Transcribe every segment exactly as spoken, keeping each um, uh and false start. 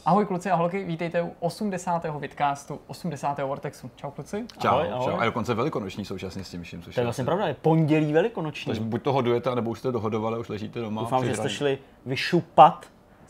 Ahoj kluci a holky, vítejte u osmdesátého vidcastu, osmdesátého Vortexu. Čau kluci. Čau, ahoj, ahoj. čau. A dokonce velikonoční současně s tím vším. To je vlastně pravda, je pondělí velikonoční. Takže buď to hodujete, nebo už jste dohodovali, už ležíte doma. Doufám, že jste šli vyšupat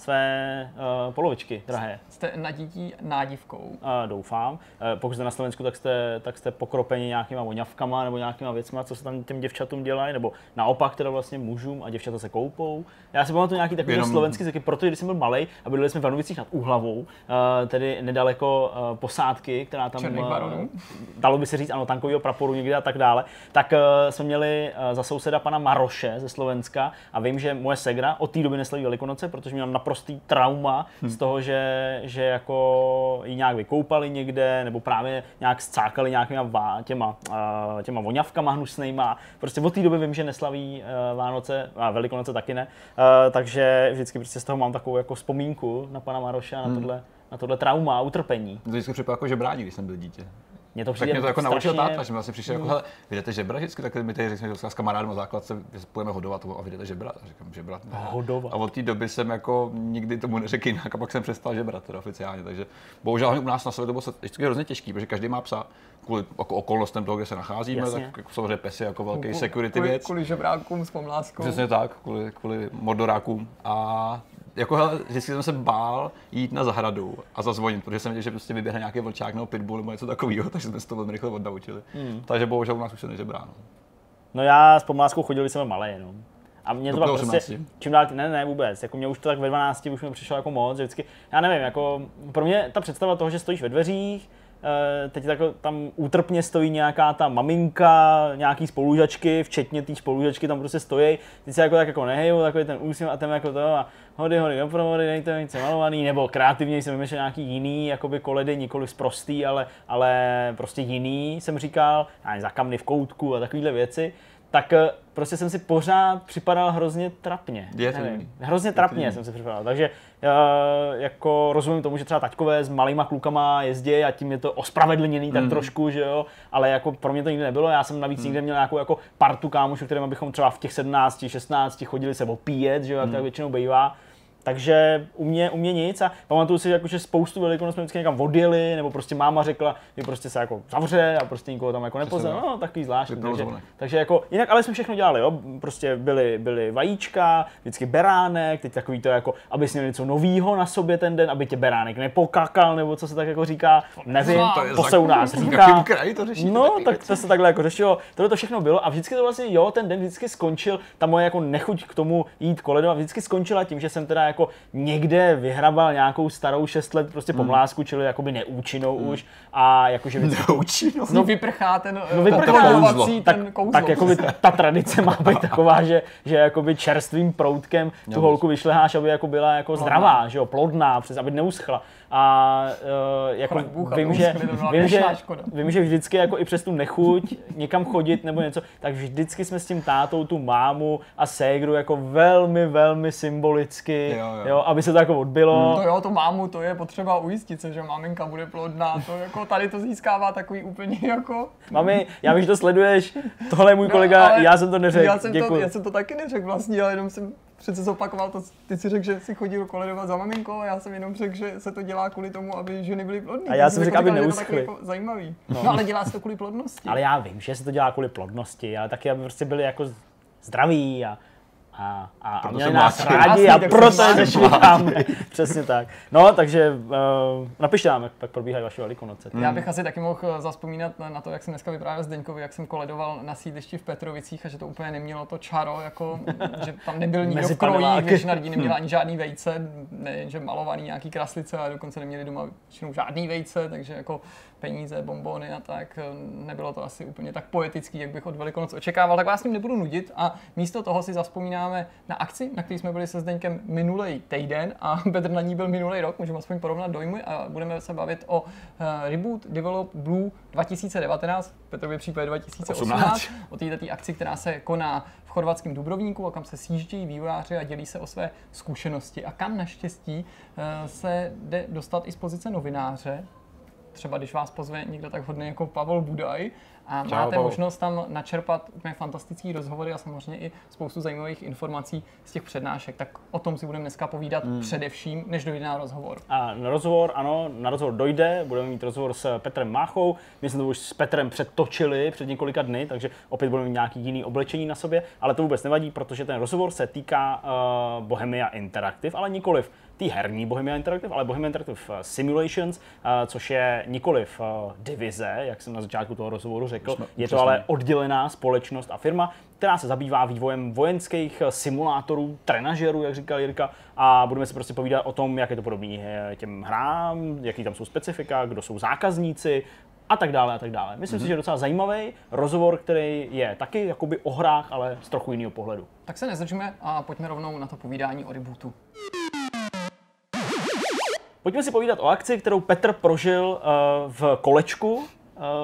své uh, polovičky drahé. Jste na dítí nádivkou. Uh, doufám. Uh, pokud jste na Slovensku, tak jste, tak jste pokropeni nějakýma voňavkama nebo nějakýma věcma, co se tam těm děvčatům dělají, nebo naopak teda vlastně mužům a děvčata se koupou. Já si pamatuju nějaký takový Jenom... slovenský zvyky, protože když jsem byl malej a bydleli jsme v Vanovicích nad Úhlavou, uh, tedy nedaleko uh, posádky, která tam Černých baronů. Uh, dalo by se říct, ano, tankového praporu někde a tak dále, tak uh, jsme měli uh, za souseda pana Maroše ze Slovenska a vím, že moje segra od té doby neslaví Velikonoce, protože měla naprostý trauma hmm. z toho, že, že jako ji nějak vykoupali někde, nebo právě nějak scákali nějakýma těma, uh, těma voňavkama hnusnejma. Prostě od té doby vím, že neslaví uh, Vánoce a Velikonoce taky ne. Uh, takže vždycky prostě z toho mám takovou jako vzpomínku na pana Maroše a na, hmm. tohle, na tohle trauma a utrpení. To vždycky připadalo jako žebrání, když jsem byl dítě. Mě to tak mě to jako strašně... naučil táta, že mi vlastně přišel jako, hele, vydete žebra vždycky, tak my tady řekli s kamarádem na základce, že půjdeme hodovat a vydete žebra. A říkám, žebrat ne. Hodovat. A od té doby jsem jako nikdy tomu neřekl jinak a pak jsem přestal žebrat teda oficiálně, takže bohužel u nás na Slově to bylo vždycky hrozně těžký, protože každý má psa kvůli jako okolnostem toho, kde se nacházíme, Jasně. tak jako samozřejmě pes je jako velký security kvůli, věc. Kvůli žebrákům s pomláskou. Přesně tak, kvůli, kvůli mordorákům. A jako hele, vždycky jsem se bál jít na zahradu a zazvonit, protože jsem věděl, že prostě vyběhne nějaký vlčák nebo pitbull nebo něco takového, takže jsme se to velmi rychle odnaučili. Hmm. Takže bohužel u nás už se nežebrá. No. no já s pomláskou chodil, když jsem malý jenom. A mě to pak prostě, čím dál, ne, ne, vůbec, jako mě už to tak ve dvanácti už mi přišlo jako moc, že vždycky, já nevím, jako pro mě ta představa toho, že stojíš ve dveřích, teď tak, tam útrpně stojí nějaká ta maminka, nějaký spolužačky, včetně té spolužačky tam prostě stojí, teď se jako tak jako nehejou, takový ten úsměv a ten jako to a hody, hody, doprovody, dejte něco malovaný, nebo kreativně jsem vymýšlel nějaký jiný, jakoby koledy, nikoli sprostý, ale, ale prostě jiný, jsem říkal, za kamny v koutku a takovýhle věci. Tak prostě jsem si pořád připadal hrozně trapně. Nevím, hrozně trapně jsem si připadal, takže uh, jako rozumím tomu, že třeba taťkové s malýma klukama jezdí a tím je to ospravedlněný tak mm. trošku, že jo, ale jako pro mě to nikdy nebylo, já jsem navíc mm. nikdy měl nějakou jako partu kámošů, kterým bychom třeba v těch sedmnácti, šestnácti chodili se opíjet, že jo, jak mm. tak většinou bývá. Takže u mě, u mě nic a pamatuju si, jako, že spoustu Velikonoc jsme vždycky někam odjeli, nebo prostě máma řekla, že prostě se jako zavře a prostě nikoho tam jako nepozná, no takový zvláštní. Takže, takže jako, jinak ale jsme všechno dělali, jo, prostě byly, byly vajíčka, vždycky beránek, teď takový to jako, aby jsi měl něco novýho na sobě ten den, aby tě beránek nepokakal, nebo co se tak jako říká, nevím, to, to se u nás říká. Kraji to řeší, no, tak to se takhle jako řešilo, tohle to všechno bylo a vždycky to vlastně, jo, ten den vždycky skončil, ta moje jako nechuť k tomu jít koledovat vždycky skončila tím, že jsem teda jako někde vyhrabal nějakou starou šest let prostě pomlásku, mm. čili jakoby neúčinnou mm. už a jakože vždycky... Neúčinnou? No vyprchá ten, no vyprchá ten kouzlo. Ten kouzlo. Tak, tak jakoby ta tradice má být taková, že, že jakoby čerstvým proutkem tu holku vyšleháš, aby jako byla jako zdravá, že jo, plodná, přes, aby neuschla. A uh, jako Bůh, vím, že, vím, že, vím, že vždycky jako i přes tu nechuť někam chodit nebo něco, tak vždycky jsme s tím tátou tu mámu a ségru jako velmi, velmi symbolicky, jo, jo. Jo, aby se to jako odbylo. Hmm. To jo, tu mámu, to je potřeba ujistit se, že maminka bude plodná, to jako tady to získává takový úplně jako... Mami, já vím, že to sleduješ, tohle je můj no, kolega, já jsem to neřekl, já jsem děkuji. To, já jsem to taky neřekl vlastně, ale jenom jsem přece zopakoval to, ty si řekl, že si chodil koledovat za maminkou a já jsem jenom řekl, že se to dělá kvůli tomu, aby ženy byly plodné. A já jsem řekl, aby neuschly. Jako zajímavý. No. no ale dělá se to kvůli plodnosti. Ale já vím, že se to dělá kvůli plodnosti, ale taky aby prostě byli jako zdraví a A, a, a měli nás rádi a proto je začali tam. Přesně tak. No, takže uh, napište nám, jak, jak probíhají vaše Velikonoce. Já bych asi taky mohl zazpomínat na, na to, jak jsem dneska vyprávěl Zdeňkovi, jak jsem koledoval na sídlišti v Petrovicích a že to úplně nemělo to čaro, jako, že tam nebyl nikdo v krojích, většina lidí neměla ani žádný vejce, ne, že malovaný nějaký kraslice, ale dokonce neměli doma většinou žádný vejce, takže jako peníze, bonbony a tak, nebylo to asi úplně tak poetický, jak bych od Velikonoc očekával, tak vás s ním nebudu nudit a místo toho si zavzpomínáme na akci, na který jsme byli se Zdeňkem minulý týden a Petr na ní byl minulý rok, můžeme aspoň porovnat dojmy a budeme se bavit o uh, Reboot Develop Blue dva tisíce devatenáct, v Petrově případě dva tisíce osmnáct, o této akci, která se koná v chorvatském Dubrovníku a kam se sjíždějí vývojáři a dělí se o své zkušenosti a kam naštěstí uh, se jde dostat i z pozice novináře. Třeba když vás pozve někdo tak hodný jako Pavel Budaj a Čau, máte Pavel. možnost tam načerpat úplně fantastický rozhovory a samozřejmě i spoustu zajímavých informací z těch přednášek. Tak o tom si budeme dneska povídat hmm. především, než dojde na rozhovor. A na rozhovor, ano, na rozhovor dojde, budeme mít rozhovor s Petrem Máchou, my jsme to už s Petrem předtočili před několika dny, takže opět budeme mít nějaký jiný oblečení na sobě, ale to vůbec nevadí, protože ten rozhovor se týká uh, Bohemia Interactive, ale nikoliv tý herní Bohemia Interactive, ale Bohemia Interactive Simulations, uh, což je nikoliv uh, divize, jak jsem na začátku toho rozhovoru řekl, Jsme, je to ale oddělená společnost a firma, která se zabývá vývojem vojenských simulátorů, trenažerů, jak říkal Jirka, a budeme si prostě povídat o tom, jak je to podobné těm hrám, jaký tam jsou specifika, kdo jsou zákazníci, a tak dále a tak dále. Myslím mm-hmm. si, že je docela zajímavý rozhovor, který je taky jakoby o hrách, ale z trochu jiného pohledu. Tak se nezdržíme a pojďme rovnou na to povídání o rebootu. Pojďme si povídat o akci, kterou Petr prožil uh, v kolečku, uh,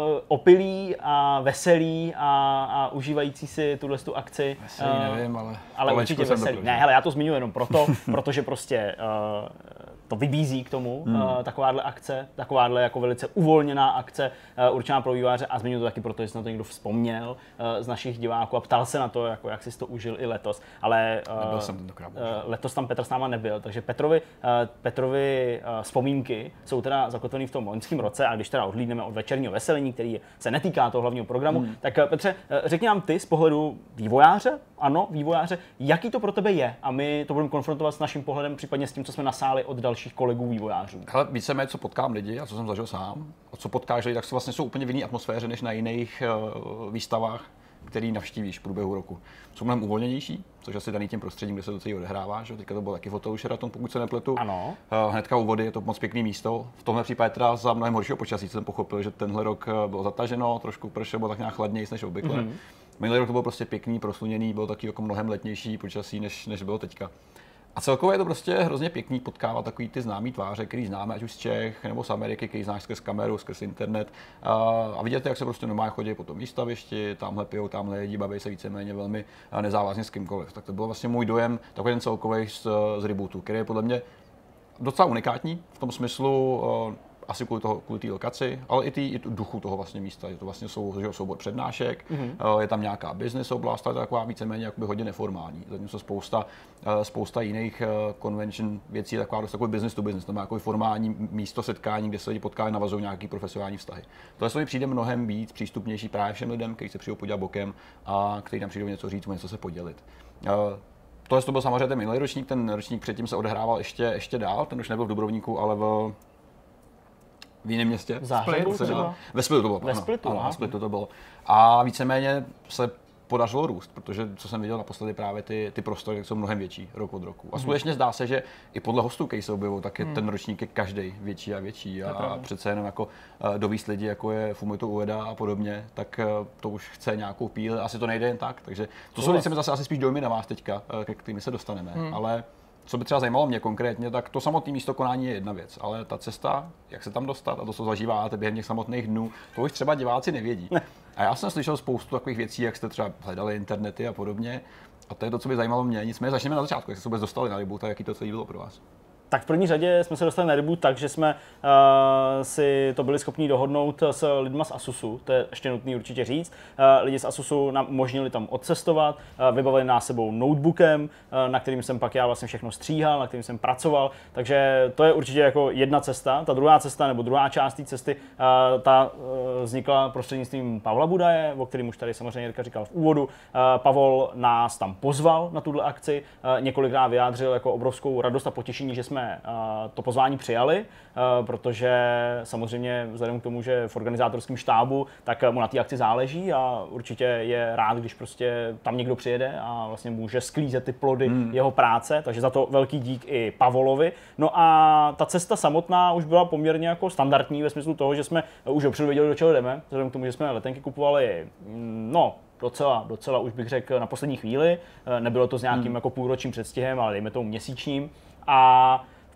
opilý a veselý a, a užívající si tuhle tu akci. Veselý uh, nevím, ale, ale určitě veselý. Ne, hele, já to zmiňuji jenom proto, protože prostě uh, to vybízí k tomu, hmm. uh, takováhle akce, takováhle jako velice uvolněná akce, uh, určená pro vývojáře, a zmiňuji to taky proto, že se na to někdo vzpomněl uh, z našich diváků a ptal se na to, jako, jak jsi to užil i letos. Ale uh, jsem tentokrát, uh, letos tam Petr s náma nebyl, takže Petrovi, uh, Petrovi uh, vzpomínky jsou teda zakotvený v tom loňském roce, a když teda odhlídneme od večerního veselení, který se netýká toho hlavního programu, hmm. tak uh, Petře, uh, řekni nám ty z pohledu vývojáře, ano, vývojáře, jaký to pro tebe je, a my to budeme konfrontovat s naším pohledem, případně s tím, co jsme nasáli od dalších kolegů vývojářů. Hele, víceméně, co potkám lidi a co jsem zažil sám, a co potkáš lidi, tak jsou vlastně jsou úplně v jiné atmosféře než na jiných uh, výstavách, který navštívíš v průběhu roku. Jsou mnohem uvolněnější, což asi daný tím prostředím, kde se to celý odehrává, že? Teďka to bylo taky v hotelu Sheraton, pokud se nepletu. Ano. Uh, hnedka u vody je to moc pěkný místo. V tomhle případě teda za mnohem horšího počasí jsem pochopil, že tenhle rok bylo zataženo, trošku pršelo, bylo tak nějak chladnější než obvykle. Mm-hmm. Minulý rok to bylo prostě pěkný, prosluněný, bylo taky jako mnohem letnější počasí, než, než bylo teďka. A celkově je to prostě hrozně pěkný potkávat takový ty známý tváře, který známe, ať už z Čech nebo z Ameriky, který znáš skrz kameru, skrz internet. A, a vidět, jak se prostě normálně chodí po tom výstavišti, tamhle pijou, tamhle jedí, baví se víceméně velmi nezávazně s kýmkoliv. Tak to byl vlastně můj dojem, takový ten celkový z, z rebootu, který je podle mě docela unikátní v tom smyslu, asi kvůli toho, kvůli té lokaci, ale i, tý, i duchu toho vlastně místa. Je to vlastně sou, soubor přednášek, mm-hmm. je tam nějaká business oblast, ale taková víceméně jakoby hodně neformální. Zatímco spousta, spousta jiných convention věcí je taková dost takový business to business, to má jako formální místo setkání, kde se lidi potkávají, navazují nějaký profesionální vztahy. Tohle mi přijde mnohem víc přístupnější právě všem lidem, kteří se přijdou podívat bokem a kteří tam přijdou něco říct, něco se podělit. Tohle to byl samozřejmě ten minulý ročník, ten ročník předtím se odehrával ještě, ještě dál, ten už nebyl v Dubrovníku, ale v v jiném městě. V Záhřebu třeba? Ve Splitu to bylo. Ve Splitu, ano, ano, ve Splitu to bylo. A víceméně se podařilo růst, protože co jsem viděl naposledy, právě ty, ty prostory jsou mnohem větší rok od roku. A skutečně zdá se, že i podle hostů, který se objevují, tak je hmm. ten ročník je každý větší a větší. A, a přece jenom jako uh, dovíst lidi, jako je Fumito Ueda a podobně, tak uh, to už chce nějakou píli. Asi to nejde jen tak. Takže to jsou mi zase asi spíš dojmy na vás teďka, uh, ke kterými se dostaneme. Hmm. Ale co by třeba zajímalo mě konkrétně, tak to samotné místo konání je jedna věc, ale ta cesta, jak se tam dostat a to, co zažíváte během těch samotných dnů, to už třeba diváci nevědí. Ne. A já jsem slyšel spoustu takových věcí, jak jste třeba hledali internety a podobně. A to je to, co by zajímalo mě. Nicméně začneme na začátku, jak jste se vůbec dostali na reboot a jaký to celý bylo pro vás. Tak v první řadě jsme se dostali na reboot tak, že jsme uh, si to byli schopni dohodnout s lidma z Asusu, to je ještě nutný určitě říct. Uh, lidi z Asusu nám umožnili tam odcestovat, uh, vybavili nás sebou notebookem, uh, na kterým jsem pak já vlastně všechno stříhal, na kterým jsem pracoval, takže to je určitě jako jedna cesta. Ta druhá cesta, nebo druhá část té cesty, uh, ta uh, vznikla prostřednictvím Pavla Budaje, o kterém už tady samozřejmě Jirka říkal v úvodu. Uh, Pavol nás tam pozval na tuhle akci, uh, několikrát vyjádřil jako obrovskou radost a potěšení, že jsme to pozvání přijali, protože samozřejmě vzhledem k tomu, že v organizátorském štábu, tak mu na té akci záleží a určitě je rád, když prostě tam někdo přijede a vlastně může sklízet ty plody hmm. jeho práce, takže za to velký dík i Pavolovi. No a ta cesta samotná už byla poměrně jako standardní ve smyslu toho, že jsme už dopředu věděli, do čeho jdeme, vzhledem k tomu, že jsme letenky kupovali, no, Docela, docela už bych řekl na poslední chvíli. Nebylo to s nějakým hmm. jako půlročním předstihem, ale dejme tomu měsíčním. A v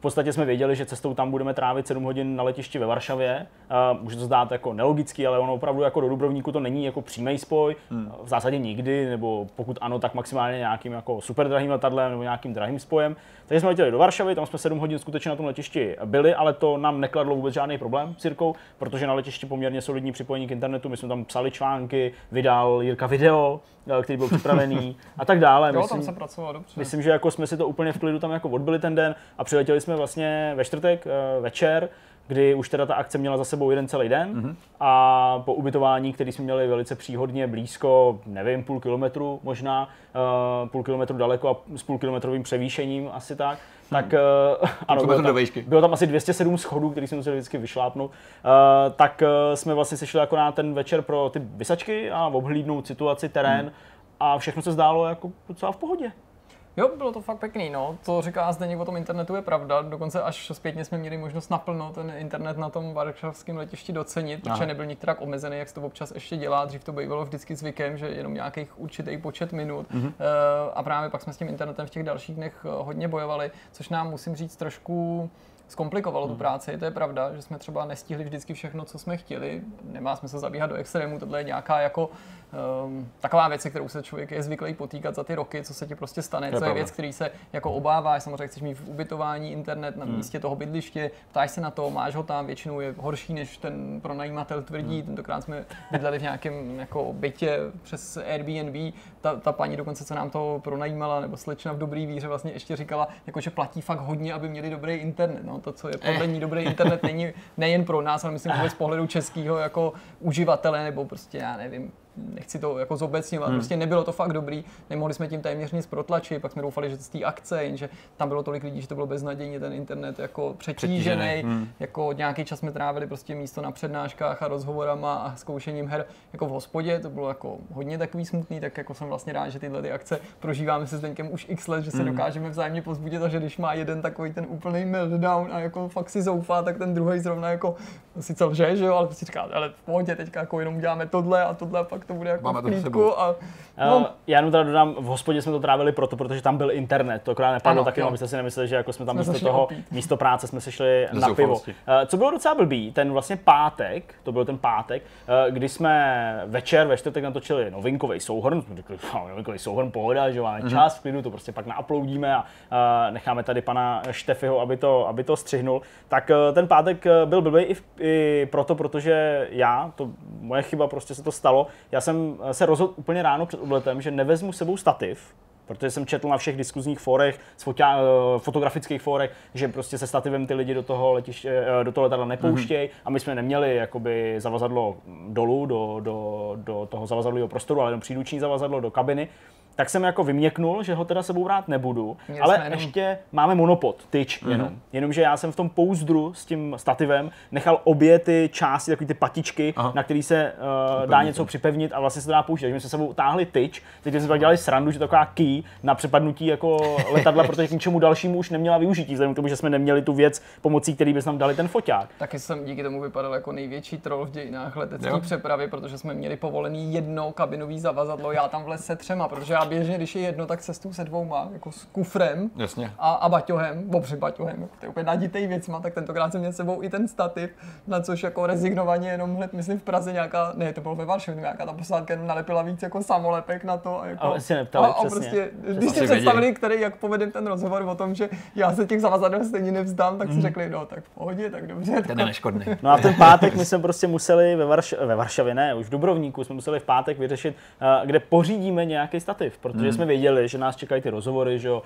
podstatě jsme věděli, že cestou tam budeme trávit sedm hodin na letišti ve Varšavě. Uh, může to zdát jako nelogický, ale ono opravdu jako do Dubrovníku to není jako přímý spoj, hmm. v zásadě nikdy, nebo pokud ano, tak maximálně nějakým jako super drahým letadlem nebo nějakým drahým spojem. Takže jsme letěli do Varšavy, tam jsme sedm hodin skutečně na tom letišti byli, ale to nám nekladlo vůbec žádný problém s Jirkou, protože na letišti poměrně solidní připojení k internetu, my jsme tam psali články, vydal Jirka video, který byl připravený a tak dále. Jo, myslím, tam se pracovalo dobře. Myslím, že jako jsme si to úplně v klidu tam jako odbyli ten den a přiletěli jsme vlastně ve čtvrtek večer, kdy už teda ta akce měla za sebou jeden celý den mm-hmm. a po ubytování, který jsme měli velice příhodně blízko, nevím, půl kilometru možná, uh, půl kilometru daleko a s půl kilometrovým převýšením asi tak, hmm. tak uh, ano, bylo tam, bylo tam asi dvě stě sedm schodů, který jsme museli vždycky vyšlápnout, uh, tak uh, jsme vlastně sešli jako na ten večer pro ty vysačky a obhlídnout situaci, terén hmm. a všechno se zdálo jako docela v pohodě. Jo, bylo to fakt pěkný, no. Co říká Zdeněk o tom internetu je pravda. Dokonce až zpětně jsme měli možnost naplno ten internet na tom varšavském letišti docenit, protože Aha. nebyl nikterak omezený, jak se to občas ještě dělá. Dřív to bývalo vždycky zvykem, že jenom nějakých určitý počet minut. Mm-hmm. A právě pak jsme s tím internetem v těch dalších dnech hodně bojovali, což nám, musím říct, trošku zkomplikovalo tu práci, to je pravda, že jsme třeba nestihli vždycky všechno, co jsme chtěli. Nemá smysl zabíhat do extrému, tohle je nějaká jako um, taková věc, kterou se člověk je zvyklý potýkat za ty roky, co se ti prostě stane, co je, je věc, který se jako obáváš, samozřejmě chceš mít v ubytování internet na místě toho bydliště, ptáš se na to, máš ho tam, většinou je horší, než ten pronajímatel tvrdí. Hmm. Tentokrát jsme bydleli v nějakém jako bytě přes Airbnb, ta, ta paní dokonce, co nám to pronajímala, nebo slečna v dobrý víře vlastně ještě říkala, jako, že platí fakt hodně, aby měli dobrý internet. No, to, co je podle ní dobrý internet, není nejen pro nás, ale myslím vůbec z pohledu českého jako uživatele, nebo prostě já nevím, nechci to jako zobecňovat, hmm. prostě nebylo to fakt dobrý, nemohli jsme tím téměř nic protlačit, pak jsme doufali, že z té akce, jenže tam bylo tolik lidí, že to bylo beznadějně, ten internet jako přetížený, hmm. jako nějaký čas jsme trávili prostě místo na přednáškách a rozhovorama a zkoušením her jako v hospodě, to bylo jako hodně takový smutný, tak jako jsem vlastně rád, že tyhle ty akce prožíváme se s Zdeňkem už x let, že se hmm. dokážeme vzájemně povzbudit a že když má jeden takový ten úplný meltdown a jako fakt si zoufá, tak ten druhý zrovna jako sice lže, že jo, ale prostě říká, ale v pohodě, teďka jako jenom děláme tohle a tohle a pak to bude jako v klídku a no. Uh, já jenom teda dodám, v hospodě jsme to trávili proto, protože tam byl internet, to akorát nepadlo taky, abyste si nemysleli, že jako jsme tam jsme místo toho, opít. místo práce jsme se šli na pivo. Uh, co bylo docela blbý, ten vlastně pátek, to byl ten pátek, uh, kdy jsme večer ve čtvrtek natočili novinkový souhrn, jsme řekli, novinkový souhrn, pohoda, že máme mm-hmm. čas v klidu, to prostě pak nauploadíme a uh, necháme tady pana Štefyho, aby to, aby to střihnul, tak uh, ten pátek byl blbý i, v, i proto, protože já, to moje chyba, prostě se to stalo, já jsem se rozhodl úplně ráno před odletem, že nevezmu s sebou stativ, protože jsem četl na všech diskuzních fórech, fotia, fotografických fórech, že prostě se stativem ty lidi do toho letiště, do toho letadla nepouštějí mm-hmm. a my jsme neměli jakoby zavazadlo dolů do, do, do toho zavazadlového prostoru, ale jenom příruční zavazadlo do kabiny. Tak jsem jako vyměknul, že ho teda sebou brát nebudu, Měli ale jenom... ještě máme monopod, tyč mm-hmm. jenom. Jenomže já jsem v tom pouzdru s tím stativem nechal obě ty části, takové ty patičky, Aha. na který se uh, dá něco připevnit a vlastně se to dá pouštět. Takže jsme se sebou táhli tyč, teď jsme tak dělali srandu, že taková key na přepadnutí jako letadla, protože k ničemu dalšímu už neměla využití, vzhledem k tomu, že jsme neměli tu věc, pomocí který bychom nám dali ten foťák. Taky jsem díky tomu vypadal jako největší troll v dějinách letecké přepravy, protože jsme měli povolený jedno kabinový zavazadlo, já tam vlez se třema, protože já běžně, když je jedno, tak cestu se dvouma, jako s kufrem Jasně. A, a baťohem, bobři baťohem, to je úplně naditej věcma, tak tentokrát jsem měl s sebou i ten stativ, na což jako rezignovaně jenom hned, myslím v Praze nějaká, ne, to bylo ve Varšavě, nějaká ta posádka jenom nalepila víc jako samolepek na to a jako... A, si neptali, a, a prostě, když si představili, který, jak povedem ten rozhovor o tom, že já se těch zavazadel stejně nevzdám, tak si mm. řekli, no tak v pohodě, tak dobře. Ten je neškodný. No a v ten pátek my jsme prostě museli ve, Varš- ve Varšavě, ne, už v Dubrovníku jsme museli v pátek vyřešit, uh, kde pořídíme nějaký stativ, protože jsme věděli, že nás čekají ty rozhovory, že jo,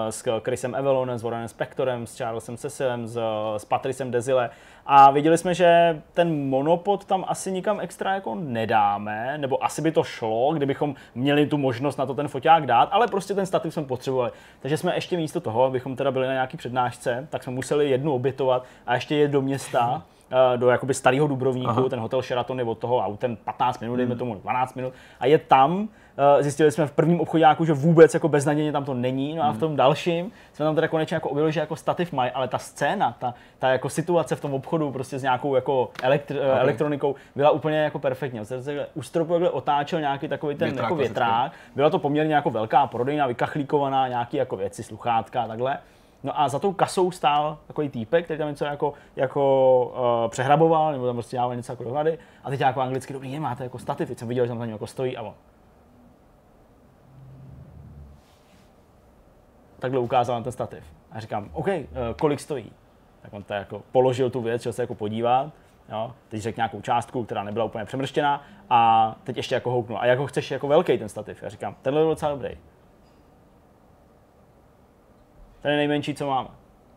s Chrisem Evelonem, s Warrenem Spectorem, s Charlesem Cecilem, s, s Patricem Desile a věděli jsme, že ten monopod tam asi nikam extra jako nedáme, nebo asi by to šlo, kdybychom měli tu možnost na to ten foťák dát, ale prostě ten stativ jsme potřebovali. Takže jsme ještě místo toho, abychom teda byli na nějaký přednášce, tak jsme museli jednu obětovat a ještě jet do města, do jakoby starého Dubrovníku, Aha. ten hotel Sheraton je od toho autem patnáct minut, dejme tomu dvanáct minut a je tam. Zjistili jsme v prvním obchodáku, že vůbec jako beznadějně tam to není, no a v tom dalším jsme tam teda konečně jako objevili, že jako stativ mají, ale ta scéna, ta, ta jako situace v tom obchodu prostě s nějakou jako elektr, okay. elektronikou byla úplně jako perfektní. U stropu takhle otáčel nějaký takový ten větrák, jako větrák, byla to poměrně jako velká prodejna, vykachlíkovaná, nějaký jako věci, sluchátka a takhle. No a za tou kasou stál takový týpek, který tam něco jako, jako uh, přehraboval, nebo tam prostě dával něco jako dohrady. A teď jako anglicky, dobrý, je, máte jako stativ, teď jsem viděl, že tam za ním jako stojí a on. Takhle ukázal na ten stativ. A říkám, OK, uh, kolik stojí? Tak on to jako položil tu věc, šel se jako podívat. Jo? Teď řekl nějakou částku, která nebyla úplně přemrštěná a teď ještě jako houknul. A jak ho chceš jako velký ten stativ? Já říkám, tenhle je docela dobrý. Ten je nejmenší, co máme.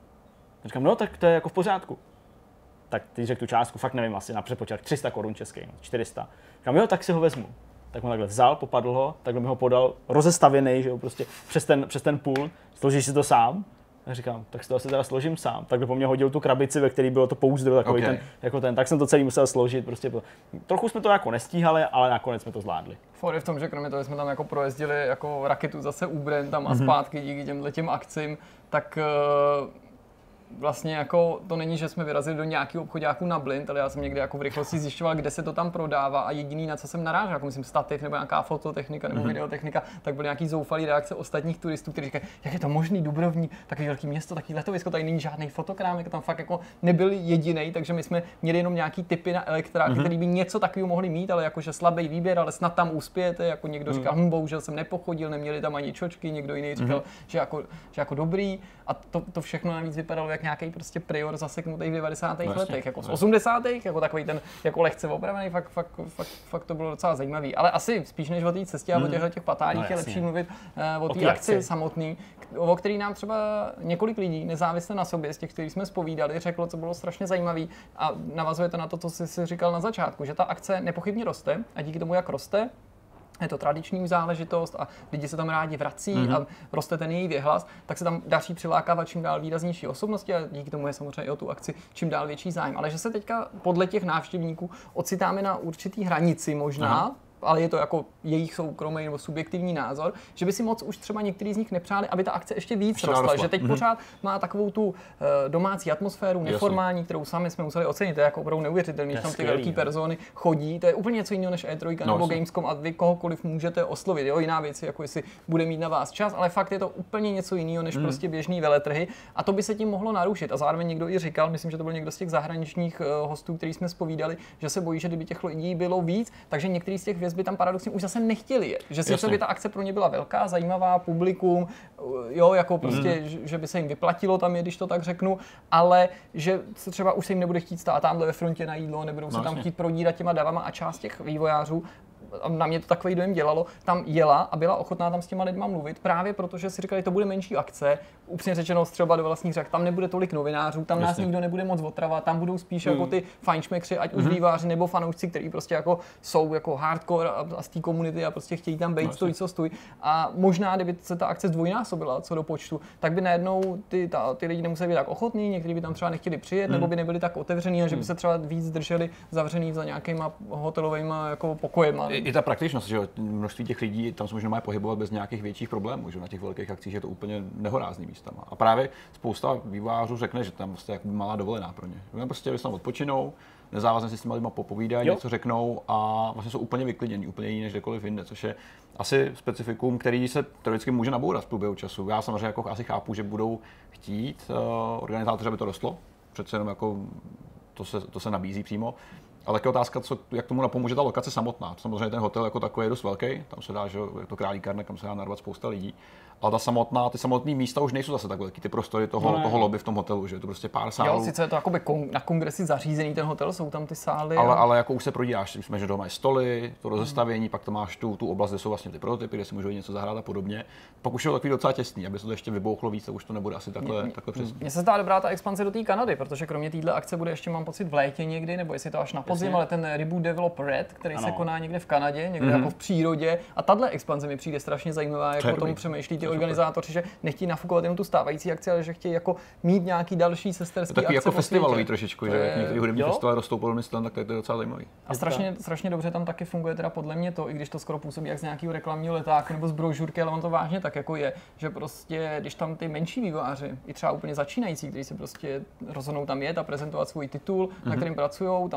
Já říkám, no tak to je jako v pořádku. Tak teď řekl tu částku, fakt nevím, asi na přepočet tři sta korun českých, no, čtyři sta. Říkám, jo, tak si ho vezmu. Tak mu takhle vzal, popadl ho, takhle mi ho podal rozestavěný, že jo, prostě přes ten, přes ten půl. Složíš si to sám? A říkám, tak si to asi teda složím sám. Takhle po mně hodil tu krabici, ve které bylo to pouzdro, takový okay. ten, jako ten, tak jsem to celý musel složit. Prostě. Trochu jsme to jako nestíhali, ale nakonec jsme to zvládli. For je v tom, že kromě toho, že jsme tam jako projezdili jako raketu zase Uberem tam a zpátky díky těmhle těm akcím, tak uh, vlastně jako to není, že jsme vyrazili do nějakého obchodáku na blind, ale já jsem někde jako v rychlosti zjišťoval, kde se to tam prodává a jediný, na co jsem narážel, jako myslím stativ nebo nějaká fototechnika nebo mm-hmm. videotechnika, tak byly nějaký zoufalý reakce ostatních turistů, kteří říkají, jak je to možný, Dubrovník, takový velký město, takový letovisko, tady není žádný fotokrám, tam fakt jako nebyl jediný, takže my jsme měli jenom nějaký typy na elektráky, mm-hmm. který by něco takového mohli mít, ale jakože slabý výběr, ale snad tam uspějete, jako někdo mm-hmm. říká, hm, bohužel jsem nepochodil, neměli tam ani čočky, někdo jiný říkal, mm-hmm. že jako, že jako dobrý a to, to všechno navíc vypadalo jak nějaký prostě prior zaseknutý v devadesátých No, letech, jako z osmdesátých jako takový ten jako lehce opravený, fakt, fakt, fakt, fakt to bylo docela zajímavý. Ale asi spíš než o té cestě a mm. o těchto těch patáních no, je lepší mluvit uh, o té akci samotný, o který nám třeba několik lidí, nezávisle na sobě, z těch, kteří jsme zpovídali, řeklo, co bylo strašně zajímavý a navazuje to na to, co jsi si říkal na začátku, že ta akce nepochybně roste a díky tomu, jak roste, je to tradiční záležitost a lidi se tam rádi vrací mm-hmm. a roste ten její věhlas, tak se tam daří přilákávat čím dál výraznější osobnosti a díky tomu je samozřejmě i o tu akci čím dál větší zájem. Ale že se teďka podle těch návštěvníků ocitáme na určitý hranici možná, Aha. ale je to jako jejich soukromý nebo subjektivní názor, že by si moc už třeba některý z nich nepřáli, aby ta akce ještě víc ještě rostla, že teď mm-hmm. pořád má takovou tu uh, domácí atmosféru, neformální, Jasně. kterou sami jsme museli ocenit, to je jako opravdu neuvěřitelný, že tam ty velké persony chodí, to je úplně něco jiného než E tři no, nebo Gamescom a vy kohokoliv můžete oslovit, jo, jiná věc, jako jestli bude mít na vás čas, ale fakt je to úplně něco jiného než mm. prostě běžný veletrhy a to by se tím mohlo narušit a zároveň někdo i říkal, myslím, že to byl někdo z těch zahraničních uh, hostů, který jsme zpovídali, že se bojí, že kdyby těch lidí bylo víc, takže některý z těch hvězd by tam paradoxně už zase nechtěli jet. Že sice by ta akce pro ně byla velká, zajímavá, publikum, jo, jako prostě, mm. že, že by se jim vyplatilo tam je, když to tak řeknu, ale že se třeba už se jim nebude chtít stát tamhle ve frontě na jídlo, nebudou se no, tam chtít prodírat těma davama a část těch vývojářů, a na mě to takový dojem dělalo, tam jela a byla ochotná tam s těma lidma mluvit, právě protože si říkali, to bude menší akce, upřímně řečeno střelba do vlastních řad, tam nebude tolik novinářů, tam Jasně. nás nikdo nebude moc otravovat, tam budou spíš mm. jako ty fajnšmekři, ať už mm. výváři nebo fanoušci, kteří prostě jako jsou jako hardcore a, a z té komunity a prostě chtějí tam být, stojí co stojí. A možná, kdyby se ta akce zdvojnásobila co do počtu, tak by najednou ty, ta, ty lidi nemuseli být tak ochotní, někteří by tam třeba nechtěli přijet, mm. nebo by nebyli tak otevření, a že by se třeba víc drželi zavřený za nějakýma hotelovými jako pokojema. I ta praktičnost, že množství těch lidí tam se možná má pohybovat bez nějakých větších problémů, že na těch velkých akcích je to úplně nehorázný místama. A právě spousta vývojářů řekne, že tam prostě jako malá dovolená pro ně. Oni prostě tam odpočinou, nezávazně si s těma lidma popovídají, něco řeknou a vlastně jsou úplně vyklidění, úplně jiný než kdekoliv jinde, což je asi specifikum, který se teoreticky může nabourat v průběhu času. Já samozřejmě jako asi chápu, že budou chtít uh, organizátoři, aby to rostlo, přece jenom jako to se, to se nabízí přímo. Ale je otázka, co, jak tomu napomůže ta lokace samotná. Samozřejmě ten hotel jako takový je dost velký, tam se dá, že je to Králíkárna, kam se dá narvat spousta lidí. Ale ta samotná, ty samotné místa už nejsou zase tak velký, ty prostory toho, no, toho lobby v tom hotelu, že je to prostě pár sálů. Jo, sice je to jakoby kon, na kongresy zařízený ten hotel, jsou tam ty sály. Ale, a... ale jako už se prodíváš, jsme, že doma mají stoly, to rozestavění, hmm. pak to máš tu, tu oblast, kde jsou vlastně ty prototypy, kde si můžou něco zahrát a podobně. Pak už je to takový docela těsný, aby se to ještě vybouchlo víc, tak už to nebude asi takhle, mě, takhle přesně. Mně se zdá dobrá ta expanze do té Kanady, protože kromě téhle akce bude ještě, mám pocit, v létě někdy, nebo jestli to až na podzim, Jasně. ale ten Reboot Developer Red, který ano. se koná někde v Kanadě, někde mm-hmm. jako v přírodě. A tahle expanze mi přijde strašně zajímavá, jak o tom přemýšlí ty organizátoři, že nechtějí nafukovat jenom tu stávající akci, ale že chtějí jako mít nějaký další sesterský akce. Takový jako festivalový trošičku, že jak některý hudební festivaly rostou podobně stylem, tak to je docela zajímavý. A strašně, strašně dobře tam taky funguje teda podle mě to, i když to skoro působí jak z nějakého reklamního letáku nebo z brožurky, ale on to vážně tak jako je, že prostě když tam ty menší vývojáři, i třeba úplně začínající, kteří se prostě rozhodnou tam jet a prezentovat svůj titul, mm-hmm. na kterým pracují, tam stojí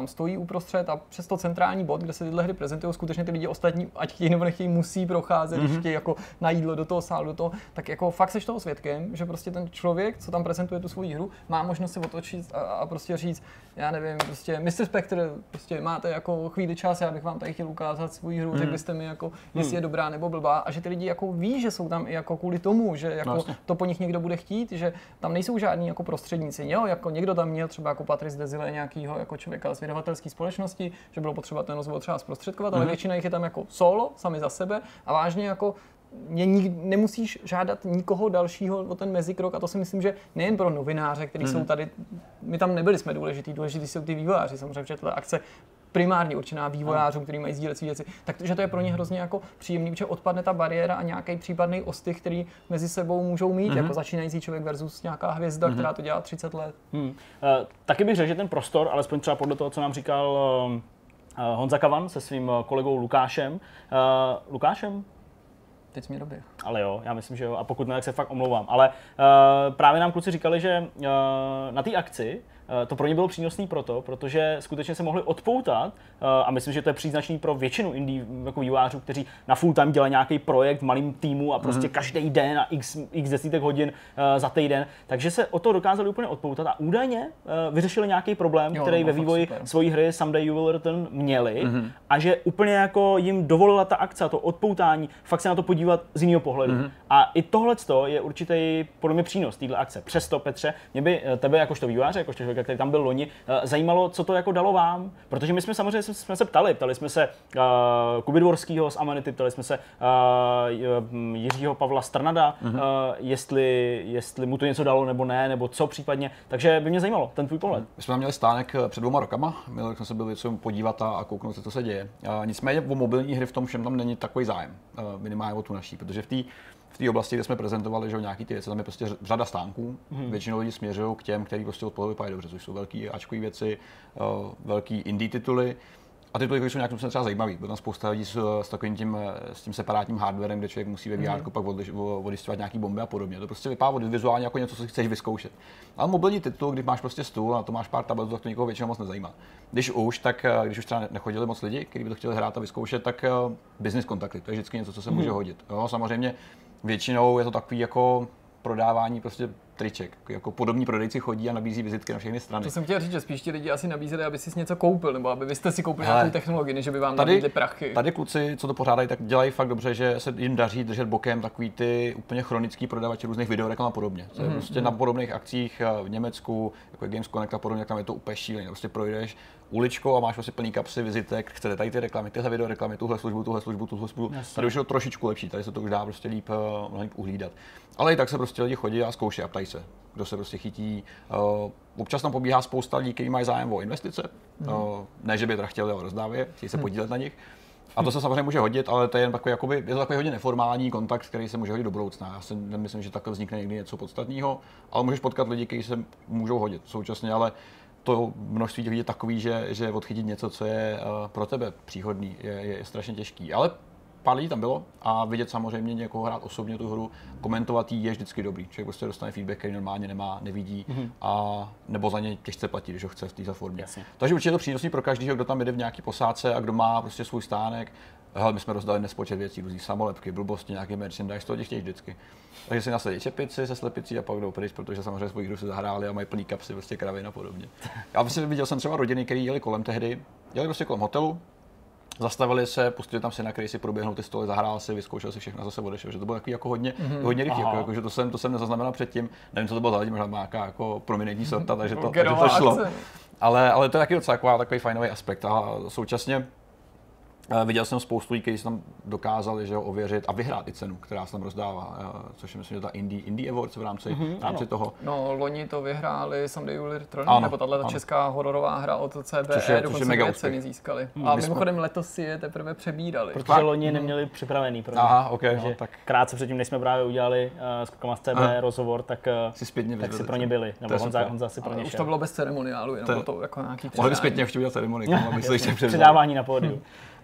uprostřed a přes to centrální bod, kde se tyhle hry prezentují, skutečně ty lidi ostatní, ať chtějí nebo nechtějí, musí procházet, mm-hmm. ještě jako na jídlo do toho sálu, do toho, tak jako fakt seš toho svědkem, že prostě ten člověk, co tam prezentuje tu svoji hru, má možnost se otočit a, a prostě říct, já nevím, prostě mister Spectre, prostě máte jako chvíli čas, já bych vám tady chtěl ukázat svou hru, mm. řekl byste mi jako, jestli je dobrá nebo blbá, a že ty lidi jako ví, že jsou tam i jako kvůli tomu, že jako no, to po nich někdo bude chtít, že tam nejsou žádní jako prostředníci, jo, jako někdo tam měl třeba jako Patrice Désilets, nějakýho jako člověka z vydavatelské společnosti, že bylo potřeba ten rozhovor třeba zprostředkovat, mm. ale většina jich je tam jako solo, sami za sebe a vážně jako mě nik, nemusíš žádat nikoho dalšího o ten mezikrok a to si myslím, že nejen pro novináře, kteří mm. jsou tady, my tam nebyli jsme důležitý, důležitý jsou ty vývojáři, samozřejmě, že tato akce primárně určená vývojářům, kteří mají sdílet své věci, takže to je pro ně hrozně jako příjemný, protože odpadne ta bariéra a nějaký případný ostych, který mezi sebou můžou mít, mm-hmm. jako začínající člověk versus nějaká hvězda, mm-hmm. která to dělá třicet let. Hmm. Uh, taky bych řekl, že ten prostor, alespoň třeba podle toho, co nám říkal uh, Honza Kavan se svým kolegou Lukášem. Uh, Lukášem? Teď jsi mě doběh. Ale jo, já myslím, že jo. A pokud ne, tak se fakt omlouvám. Ale uh, právě nám kluci říkali, že uh, na té akci uh, to pro ně bylo přínosný proto, protože skutečně se mohli odpoutat uh, a myslím, že to je příznačný pro většinu indie jako vývojářů, kteří na full time dělají nějaký projekt v malým týmu a prostě mm-hmm. každý den a x, x desítek hodin uh, za týden. Takže se o to dokázali úplně odpoutat a údajně uh, vyřešili nějaký problém, jo, který no, ve vývoji svojí hry Someday You Will Return měli mm-hmm. a že úplně jako jim dovolila ta akce, to odpoutání, fakt se na to podívat z jiného pohledu. Mm-hmm. A i tohleto je určitý podle mě přínos téhle akce. Přesto, Petře, mě by tebe jakožto vývojáře, jakožto člověka, který tam byl loni, zajímalo, co to jako dalo vám, protože my jsme samozřejmě jsme se ptali, ptali jsme se uh, Kuby Dvorskýho z Amanity, ptali jsme se uh, Jiřího Pavla Strnada, mm-hmm. uh, jestli, jestli mu to něco dalo nebo ne, nebo co případně, takže by mě zajímalo ten tvůj pohled. My jsme tam měli stánek před dvěma rokama, měli jsme se byli co podívat a, a kouknout, co se děje. Uh, nicméně o mobilní hry v tom všem tam není takový zájem, uh, minimálně o tu naší, protože v té v té oblasti, kde jsme prezentovali, že nějaký ty věci, tam je prostě řada stánků. Hmm. Většinou lidi směřují k těm, kteří prostě od pohledu vypadají dobře, což jsou velký ačkový věci, uh, velký indie tituly. A tituly, které jsou nějakým způsobem třeba zajímavý. Bylo tam spousta lidí s, s takovým tím, s tím separátním hardwarem, kde člověk musí ve vé erku pak odlistovat nějaký bomby a podobně. To prostě vypadá vizuálně jako něco, co si chceš vyzkoušet. Ale mobilní titul, když máš prostě stůl a to máš pár tabletů, tak to nikoho většinou moc nezajímá. Když už, tak když už třeba nechodili moc lidi, kteří by to chtěli hrát a vyzkoušet, tak uh, business kontakty, to je vždycky něco, co se může hodit. Jo, samozřejmě většinou je to takový jako prodávání prostě triček. Jako podobní prodejci chodí a nabízí vizitky na všechny strany. To jsem chtěl říct, že spíš ti lidi asi nabízeli, aby si něco koupil, nebo aby vy jste si koupili nějakou technologii, než by vám nabídli prachy. Tady kluci, co to pořádají, tak dělají fakt dobře, že se jim daří držet bokem takový ty úplně chronický prodavači různých videoreklam a podobně. Mm-hmm. Prostě na podobných akcích v Německu, jako je Games Connect a podobně, tam je to úplně šílené. Prostě projdeš uličkou a máš prostě plný kapsy vizitek, chcete tady ty reklamy, tyhle videoreklamy, tuhle službu, tuhle službu, tuhle službu. Jasně. Tady už je to trošičku lepší, tady se to už dá prostě líp, líp uhlídat. Ale i tak se prostě lidi chodí a zkouší a ptají se, kdo se prostě chytí. Uh, občas tam pobíhá spousta lidí, kteří mají zájem o investice. Mm. Uh, ne, že by teda chtěli, ale rozdávají, chtějí se podílet mm. na nich. A to se samozřejmě může hodit, ale to je jen takový, jakoby, je to takový hodně neformální kontakt, který se může hodit do budoucna. Já si nemyslím, že takhle vznikne někdy něco podstatného, ale můžeš potkat lidi, kteří se můžou hodit současně, ale to množství těch lidí je takový, že, že odchytit něco, co je uh, pro tebe příhodný, je, je strašně těžký. Ale pár lidí tam bylo a vidět samozřejmě někoho hrát osobně tu hru, komentovat ji je vždycky dobrý. Člověk prostě dostane feedback, který normálně nemá, nevidí mm-hmm. a nebo za ně těžce platí, když ho chce v této formě. Jasně. Takže určitě je to přínosný pro každého, kdo tam jde v nějaký posádce a kdo má prostě svůj stánek. Hele, my jsme rozdali nespočet věcí, různý samolepky, blbosti, nějaký merchandise, to chtějí vždycky. Takže si nasadí čepici se slepicí a pak jdou pryč, protože samozřejmě svou hru si zahráli a mají plný kapsy, prostě kravin a podobně. Já vlastně viděl jsem třeba rodiny, které jeli kolem tehdy, jeli prostě kolem hotelu. Zastavili se, pustili tam si na kraji, si proběhnou ty stoly, zahrál si, vyzkoušel si všechno a zase odešel. Že to bylo takový jako hodně, mm-hmm. hodně rychlý, jako, jako, že to jsem, to jsem nezaznamenal předtím. Nevím, co to bylo za lidi, možná nějaká jako prominentní sorta, takže to, takže to šlo. Ale, ale to je taky docela taková, takový fajnový aspekt a současně viděl jsem spoustu lidí, kteří tam dokázali, že ho ověřit a vyhrát i cenu, která se tam rozdává, což je myslím, že ta Indie, Indie Awards v rámci, mm-hmm, v rámci toho. No, loni to vyhráli Someday You Will Return, nebo tahle ta česká hororová hra od C B E, dokonce dvě ceny získali. Hmm, a mimochodem jsme... letos si je teprve přebírali. Protože tak? loni neměli připravený pro ně. Aha, okay, no, tak krátce předtím, než jsme právě udělali uh, s klukama z C B E rozhovor, tak, uh, si, tak si pro ně byli, nebo Honza, Honza si pro ně šel. Už to bylo bez ceremoniálu, jenom to jako nějaký mohli by zpětně ještě udělat ceremonii, předávání na pódiu.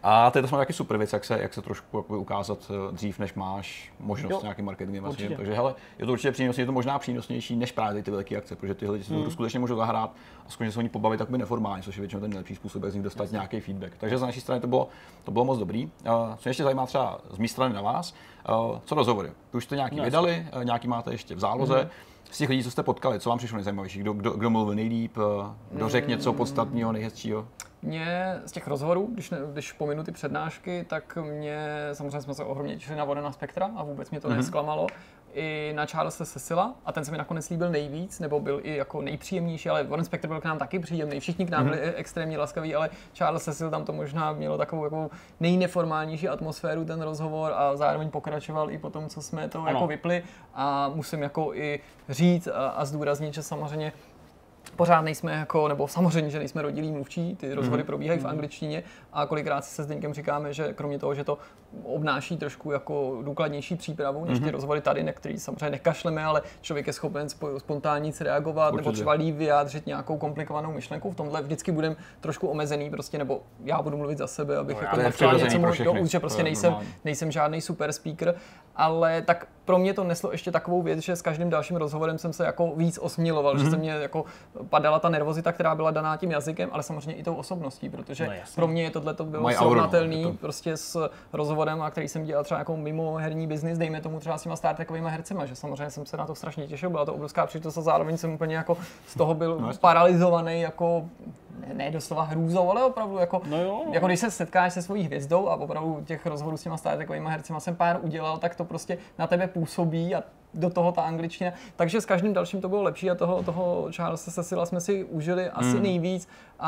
A to je to taky super věc, jak se, jak se trošku jako ukázat dřív, než máš možnost jo. nějakým marketingem. Vlastně. Takže hele, je to určitě přínosnější, je to možná přínosnější než právě ty velké akce, protože tyhle lidi si hmm. to skutečně můžou zahrát a skutečně se o ní pobavit takový neformálně, což je většinou ten nejlepší způsob, jak z nich dostat Jasně. nějaký feedback. Takže z naší strany to bylo, to bylo moc dobrý. Uh, co mě ještě zajímá třeba z mé strany na vás, uh, co rozhovory? Vy už jste nějaký no, vydali, uh, nějaký máte ještě v záloze. Hmm. Z těch lidí, co jste potkali, co vám přišlo nejzajímavější? Kdo, kdo, kdo mluvil nejlíp, kdo řekl něco podstatného, nejhezčího? Mě z těch rozhovorů, když, ne, když pominu ty přednášky, tak mě samozřejmě jsme se ohromně těšili na Warrena Spectora a vůbec mě to mm-hmm. nesklamalo. I na Charlese Cecila a ten se mi nakonec líbil nejvíc, nebo byl i jako nejpříjemnější, ale Warren Spector byl k nám taky příjemný, všichni k nám byli mm-hmm. extrémně laskaví, ale Charles Cecil tam to možná mělo takovou jako nejneformálnější atmosféru ten rozhovor a zároveň pokračoval i po tom, co jsme to ano. jako vypli a musím jako i říct a, a zdůraznit, že samozřejmě pořád nejsme jako, nebo samozřejmě, že nejsme rodilí mluvčí, ty rozhovory probíhají v angličtině a kolikrát si se Zdeňkem říkáme, že kromě toho, že to obnáší trošku jako důkladnější přípravu než ty rozhovory tady, na který samozřejmě nekašleme, ale člověk je schopen spontánně nic reagovat Určitě. nebo třeba líp vyjádřit nějakou komplikovanou myšlenku. V tomhle vždycky budeme trošku omezený, prostě, nebo já budu mluvit za sebe, abych no, jako nepřál něco mluvit, že prostě nejsem, nejsem žádný super speaker, ale tak pro mě to neslo ještě takovou věc, že s každým dalším rozhovorem jsem se jako víc osmiloval, mm-hmm. že se mě jako padala ta nervozita, která byla daná tím jazykem, ale samozřejmě i tou osobností, protože no, pro mě tohle to bylo srovnatelný to... prostě s rozhovorem, a který jsem dělal třeba jako mimo herní biznis, dejme tomu třeba s těma Star Trekovýma hercema, že samozřejmě jsem se na to strašně těšil, byla to obrovská příležitost a zároveň jsem úplně jako z toho byl no, paralizovaný jako ne, ne doslova hrůzou, ale opravdu jako, no jo, no. jako když se setkáš se svojí hvězdou a opravdu těch rozhovorů s těma Star Trekovýma hercema jsem pár udělal, tak to prostě na tebe působí a do toho ta angličtina. Takže s každým dalším to bylo lepší a toho, toho Charlesa Cecila jsme si užili asi mm. nejvíc,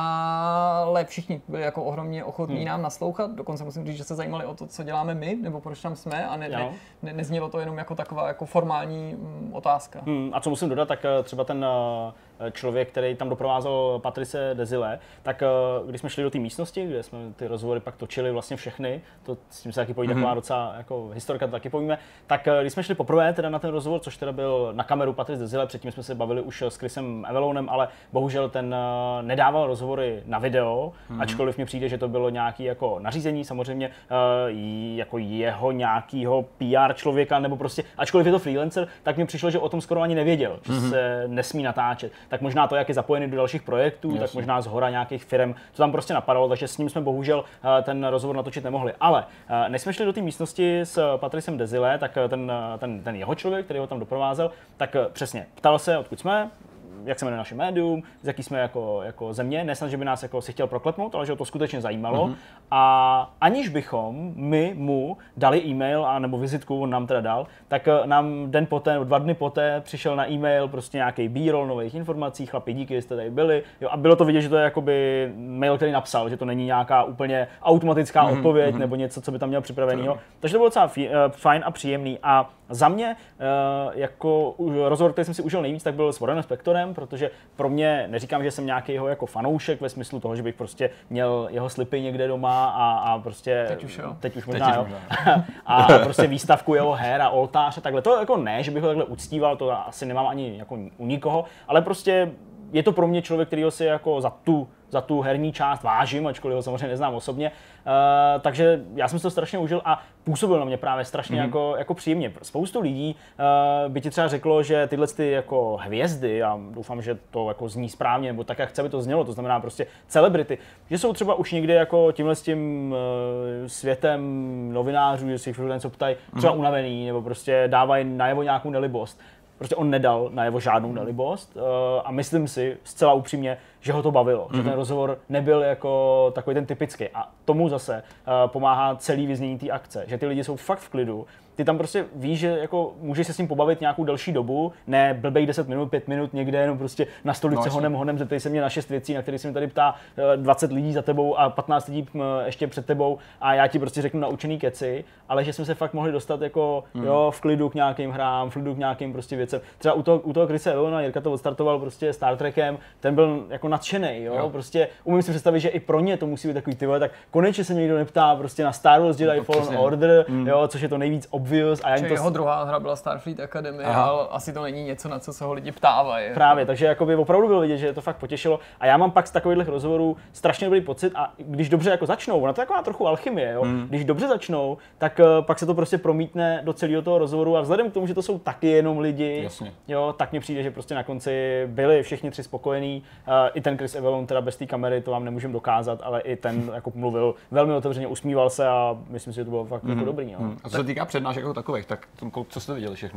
ale všichni byli jako ohromně ochotní mm. nám naslouchat. Dokonce musím říct, že se zajímali o to, co děláme my, nebo proč tam jsme a ne, ne, ne, neznělo to jenom jako taková jako formální mm, otázka. Mm, a co musím dodat, tak třeba ten člověk, který tam doprovázel Patrice Desile, tak když jsme šli do té místnosti, kde jsme ty rozhovory pak točili vlastně všechny, to s tím se taky pojí mm. taková docela jako historka, to taky povíme, tak když jsme šli poprvé teda na ten rozhovor, což teda byl na kameru Patrice Desile, předtím jsme se bavili už s Chrisem Avelonem, ale bohužel ten nedával rozhovory na video, mm. ačkoliv mi přijde, že to bylo nějaký jako nařízení, samozřejmě jako jeho nějakýho P R člověka, nebo prostě, ačkoliv je to freelancer, tak mi přišlo, že o tom skoro ani nevěděl, že mm. se nesmí natáčet. Tak možná to, jak je zapojený do dalších projektů, Jasně. tak možná zhora nějakých firm, co tam prostě napadalo, takže s ním jsme bohužel ten rozhovor natočit nemohli. Ale než jsme šli do té místnosti s Patricem Desile, tak ten, ten, ten jeho člověk, který ho tam doprovázel, tak přesně ptal se, odkud jsme, jak se jmenuje naše médium, z jaký jsme jako, jako země, nesnad, že by nás jako si chtěl proklepnout, ale že ho to skutečně zajímalo. Mm-hmm. A aniž bychom my mu dali e-mail, a nebo vizitku, on nám teda dal, tak nám den poté, dva dny poté přišel na e-mail prostě nějaký b-roll nových informací, chlapi, díky, že jste tady byli. Jo, a bylo to vidět, že to je jakoby mail, který napsal, že to není nějaká úplně automatická mm-hmm. odpověď mm-hmm. nebo něco, co by tam měl připravenýho. Takže to bylo docela fajn a příjemný. A za mě jako rozhovor, který jsem si užil nejvíc, tak byl s Warrenem Spectorem, protože pro mě, neříkám, že jsem nějaký jeho jako fanoušek ve smyslu toho, že bych prostě měl jeho slipy někde doma a, a prostě teď už, jo. Teď už možná, teď jo. Možná. A prostě výstavku jeho her a oltář a takhle. To jako ne, že bych ho takhle uctíval, to asi nemám ani jako u nikoho, ale prostě je to pro mě člověk, kterýho si jako za tu za tu herní část vážím, ačkoliv ho samozřejmě neznám osobně. Uh, takže já jsem si to strašně užil a působil na mě právě strašně mm-hmm. jako, jako příjemně. Spoustu lidí uh, by ti třeba řeklo, že tyhle ty jako hvězdy, a doufám, že to jako zní správně, nebo tak, jak chce by to znělo, to znamená prostě celebrity, že jsou třeba už někdy jako tímhle s tím uh, světem novinářů, že si jich něco ptají, třeba mm-hmm. unavený, nebo prostě dávají najevo nějakou nelibost. Prostě on nedal najevo žádnou nelibost uh, a myslím si zcela upřímně, že ho to bavilo, mm-hmm. že ten rozhovor nebyl jako takový ten typický a tomu zase uh, pomáhá celý vyznění té akce, že ty lidi jsou fakt v klidu, ty tam prostě víš, že jako můžeš se s ním pobavit nějakou delší dobu, ne blbej deset minut, pět minut někde, jenom prostě na stolice no, honem honem, zeptej se mě na šest věcí, na které se mi tady ptá dvacet lidí za tebou a patnáct lidí ještě před tebou a já ti prostě řeknu naučený keci, ale že jsme se fakt mohli dostat jako mm. jo, v klidu k nějakým hrám, v klidu k nějakým prostě věcem. Třeba u toho, u toho Chrise Evelona, Jirka to odstartoval prostě Star Trekem, ten byl jako nadšenej, jo? jo, prostě umím si představit, že i pro ně to musí být takový ty vole, tak konečně se mě někdo neptá prostě na Star Wars Jedi Fallen Order, mm. jo, což je to nejvíc obvious. A to... jeho druhá hra byla Starfleet Academy, Aha. ale asi to není něco, na co se ho lidi ptávají. Právě, takže jakoby opravdu bylo vidět, že to fakt potěšilo. A já mám pak z takových rozhovorů strašně dobrý pocit a když dobře jako začnou, ona to je taková trochu alchymie, jo? Hmm. Když dobře začnou, tak uh, pak se to prostě promítne do celého toho rozhovoru a vzhledem k tomu, že to jsou taky jenom lidi, Jasně. jo, tak mi přijde, že prostě na konci byli všichni tři spokojení. Uh, I ten Chris Avellone teda bez té kamery, to vám nemůžeme dokázat, ale i ten jako mluvil velmi otevřeně, usmíval se a myslím si, že to bylo fakt mm-hmm. jako dobrý. Jo. Mm. A co se týká přednášek jako takových, tak co jste viděli všechno?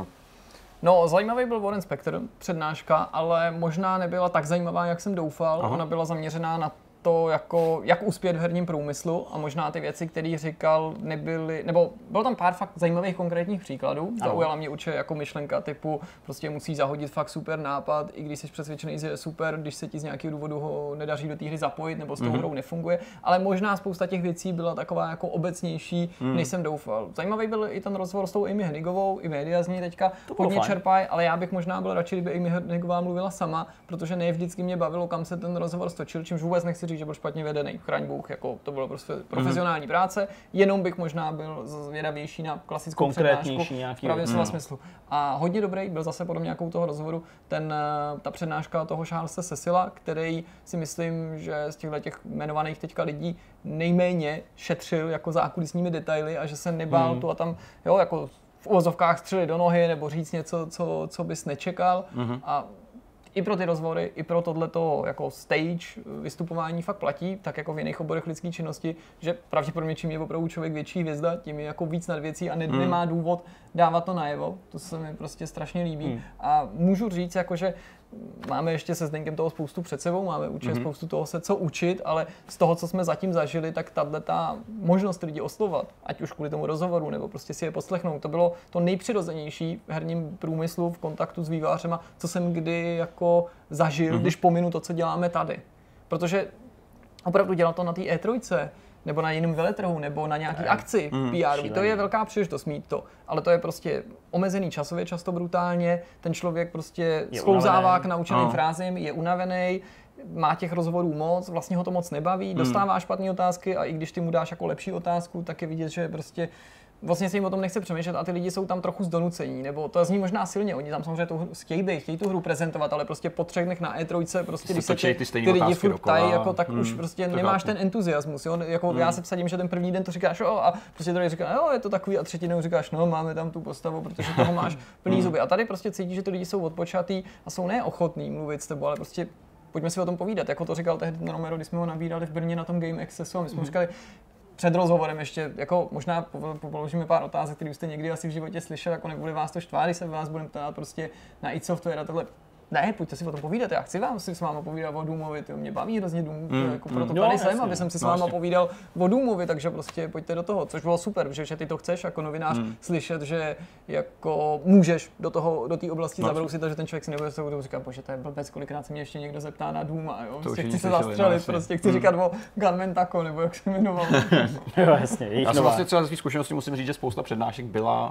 No, zajímavý byl Warren Spector, přednáška, ale možná nebyla tak zajímavá, jak jsem doufal. Aha. Ona byla zaměřená na to, jako, jak uspět v herním průmyslu a možná ty věci, které říkal, nebyly, nebo bylo tam pár fakt zajímavých konkrétních příkladů. Ano. Zaujala mě určitě jako myšlenka typu, prostě musí zahodit fakt super nápad, i když jsi přesvědčený, že je super, když se ti z nějakého důvodu ho nedaří do té hry zapojit nebo s tou mm-hmm. hrou nefunguje, ale možná spousta těch věcí byla taková jako obecnější, mm. než jsem doufal. Zajímavý byl i ten rozhovor s tou Amy Hennigovou, i média z ní teďka hodně čerpají, ale já bych možná byl radši, kdyby Amy Hennigová mluvila sama, protože ne vždycky mě bavilo, kam se ten rozhovor stočil, čímž vůbec nechci říct, že byl špatně vedený, chraň Bůh, jako to bylo prostě profesionální mm. práce, jenom bych možná byl zvědavější na klasickou přednášku v pravém slova smyslu. A hodně dobrý byl zase podobně jako u toho rozhovoru ten, ta přednáška toho Charlesa Cecila, který si myslím, že z těchto těch jmenovaných teďka lidí nejméně šetřil jako zákulisními detaily a že se nebál mm. tu a tam, jo, jako v uvozovkách střelit do nohy nebo říct něco, co, co bys nečekal. Mm. A i pro ty rozhovory, i pro tohleto jako stage vystupování fakt platí, tak jako v jiných oborech lidské činnosti, že pravděpodobně čím je opravdu člověk větší hvězda, tím je jako víc nad věcí a ne, hmm. nemá důvod dávat to najevo. To se mi prostě strašně líbí. Hmm. A můžu říct, jako, že máme ještě se Zdeňkem toho spoustu před sebou, máme určitě mm-hmm. spoustu toho se co učit, ale z toho, co jsme zatím zažili, tak tato možnost lidi oslovat, ať už kvůli tomu rozhovoru, nebo prostě si je poslechnout, to bylo to nejpřirozenější v herním průmyslu v kontaktu s vývojářema, co jsem kdy jako zažil, mm-hmm. když pominu to, co děláme tady. Protože opravdu dělat to na té E tři, nebo na jiném veletrhu, nebo na nějaký ne. akci mm, P R, to je velká příležitost mít to, ale to je prostě omezený časově, často brutálně, ten člověk prostě sklouzává k naučeným no. frázím, je unavený, má těch rozhovorů moc, vlastně ho to moc nebaví, mm. dostává špatné otázky a i když ty mu dáš jako lepší otázku, tak je vidět, že prostě vlastně se jim o tom nechce přemýšlet a ty lidi jsou tam trochu zdonucení, nebo to zní možná silně, oni tam samozřejmě tu chtějí být, chtějí tu hru prezentovat, ale prostě po třech dnech na E tři, prostě když se ty, ty, ty lidi furt ptají, jako, tak hmm, už prostě nemáš chápu. Ten entuziasmus, jo? Jako hmm. já se vsadím, že ten první den to říkáš, jo, a prostě druhý říká, jo, je to takový a třetí den říkáš, no, máme tam tu postavu, protože toho máš plný zuby. A tady prostě cítíš, že ty lidi jsou odpočatý a jsou neochotní mluvit s tebou, ale prostě pojďme si o tom povídat, jako to říkal tehdy Romero, když jsme ho nabírali v Brně na tom Game Accessu a my jsme hmm. říkali, před rozhovorem ještě, jako možná položíme pár otázek, které jste někdy asi v životě slyšeli, jako nebude vás to štvát, když se vás budeme ptát prostě na id Software a tohle. Ne, pojďte si o tom povídat, já chci vám si s váma povídat o Doomovi, to mě baví hrozně Doom, mm, jako proto mm, tady jo, jsem, aby jsem si s váma no, povídal o Doomovi, takže prostě pojďte do toho, což bylo super, že ty to chceš jako novinář mm. slyšet, že jako můžeš do toho, do té oblasti no, zabrousit, takže ten člověk si nebude se tomu říkat, bože, to je blbec, kolikrát se mě ještě někdo zeptá na Dooma, jo, prostě chci se zastřelit, prostě chci mm. říkat o Gunman Taco, nebo jak se jmenoval. Jo, jasně, já jsem vlastně třeba ze svých zkušeností musím říct, že spousta přednášek byla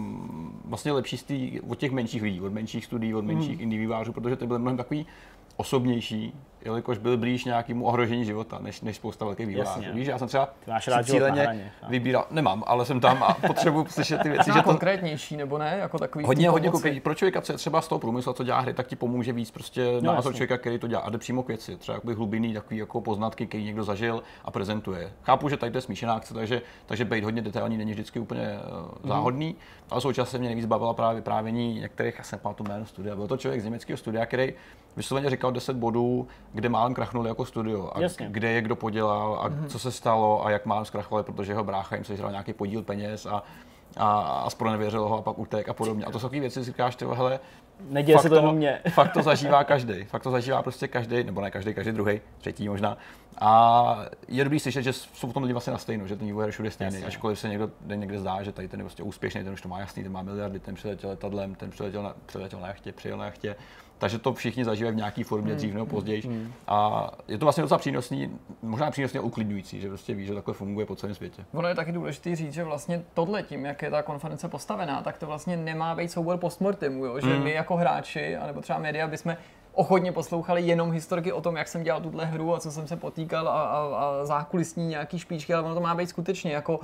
mm, vlastně lepší z tý, od těch menších lidí, od menších studií, od menších mm. indie vývojářů, protože ty byly mnohem takový osobnější, jelikož byl blíž nějakému ohrožení života, než, než spousta velkých vývojářů. Víš, já jsem třeba cíleně vybíral, nemám, ale jsem tam a potřebuji slyšet ty věci, že to konkrétnější nebo ne, jako takový hodně, hodně konkrétní. Pro člověka, co je třeba z toho průmyslu, co dělá hry, tak ti pomůže víc prostě no, názor člověka, který to dělá a jde přímo k věci, třeba jakoby hlubinný takový jako poznatky, který někdo zažil a prezentuje. Chápu, že tady to je smíšená akce, takže takže být hodně detailní není vždycky úplně uh, záhodný, ale současně mě nejvíc bavila právě vyprávění některých, já jsem pamatuju jméno studia, byl to člověk z německého studia, který vysloveně říkal deset bodů, kde málem krachnuli jako studio a Jasně. kde je kdo podělal a mm-hmm. co se stalo a jak málem zkrachovali, protože jeho brácha jim sežral nějaký podíl peněz a a, a zpronevěřil ho a pak utek a podobně. A to jsou takové věci, si říkáš, ty hele, neděje se to na mě. Fakt to zažívá každý, fakt to zažívá prostě každý, nebo ne každý, každý druhý, třetí možná. A je dobrý slyšet, že jsou v tom lidi vlastně na stejno, že ten vývoj všude stejný. Ačkoliv se někdo někde zdá, že tady ten je prostě úspěšný, ten už to má jasný, ten má miliardy, ten přiletěl letadlem, ten přiletěl na, přiletěl na jachtě, přijel na jachtě. Takže to všichni zažívají v nějaké formě, dřív nebo později. Mm. A je to vlastně docela přínosný, možná přínosně uklidňující, že prostě víš, že takhle funguje po celém světě. Ono je taky důležité říct, že vlastně tohle tím, jak je ta konference postavená, tak to vlastně nemá být soubor postmortemu, jo? Že mm. my jako hráči, anebo třeba média, bychom ochotně poslouchali jenom historky o tom, jak jsem dělal tuhle hru a co jsem se potýkal a, a, a zákulisní nějaký špičky, ale ono to má být skutečně jako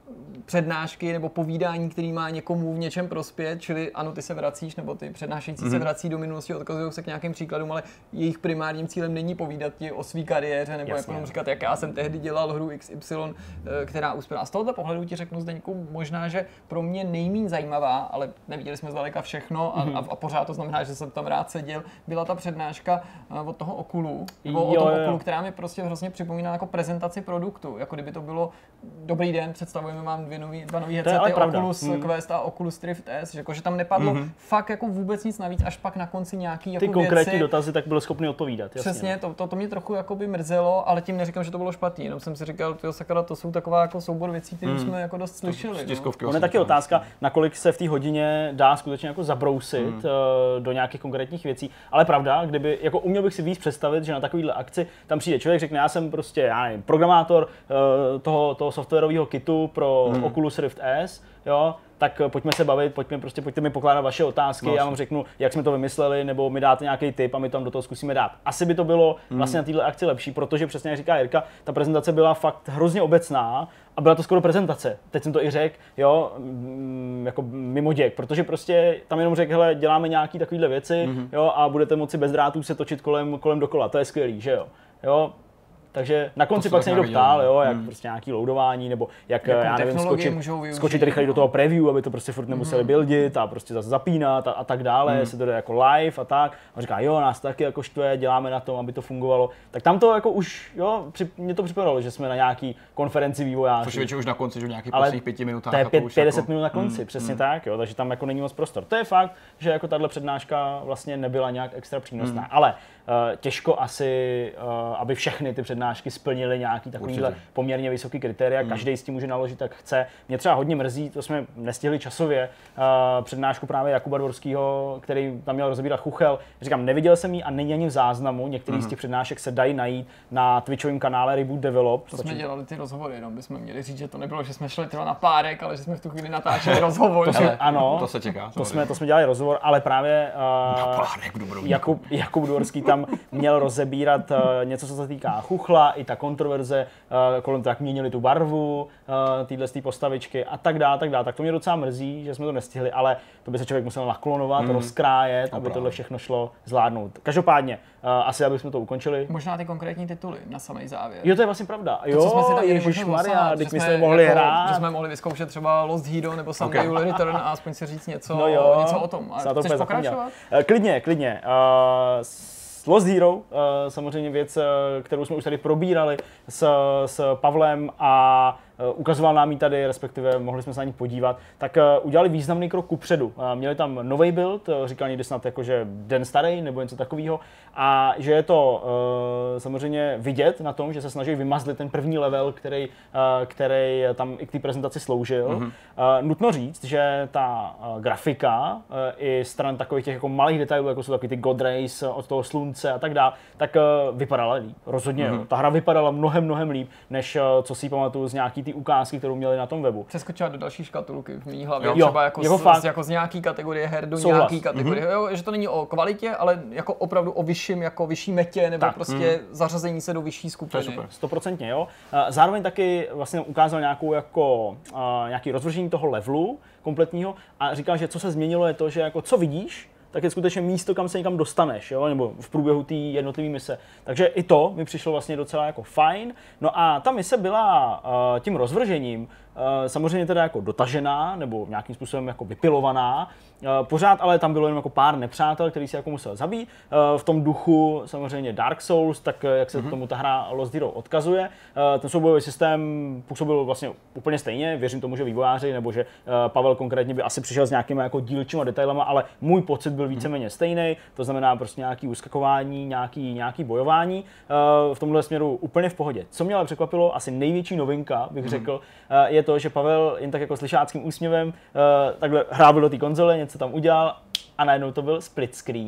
přednášky nebo povídání, který má někomu v něčem prospět, čili ano, ty se vracíš, nebo ty přednášející mm-hmm. se vrací do minulosti, odkazují se k nějakým příkladům, ale jejich primárním cílem není povídat ti o své kariéře, nebo jako říkat, jak já jsem tehdy dělal hru X Y, která uspěla. A z tohoto pohledu ti řeknu, Zdeňku, možná, že pro mě nejméně zajímavá, ale neviděli jsme zdaleka všechno a, mm-hmm. a, a pořád to znamená, že jsem tam rád seděl, byla ta přednáška od toho Okulu, nebo o tom Okulu, která mi prostě hrozně připomíná jako prezentaci produktu, jako kdyby to bylo dobrý den, představujeme vám dvě nový, dva nový headsety, Oculus hmm. Quest a Oculus Rift S, že, jako, že tam nepadlo mm-hmm. fakt jako vůbec nic navíc, až pak na konci nějaký jako ty konkrétní věci, dotazy tak byl schopný odpovídat. Jasně, přesně, to, to, to mě trochu jakoby mrzelo, ale tím neříkám, že to bylo špatný, jenom jsem si říkal, tyjo, sakra, to jsou taková jako soubor věcí, které mm. jsme jako dost slyšeli. No. Je taky otázka, nakolik se v té hodině dá skutečně jako zabrousit mm. uh, do nějakých konkrétních věcí, ale pravda, kdyby, jako uměl bych si víc představit, že na takovýhle akci tam přijde člověk, řekne, já jsem prostě, já nevím, programátor uh, toho, toho softwarového kitu pro mm. Oculus Rift S, jo, tak pojďme se bavit, pojďme prostě, pojďte mi pokládat vaše otázky, vlastně. Já vám řeknu, jak jsme to vymysleli, nebo mi dáte nějaký tip a my tam do toho zkusíme dát. Asi by to bylo vlastně mm. na této akci lepší, protože přesně jak říká Jirka, ta prezentace byla fakt hrozně obecná a byla to skoro prezentace. Teď jsem to i řekl, jo, mm, jako mimo děk, protože prostě tam jenom řekl, hele, děláme nějaký takovýhle věci, mm. jo, a budete moci bez drátů se točit kolem, kolem dokola, to je skvělý, že jo. Jo. Takže na konci pak se někdo ptal, jo, jak hmm. prostě nějaký loadování, nebo jak, jakou já nevím, skočit, skočit rychle do toho preview, aby to prostě furt nemuseli buildit a prostě zase zapínat a, a tak dále, hmm. se to jde jako live a tak. A říká, jo, nás taky jako štve, děláme na tom, aby to fungovalo. Tak tam to jako už, jo, při, mě to připadalo, že jsme na nějaký konferenci vývojářů. Což většinou už na konci, že v nějakých posledních pěti minutách. To je pět, padesát jako... minut na konci, hmm. přesně hmm. tak, jo, takže tam jako není moc prostor. To je fakt, že jako tahle přednáška vlastně nebyla nějak extra přínosná, hmm. ale uh, těžko asi, uh, aby všechny ty přednášky splnily nějaký takovýhle poměrně vysoký kritéria, mm. každý s tím může naložit, tak chce. Mě třeba hodně mrzí, to jsme nestihli časově, uh, přednášku právě Jakuba Dvorského, který tam měl rozebírat Chuchel. Říkám, neviděl jsem ji a není ani v záznamu, některý mm. z těch přednášek se dají najít na Twitchovém kanále Reboot Develop. To jsme dělali ty rozhovory, jenom bychom měli říct, že to nebylo, že jsme šli třeba na párek, ale že jsme v tu chvíli natáčeli rozhovor. To jsme, ano, to se čeká. To jsme, to jsme dělali rozhovor, ale právě uh, Jakub, Jakub Dvorský tam měl rozebírat uh, něco, co se týká Chuchla, i ta kontroverze uh, kolem toho, jak měnili tu barvu, uh, týhle z postavičky a tak dále, tak dále. Tak to mě docela mrzí, že jsme to nestihli, ale to by se člověk musel naklonovat, mm. rozkrájet, aby tohle všechno šlo zvládnout. Každopádně, uh, asi abychom to ukončili. Možná ty konkrétní tituly na samý závěr. Jo, to je vlastně pravda. Jo, to, co jsme si tam ježišmarja, teď my jsme mohli jako, hrát. Že jsme mohli vyzkoušet třeba Lost Hero nebo Someday okay. Return a aspoň si říct něco, no jo, něco o tom. A chceš pokračovat? Uh, klidně, klidně. Uh, Lost Hero, uh, samozřejmě věc, uh, kterou jsme už tady probírali s, s Pavlem a uh, ukazoval nám ji tady, respektive mohli jsme se na ní podívat, tak uh, udělali významný krok kupředu. Uh, měli tam nový build, uh, říkal někdy snad jako, že den starý nebo něco takového, a že je to uh, samozřejmě vidět na tom, že se snaží vymazlit ten první level, který, uh, který tam i k té prezentaci sloužil. Mm-hmm. Uh, nutno říct, že ta uh, grafika uh, i stran takových těch jako malých detailů, jako jsou takový ty God Rays od toho slunce a tak dále, tak uh, vypadala líp. Rozhodně. Mm-hmm. Ta hra vypadala mnohem, mnohem líp, než uh, co si pamatuju z nějaký ty ukázky, kterou měli na tom webu. Přeskočila do další škatulky v mý hlavě, jo, třeba jako, jako, z, fakt, jako z nějaký kategorie her do souhlas. Nějaký kategorie. Mm-hmm. Jo, že to není o kvalitě, ale jako opravdu o vyšším, jako vyšší metě, nebo tak. prostě mm. zařazení se do vyšší skupiny. To je super. Stoprocentně, jo. Zároveň taky vlastně ukázal nějakou jako, uh, nějaký rozvržení toho levelu kompletního a říkal, že co se změnilo je to, že jako co vidíš, tak je skutečně místo, kam se někam dostaneš, jo? Nebo v průběhu té jednotlivé mise. Takže i to mi přišlo vlastně docela jako fajn. No a ta mise byla uh, tím rozvržením uh, samozřejmě teda jako dotažená, nebo nějakým způsobem jako vypilovaná. Uh, pořád ale tam bylo jenom jako pár nepřátel, který si jako musel zabít. Uh, v tom duchu samozřejmě Dark Souls, tak jak se mm-hmm. tomu ta hra Lost Hero odkazuje. Uh, ten soubojový systém působil vlastně úplně stejně, věřím tomu, že vývojáři, nebo že uh, Pavel konkrétně by asi přišel s nějakými jako dílčíma detailama, ale můj pocit byl víceméně stejný, to znamená prostě nějaký uskakování, nějaký, nějaký bojování. Uh, v tomhle směru úplně v pohodě. Co mě ale překvapilo, asi největší novinka, bych mm. řekl, uh, je to, že Pavel jen tak jako slyšáckým úsměvem uh, takhle hrál do té konzole, něco tam udělal a najednou to byl split screen.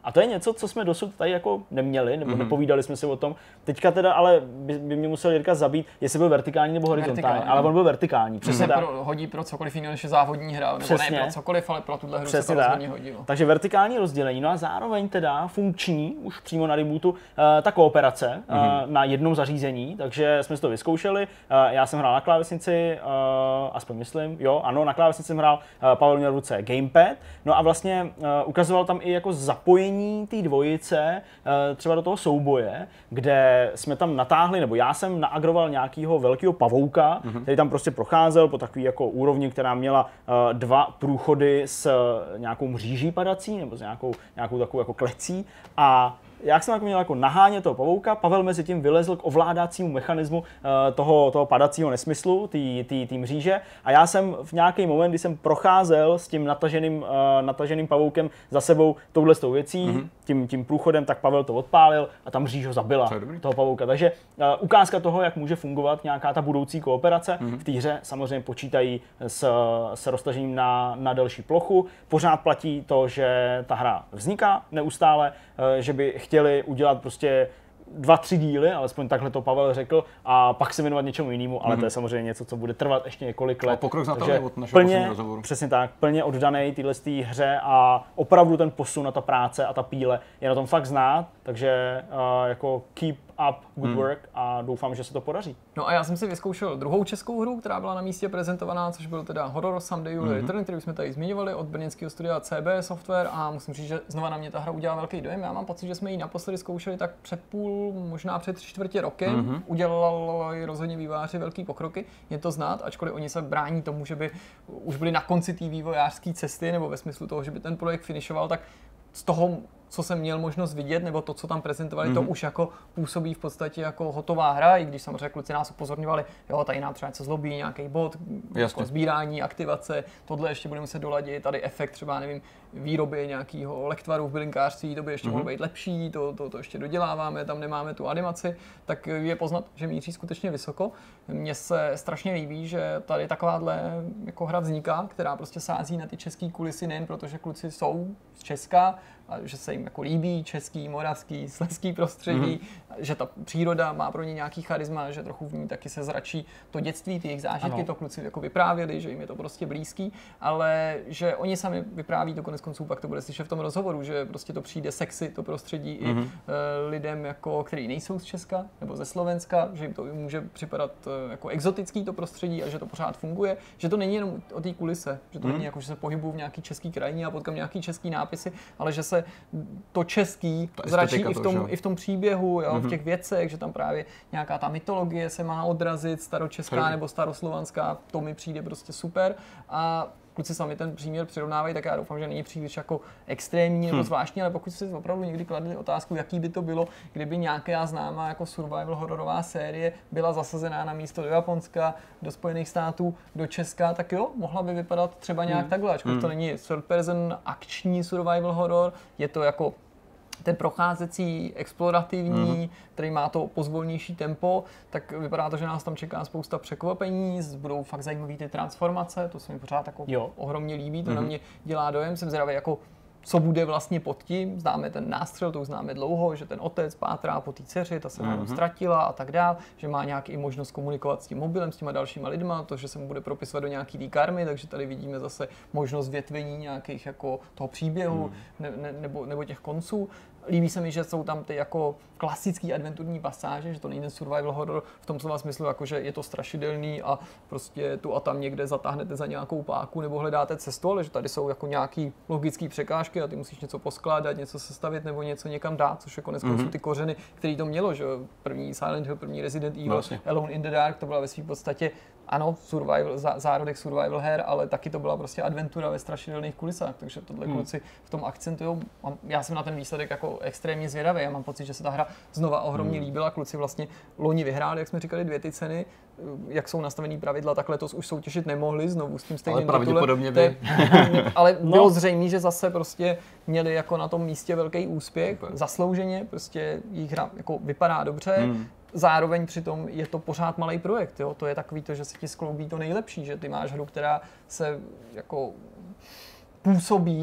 A to je něco, co jsme dosud tady jako neměli, nebo mm-hmm. nepovídali jsme si o tom. Teďka teda ale by, by mě musel Jirka zabít, jestli byl vertikální nebo horizontální, ale on byl vertikální. Přesně tak. Pro, hodí pro cokoliv jiného, než je závodní hra, nebo přesně. Ne pro cokoliv, ale pro tuhle hru přesně se to rozhodně hodilo. Takže vertikální rozdělení, no a zároveň teda funkční, už přímo na rebootu, uh, ta kooperace mm-hmm. uh, na jednom zařízení, takže jsme si to vyzkoušeli. Uh, já jsem hrál na klávesnici, uh, aspoň myslím, jo, ano, na klávesnici jsem hrál, uh, Pavel měl v ruce gamepad, no a vlastně uh, ukazoval tam i jako zapojení té dvojice uh, třeba do toho souboje, kde jsme tam natáhli, nebo já jsem naagroval nějakého velkého pavouka, mm-hmm. který tam prostě procházel po takové jako úrovni, která měla uh, dva průchody s uh, nějakou mříží padací, nebo s nějakou, nějakou takovou jako klecí a jak jsem jako měl jako nahánět toho pavouka, Pavel mezi tím vylezl k ovládacímu mechanismu uh, toho, toho padacího nesmyslu, té mříže a já jsem v nějaký moment, kdy jsem procházel s tím nataženým, uh, nataženým pavoukem za sebou touhle s tou věcí, mm-hmm. tím, tím průchodem, tak Pavel to odpálil a ta mříž ho zabila, toho pavouka. Takže uh, ukázka toho, jak může fungovat nějaká ta budoucí kooperace. Mm-hmm. V té hře samozřejmě počítají s, s roztažením na, na delší plochu. Pořád platí to, že ta hra vzniká neustále, uh, že by chtěli udělat prostě dva, tři díly, alespoň takhle to Pavel řekl, a pak se věnovat něčemu jinému, ale mm-hmm. to je samozřejmě něco, co bude trvat ještě několik let. A pokrok znatelný od našeho posledního rozhovoru. Přesně tak, plně oddanej téhle hře a opravdu ten posun a ta práce a ta píle je na tom fakt znát, takže uh, jako keep up good hmm. work a doufám, že se to podaří. No a já jsem si vyzkoušel druhou českou hru, která byla na místě prezentovaná, což byl teda Horror Someday You'll mm-hmm. Return, který jsme tady zmiňovali od brněnského studia C B Software a musím říct, že znova na mě ta hra udělala velký dojem. Já mám pocit, že jsme ji naposledy zkoušeli tak před půl, možná před tři čtvrtě rokem. Mm-hmm. Udělali rozhodně vývojáři velký pokroky, je to znát, ačkoliv oni se brání tomu, že by už byli na konci té vývojářské cesty, nebo ve smyslu toho, že by ten projekt finišoval, tak z toho, co jsem měl možnost vidět, nebo to, co tam prezentovali, mm-hmm. to už jako působí v podstatě jako hotová hra, i když samozřejmě kluci nás upozorňovali, jo, tady nám třeba něco zlobí, nějaký bod, jako sbírání, aktivace, tohle ještě budeme muset doladit, tady efekt třeba, nevím, výroby nějakého lektvaru v bylinkářství, to by ještě mm-hmm. mohlo být lepší, to, to, to ještě doděláváme, tam nemáme tu animaci, tak je poznat, že míří skutečně vysoko. Mně se strašně líbí, že tady takováhle jako hra vzniká, která prostě sází na ty české kulisy, nejen protože kluci jsou z Česka, a že se jim jako líbí český, moravský, slezský prostředí, mm-hmm. že ta příroda má pro ně nějaký charisma, že trochu v ní taky se zračí to dětství, ty jejich zážitky, ano. To kluci jako vyprávěli, že jim je to prostě blízký, ale že oni sami vypráví to konec konců, pak to bude slyšet v tom rozhovoru, že prostě to přijde sexy, to prostředí mm-hmm. i uh, lidem, jako, kteří nejsou z Česka nebo ze Slovenska, že jim to může připadat uh, jako exotický to prostředí a že to pořád funguje, že to není jenom o té kulise, že to mm-hmm. není jako, že se pohybuju v nějaký český krajině a potkám nějaký český nápisy, ale že se to český zračí i v tom, to, i v tom příběhu, jo, mm-hmm. v těch věcech, že tam právě nějaká ta mytologie se má odrazit, staročeská Hrvý. Nebo staroslovanská, to mi přijde prostě super a kluci sami ten příměr přirovnávají, tak já doufám, že není příliš jako extrémní nebo zvláštní, ale pokud si opravdu někdy kladli otázku, jaký by to bylo, kdyby nějaká známá jako survival hororová série byla zasazená na místo do Japonska, do Spojených států, do Česka, tak jo, mohla by vypadat třeba nějak hmm. takhle, ačkoliv hmm. to není third person akční survival horror, je to jako ten procházecí, explorativní, mm. který má to pozvolnější tempo, tak vypadá to, že nás tam čeká spousta překvapení, budou fakt zajímavé ty transformace, to se mi pořád jako ohromně líbí, to mm. na mě dělá dojem, jsem zvědavý jako co bude vlastně pod tím, známe ten nástřel, to už známe dlouho, že ten otec pátrá po té dceři, ta se mm-hmm. ztratila a tak dál, že má nějaký možnost komunikovat s tím mobilem, s těma dalšíma lidma, to, že se mu bude propisovat do nějaký té karmy, takže tady vidíme zase možnost větvení nějakých jako toho příběhu mm. ne, ne, nebo, nebo těch konců. Líbí se mi, že jsou tam ty jako klasický adventurní pasáže, že to není ten survival horror v tom slova smyslu, jako že je to strašidelný a prostě tu a tam někde zatáhnete za nějakou páku nebo hledáte cestu, ale že tady jsou jako nějaký logické překážky a ty musíš něco poskládat, něco sestavit nebo něco někam dát, což je konec konců mm-hmm. ty kořeny, které to mělo, že první Silent Hill, první Resident Evil, vlastně. Alone in the Dark, to byla ve svým podstatě ano, survival, zárodek survival her, ale taky to byla prostě adventura ve strašidelných kulisách, takže tohle hmm. kluci v tom akcentujou. Já jsem na ten výsledek jako extrémně zvědavý, já mám pocit, že se ta hra znova ohromně hmm. líbila, kluci vlastně loni vyhráli, jak jsme říkali, dvě ty ceny, jak jsou nastavený pravidla, tak letos už soutěžit nemohli znovu s tím stejným. Ale pravděpodobně by. Ale bylo no. zřejmé, že zase prostě měli jako na tom místě velký úspěch, Super. zaslouženě, prostě jejich hra jako vypadá dobře. Hmm. Zároveň přitom je to pořád malý projekt, jo? To je takový to, že se ti skloubí to nejlepší, že ty máš hru, která se jako působí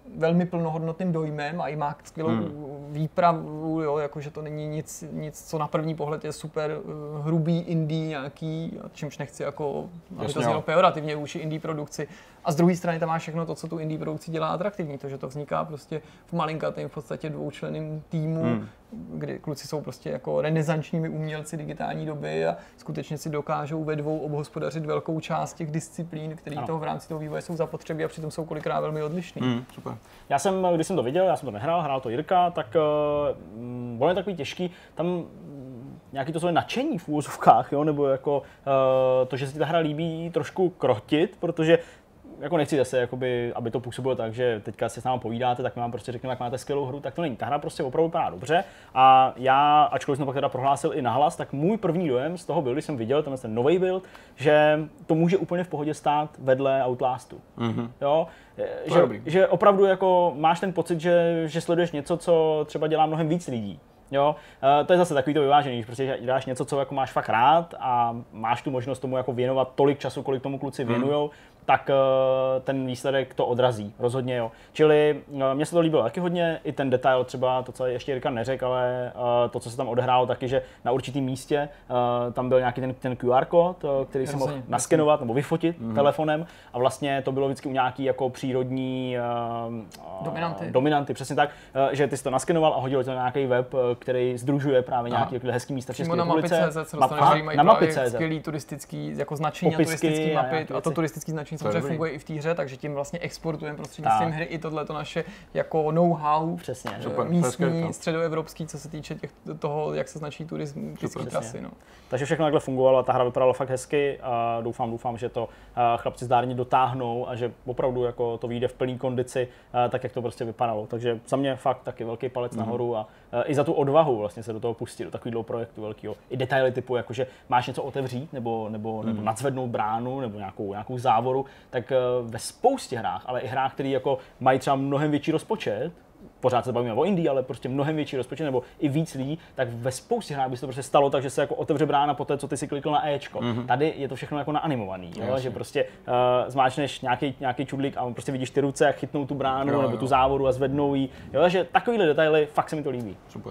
velmi plnohodnotným dojmem a i má skvělou hmm. výpravu, jo, jakože to není nic, nic, co na první pohled je super uh, hrubý indie nějaký, čímž nechci jako, aby to znělo pejorativně vůči indie produkci. A z druhé strany tam má všechno to, co tu indie produkci dělá atraktivní, to, že to vzniká prostě v malinkatém, v podstatě dvoučlenným týmu, hmm. kdy kluci jsou prostě jako renesančními umělci digitální doby a skutečně si dokážou ve dvou obhospodařit velkou část těch disciplín, které toho v rámci toho vývoje jsou zapotřebí a přitom jsou kolikrát velmi odlišný. Hmm, super. Já jsem, když jsem to viděl, já jsem to nehrál, hrál to Jirka, tak uh, bylo je takový těžký, tam nějaký to svoje nadšení v úvozovkách, jo, nebo jako uh, to, že se ti ta hra líbí, trošku krotit, protože jako nechci zase, jakoby, aby to působilo tak, že teďka si s námi povídáte, tak my vám prostě řekneme, jak máte skvělou hru, tak to není. Ta hra prostě opravdu vypadá dobře a já, ačkoliv jsem to pak teda prohlásil i nahlas, tak můj první dojem z toho byl, když jsem viděl tenhle ten nový build, že to může úplně v pohodě stát vedle Outlastu. Mm-hmm. Jo? Že, že opravdu jako máš ten pocit, že, že sleduješ něco, co třeba dělá mnohem víc lidí. Jo, to je zase takový to vyvážený, když prostě děláš něco, co jako máš fakt rád a máš tu možnost tomu jako věnovat tolik času, kolik tomu kluci věnujou, mm. tak ten výsledek to odrazí, rozhodně jo. Čili mně se to líbilo taky hodně, i ten detail třeba, to, co ještě Jirka neřekl, ale to, co se tam odehrálo taky, že na určitém místě tam byl nějaký ten, ten Q R kód, který se mohl naskenovat nebo vyfotit mm. telefonem a vlastně to bylo vždycky u nějaký jako přírodní dominanty. dominanty, přesně tak, že ty jsi to naskenoval a hodil to na nějaký web, který sdružuje právě nějaké hezký místa v České republice. Na mapy tečka cé zet se dostaneš, mají právě skvělý turistický jako značení a turistický mapy a to turistický značení samozřejmě funguje i v té hře, takže tím vlastně exportujeme prostřednictvím hry i tohleto naše jako know-how místní, středoevropský, co se týče těch, toho, jak se značí turistické trasy. No. Takže všechno takhle fungovalo a ta hra vypadala fakt hezky a doufám, doufám, že to chlapci zdárně dotáhnou a že opravdu jako to vyjde v plný kondici, tak jak to prostě vypadalo. Takže za mě fakt taky velký palec mm-hmm. nahoru a i za tu odvahu vlastně se do toho pustit, do takového projektu velkého. I detaily typu, jakože máš něco otevřít nebo, nebo, mm. nebo nadzvednout bránu nebo nějakou, nějakou závoru, tak ve spoustě hrách, ale i hrách, které jako mají třeba mnohem větší rozpočet, pořád se bavíme o Indii, ale prostě mnohem větší rozpočet nebo i víc lidí, tak ve spoustě hrách by se to prostě stalo tak, že se jako otevře brána po té, co ty si klikl na Ečko. Mm-hmm. Tady je to všechno jako naanimovaný, jo? Že prostě uh, zmáčneš nějaký, nějaký čudlík a on prostě vidíš ty ruce, jak chytnou tu bránu jo, nebo jo. tu závoru a zvednou ji. Jo? Takže takovýhle detaily, fakt se mi to líbí. Super.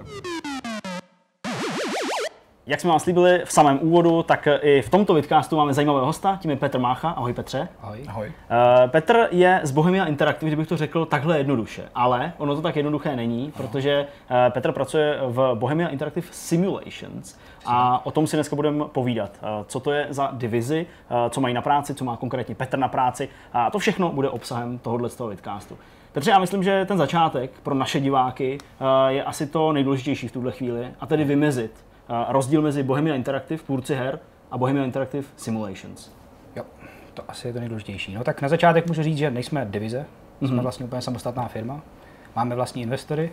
Jak jsme vám slíbili v samém úvodu, tak i v tomto vidcastu máme zajímavého hosta, tím je Petr Mácha. Ahoj Petře. Ahoj. Ahoj. Uh, Petr je z Bohemia Interactive, kdybych to řekl takhle jednoduše, ale ono to tak jednoduché není, protože uh, Petr pracuje v Bohemia Interactive Simulations a o tom si dneska budeme povídat. Uh, co to je za divizi, uh, co mají na práci, co má konkrétně Petr na práci a to všechno bude obsahem tohohle z toho vidcastu. Petře, já myslím, že ten začátek pro naše diváky uh, je asi to nejdůležitější v tuhle chvíli, a tedy vymezit Uh, rozdíl mezi Bohemia Interactive, tvůrci her, a Bohemia Interactive Simulations. Jo, to asi je to nejdůležitější. No tak na začátek můžu říct, že nejsme divize, mm-hmm. jsme vlastně úplně samostatná firma, máme vlastní investory.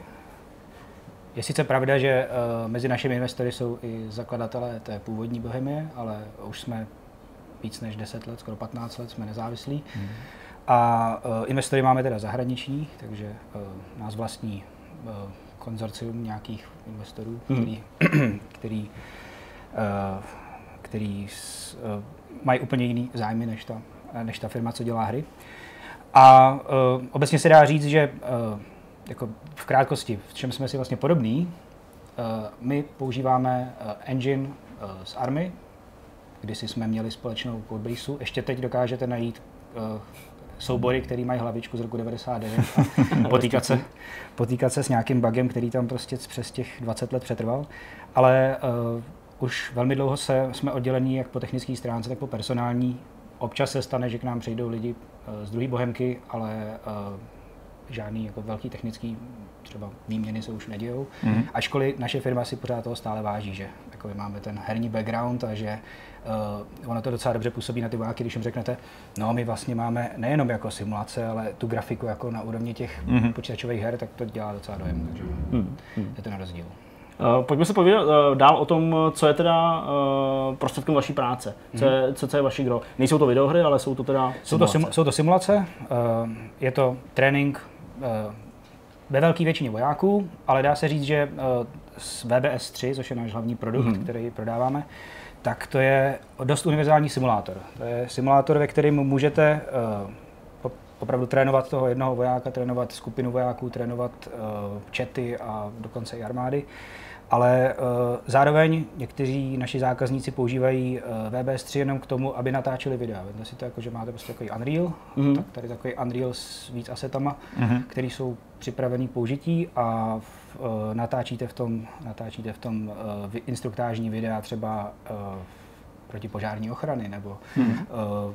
Je sice pravda, že uh, mezi našimi investory jsou i zakladatelé té původní Bohemie, ale už jsme víc než deset let, skoro patnáct let jsme nezávislí. Mm. A uh, investory máme teda zahraniční, takže uh, nás vlastní uh, konzorcium nějakých investorů, který, hmm. který, uh, který s, uh, mají úplně jiný zájmy než ta, než ta firma, co dělá hry. A uh, obecně se dá říct, že uh, jako v krátkosti, v čem jsme si vlastně podobní, uh, my používáme uh, engine uh, z Army, kdysi jsme měli společnou codebaseu, ještě teď dokážete najít uh, soubory, které mají hlavičku z roku devadesát devět a potýkat se, potýkat se s nějakým bugem, který tam prostě přes těch dvacet let přetrval. Ale uh, už velmi dlouho se, jsme oddělení jak po technické stránce, tak po personální. Občas se stane, že k nám přijdou lidi uh, z druhé Bohemky, ale uh, žádný jako velký technický třeba výměny se už nedějou. Mm-hmm. Ačkoliv naše firma si pořád toho stále váží, že jako máme ten herní background a že uh, ono to docela dobře působí na ty vojáky, když jim řeknete, no my vlastně máme nejenom jako simulace, ale tu grafiku jako na úrovni těch mm-hmm. počítačových her, tak to dělá docela dojem, takže mm-hmm. je to na rozdíl. Uh, pojďme se povědět uh, dál o tom, co je teda uh, prostředkem vaší práce, co je, mm-hmm. co, co je vaší gro. Nejsou to videohry, ale jsou to teda simulace. Jsou to, simu, jsou to simulace, uh, je to trénink uh, ve velké většině vojáků, ale dá se říct, že uh, z V B S tři, což je náš hlavní produkt, mm-hmm. který prodáváme, tak to je dost univerzální simulátor. To je simulátor, ve kterém můžete uh, opravdu trénovat toho jednoho vojáka, trénovat skupinu vojáků, trénovat uh, čety a dokonce i armády. Ale uh, zároveň někteří naši zákazníci používají uh, V B S tři jenom k tomu, aby natáčeli videa. Vezměte si to jako, že máte prostě takový Unreal, mm. tak tady takový Unreal s víc asetama, mm. který jsou připravený k použití a v, uh, natáčíte v tom, natáčíte v tom uh, instruktážní videa třeba uh, protipožární ochrany nebo mm. uh,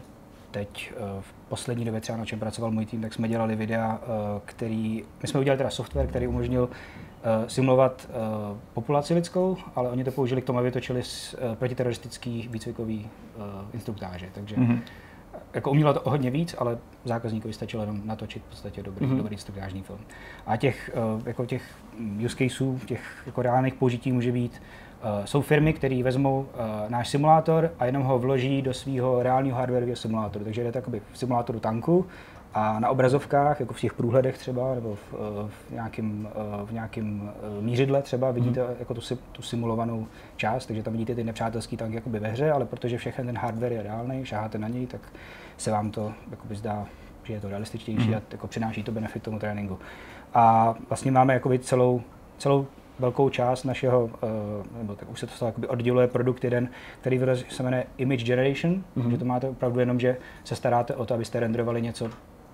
teď uh, v poslední době třeba na čem pracoval můj tým, tak jsme dělali videa, uh, který, my jsme udělali teda software, který umožnil Uh, simulovat uh, populaci lidskou, ale oni to použili k tomu, aby točili uh, protiteroristický výcvikový uh, instruktáže. Takže mm-hmm. jako umělo to o hodně víc, ale zákazníkovi stačilo jenom natočit v podstatě dobrý, mm-hmm. dobrý instruktážní film. A těch, uh, jako těch use caseů, těch jako reálných použití může být, uh, jsou firmy, které vezmou uh, náš simulátor a jenom ho vloží do svého reálného hardwarového simulátoru. Takže jde takový v simulátoru tanku, a na obrazovkách, jako v těch průhledech třeba, nebo v, v nějakém v nějakým mířidle třeba, vidíte mm. jako tu, tu simulovanou část, takže tam vidíte ty nepřátelský tanky jakoby ve hře, ale protože všechny ten hardware je reálný, šáháte na něj, tak se vám to jakoby zdá, že je to realističtější mm. a jako přináší to benefit tomu tréninku. A vlastně máme jakoby celou, celou velkou část našeho, nebo tak už se to stalo, jakoby odděluje produkt jeden, který se jmenuje Image Generation, mm. že to máte opravdu jenom, že se staráte o to, abyste renderovali něco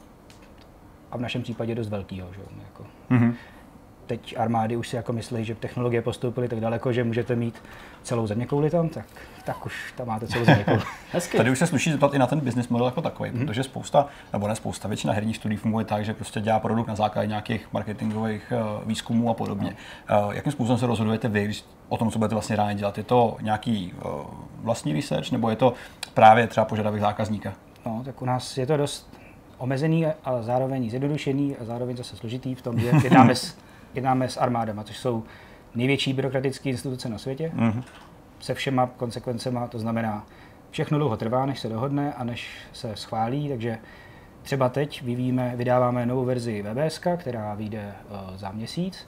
a v našem případě dost velkýho. Že? Jako. Mm-hmm. Teď armády už si jako myslí, že technologie postoupily tak daleko, že můžete mít celou zeměkouli tam, tak, tak už tam máte celou zeměkouli. Tady už se sluší zeptat i na ten business model jako takový, mm-hmm. protože spousta, nebo ne spousta, většina herních studií funguje tak, že prostě dělá produkt na základě nějakých marketingových uh, výzkumů a podobně. No. Uh, jakým způsobem se rozhodujete vy, když o tom, co budete vlastně reálně dělat? Je to nějaký uh, vlastní research, nebo je to právě třeba požadavek zákazníka? No, tak u nás je to dost omezený a zároveň zjednodušený a zároveň zase složitý v tom, že jednáme s, jednáme s armádama, což jsou největší byrokratické instituce na světě, mm-hmm. se všema konsekvencema, to znamená, všechno dlouho trvá, než se dohodne a než se schválí, takže třeba teď vyvíjíme, vydáváme novou verzi V B S, která vyjde uh, za měsíc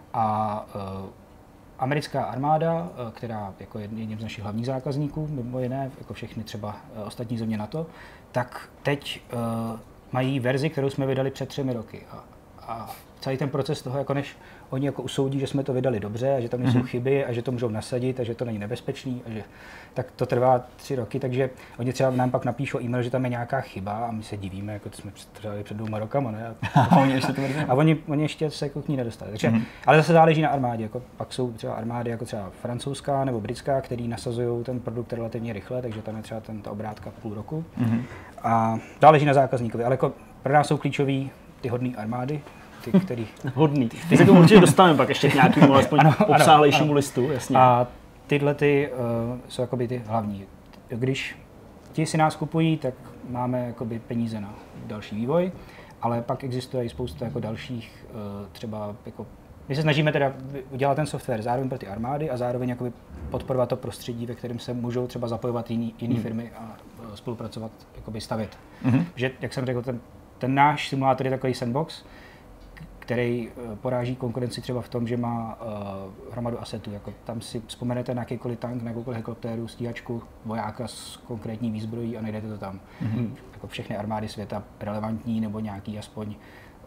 a uh, americká armáda, uh, která jako je jedním z našich hlavních zákazníků, mimo jiné, jako všechny třeba uh, ostatní země NATO, tak teď uh, mají verzi, kterou jsme vydali před třemi roky. A, a celý ten proces toho, jako než oni jako usoudí, že jsme to vydali dobře, a že tam nejsou mm-hmm. chyby a že to můžou nasadit a že to není nebezpečný, a že, tak to trvá tři roky, takže oni třeba nám pak napíšou e-mail, že tam je nějaká chyba a my se divíme, jako to jsme třeba před dvěma rokama, ne? A oni ještě, to a oni, oni ještě se jako k ní nedostali. Takže, mm-hmm. Ale zase záleží na armádě, jako pak jsou třeba armády jako třeba francouzská nebo britská, který nasazují ten produkt relativně rychle, takže tam je třeba ten, ta obrátka půl roku. Mm-hmm. A záleží na zákazníkovi, ale jako pro nás jsou klíčový ty hodné armády, ty, který... Hodný. Ty se k tomu určitě dostaneme pak ještě k nějakému alespoň obsáhlejšímu listu, jasně. A tyhle ty uh, jsou jakoby ty hlavní. Když ti si nás kupují, tak máme jakoby peníze na další vývoj, ale pak existuje i spousta jako dalších uh, třeba jako... My se snažíme teda udělat ten software zároveň pro ty armády a zároveň jakoby podporovat to prostředí, ve kterém se můžou třeba zapojovat jiné jiný mm. firmy a uh, spolupracovat, jakoby stavět. Mm-hmm. Že, jak jsem řekl, ten, ten náš simulátor je takový sandbox, který poráží konkurenci třeba v tom, že má uh, hromadu asetů. Jako tam si vzpomenete na jakýkoliv tank, na jakoukoliv helikoptéru, stíhačku, vojáka s konkrétní výzbrojí a najdete to tam. Mm-hmm. Jako všechny armády světa relevantní nebo nějaký aspoň uh,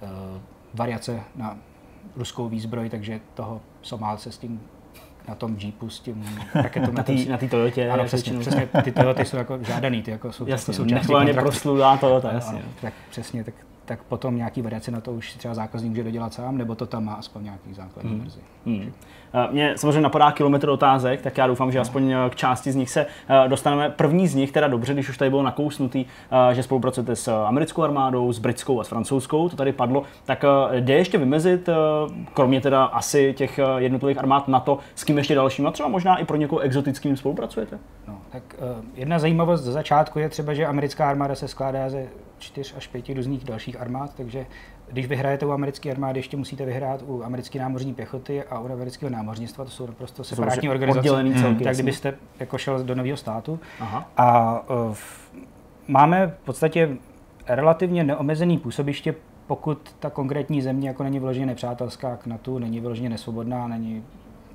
variace na ruskou výzbroj, takže toho Somálce s tím na tom Jeepu s tím raketom. Na té Toyotě. Ano, přesně, přesně, ty Toyoty jsou jako žádaný, ty jako jsou jasně, součástí kontraktu. Proslulá Toyota, jasně. Ano, tak přesně, tak tak potom nějaký variaci na to už třeba zákazník může dodělat sám, nebo to tam má aspoň nějaký základní hmm. verzi. Hmm. Mně samozřejmě napadá kilometr otázek, tak já doufám, že aspoň k části z nich se dostaneme. První z nich, teda dobře, když už tady bylo nakousnutý, že spolupracujete s americkou armádou, s britskou a s francouzskou, to tady padlo, tak jde ještě vymezit, kromě teda asi těch jednotlivých armád NATO, s kým ještě dalšíma, třeba možná i pro někoho exotickým spolupracujete? No, tak jedna zajímavost ze začátku je třeba, že americká armáda se skládá ze čtyř až pěti různých dalších armád, takže když vyhrajete u americké armády, ještě musíte vyhrát u americké námořní pěchoty a u amerického námořnictva, to jsou naprosto separátní organizace, mm, tak kdybyste jako šel do nového státu. Aha. A uh, máme v podstatě relativně neomezený působiště, pokud ta konkrétní země jako není vyloženě nepřátelská k NATO, není vyloženě nesvobodná, není...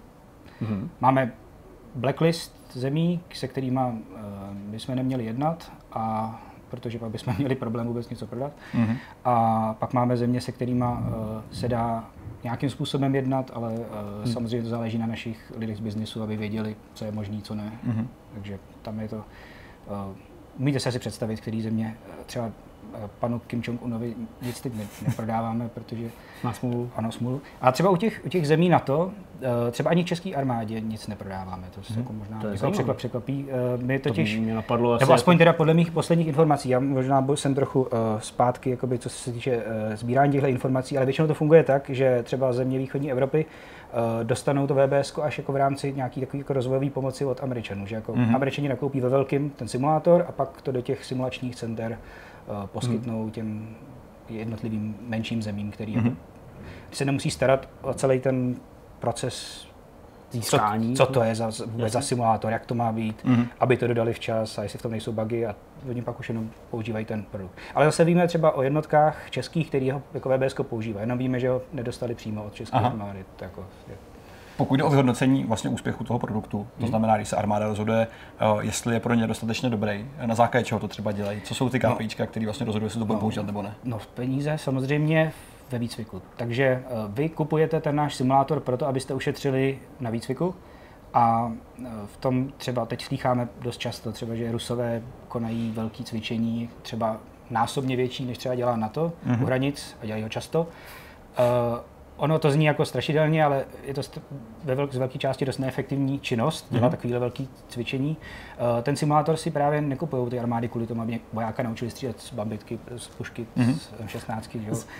Mm. Máme blacklist zemí, se kterými uh, bychom neměli jednat a protože pak bychom měli problém vůbec něco prodat. Mm-hmm. A pak máme země, se kterými uh, se dá nějakým způsobem jednat, ale uh, mm. samozřejmě to záleží na našich lidech z biznisu, aby věděli, co je možný, co ne. Mm-hmm. Takže tam je to... Uh, umíte si asi představit, který země třeba panu Kim Jong-unovi nic teď neprodáváme, protože má smůlu. Ano, smůlu. A třeba u těch, u těch zemí NATO, třeba ani české armádě nic neprodáváme. To se hmm. jako možná to překvap, překvapí. My totiž, to mě napadlo asi nebo aspoň jako... teda podle mých posledních informací, já možná jsem trochu uh, zpátky, jakoby, co se týče uh, sbírání těchto informací, ale většinou to funguje tak, že třeba země východní Evropy uh, dostanou to V B S až jako v rámci nějaký takový jako rozvojové pomoci od Američanů, že jako hmm. Američani nakoupí ve velkým ten simulátor a pak to do těch simulačních center poskytnou těm jednotlivým menším zemím, který mm-hmm. se nemusí starat o celý ten proces získání. Co, co to je za, vůbec za simulátor, jak to má být, mm-hmm. aby to dodali včas a jestli v tom nejsou bugy a oni pak už jenom používají ten produkt. Ale zase víme třeba o jednotkách českých, který ho jako V B S používají, jenom víme, že ho nedostali přímo od české armády. Jako, pokud jde o vyhodnocení vlastně úspěchu toho produktu, to hmm. znamená, když se armáda rozhoduje, uh, jestli je pro ně dostatečně dobrý, na základě čeho to třeba dělají, co jsou ty KPIčka, které vlastně rozhodují, jestli to bude no, používat nebo ne? No peníze samozřejmě ve výcviku. Takže uh, vy kupujete ten náš simulátor proto, abyste ušetřili na výcviku a uh, v tom třeba teď slýcháme dost často, třeba, že Rusové konají velké cvičení, třeba násobně větší, než třeba dělá NATO hmm. u hranic a dělají ho často. Uh, Ono to zní jako strašidelně, ale je to ve velk, z velké části dost neefektivní činnost, dělat mm-hmm. takovéhle velké cvičení. Uh, ten simulátor si právě nekupují ty armády kvůli tomu, aby vojáka naučili střílet z bambitky, z pušky, mm-hmm. z M šestnáct.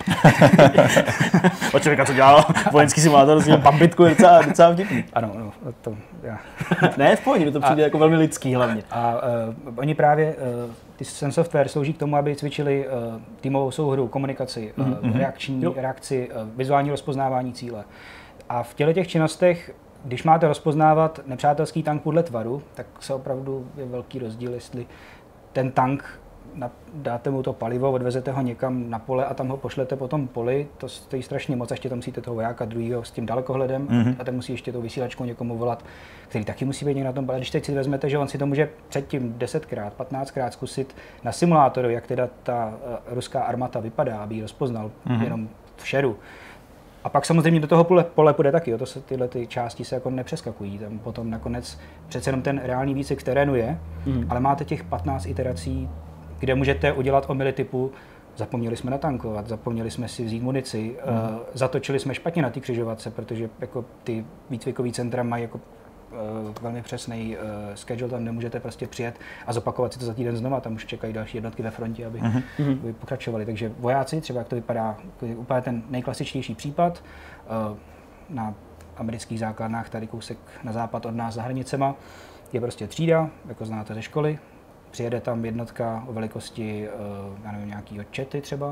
O člověka, co dělal vojenský simulátor, s bambitku je docela, docela vtipný. Ano, no, to já. Ne, v pohodě, to přijde a, jako velmi lidský hlavně. A uh, oni právě, uh, ty ten software slouží k tomu, aby cvičili uh, týmovou souhru, komunikaci, uh, mm-hmm. reakční, reakci, uh, vizuální rozpoznávání cíle. A v těchto těch činnostech, když máte rozpoznávat nepřátelský tank podle tvaru, tak se opravdu je velký rozdíl, jestli ten tank dáte mu to palivo, odvezete ho někam na pole a tam ho pošlete po tom poli, to stojí strašně moc, ještě tam musíte toho vojáka druhýho s tím dalekohledem mm-hmm. a ten musí ještě tou vysílačkou někomu volat, který taky musí být někde na tom pole. Když teď si vezmete, že on si to může předtím desetkrát, patnáctkrát zkusit na simulátoru, jak teda ta uh, ruská armáda vypadá, aby ji rozpoznal mm-hmm. jenom v šeru. A pak samozřejmě do toho pole, pole půjde taky, jo, to se, tyhle ty části se jako nepřeskakují, tam potom nakonec přece jenom ten reálný výcvik v terénu je, mm. ale máte těch patnáct iterací, kde můžete udělat omyly typu zapomněli jsme natankovat, zapomněli jsme si vzít munici, mm. uh, zatočili jsme špatně na té křižovatce, protože jako ty výcvikové centra mají jako uh, velmi přesný uh, schedule, tam nemůžete prostě přijet a zopakovat si to za týden znova, tam už čekají další jednotky ve frontě, aby, mm. aby pokračovali. Takže vojáci, třeba jak to vypadá, úplně ten nejklasičtější případ, uh, na amerických základnách, tady kousek na západ od nás za hranicema, je prostě třída, jako znáte ze školy. Přijede tam jednotka o velikosti, já nevím, nějakýho čety třeba,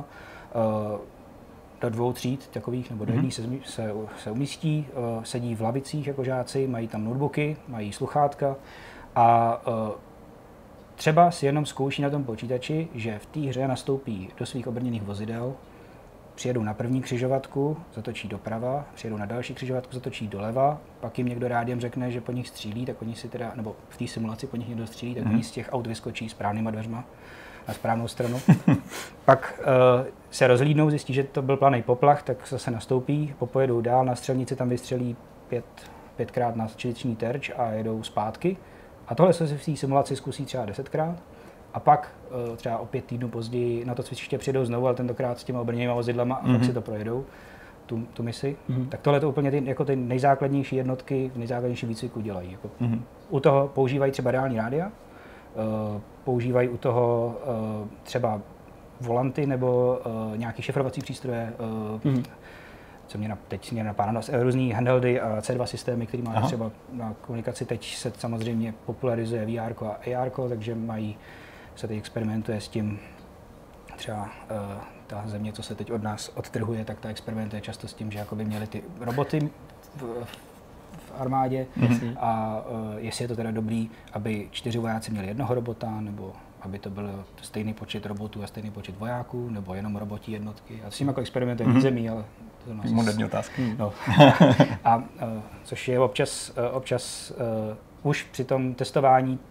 do dvou tříd takových, nebo do jedné se, se, se umístí, sedí v lavicích jako žáci, mají tam notebooky, mají sluchátka a třeba si jenom zkouší na tom počítači, že v té hře nastoupí do svých obrněných vozidel, přijedou na první křižovatku, zatočí doprava, přijedou na další křižovatku, zatočí doleva, pak jim někdo rádiem řekne, že po nich střílí, tak oni si teda, nebo v té simulaci po nich někdo střílí, tak mm. oni z těch aut vyskočí správnýma dveřma na správnou stranu. Pak uh, se rozhlídnou, zjistí, že to byl planý poplach, tak zase nastoupí, popojedou dál, na střelnici tam vystřelí pět, pětkrát na čeliční terč a jedou zpátky. A tohle se v té simulaci zkusí třeba desetkrát. A pak třeba o pět týdnů později na to cvičiště přijedou znovu, ale tentokrát s těma obrněnýma vozidlama a mm-hmm. pak si to projedou, tu, tu misi. Mm-hmm. Tak tohle to úplně ty, jako ty nejzákladnější jednotky v nejzákladnější výcviku dělají. Jako mm-hmm. U toho používají třeba reální rádia, uh, používají u toho uh, třeba volanty nebo uh, nějaké šifrovací přístroje, uh, mm-hmm. co mě na, teď mě napadá, různý handheldy a C dva systémy, které mají třeba na komunikaci. Teď se samozřejmě popularizuje V R a A R, takže mají se teď experimentuje s tím, třeba uh, ta země, co se teď od nás odtrhuje, tak ta experimentuje často s tím, že jakoby měli ty roboty v, v armádě mm-hmm. a uh, jestli je to teda dobrý, aby čtyři vojáci měli jednoho robota, nebo aby to byl stejný počet robotů a stejný počet vojáků, nebo jenom roboti jednotky. A s tím jako experimentuje mm-hmm. zemí, ale to nás... Moderní otázka. No. a uh, což je občas, uh, občas uh, už při tom testování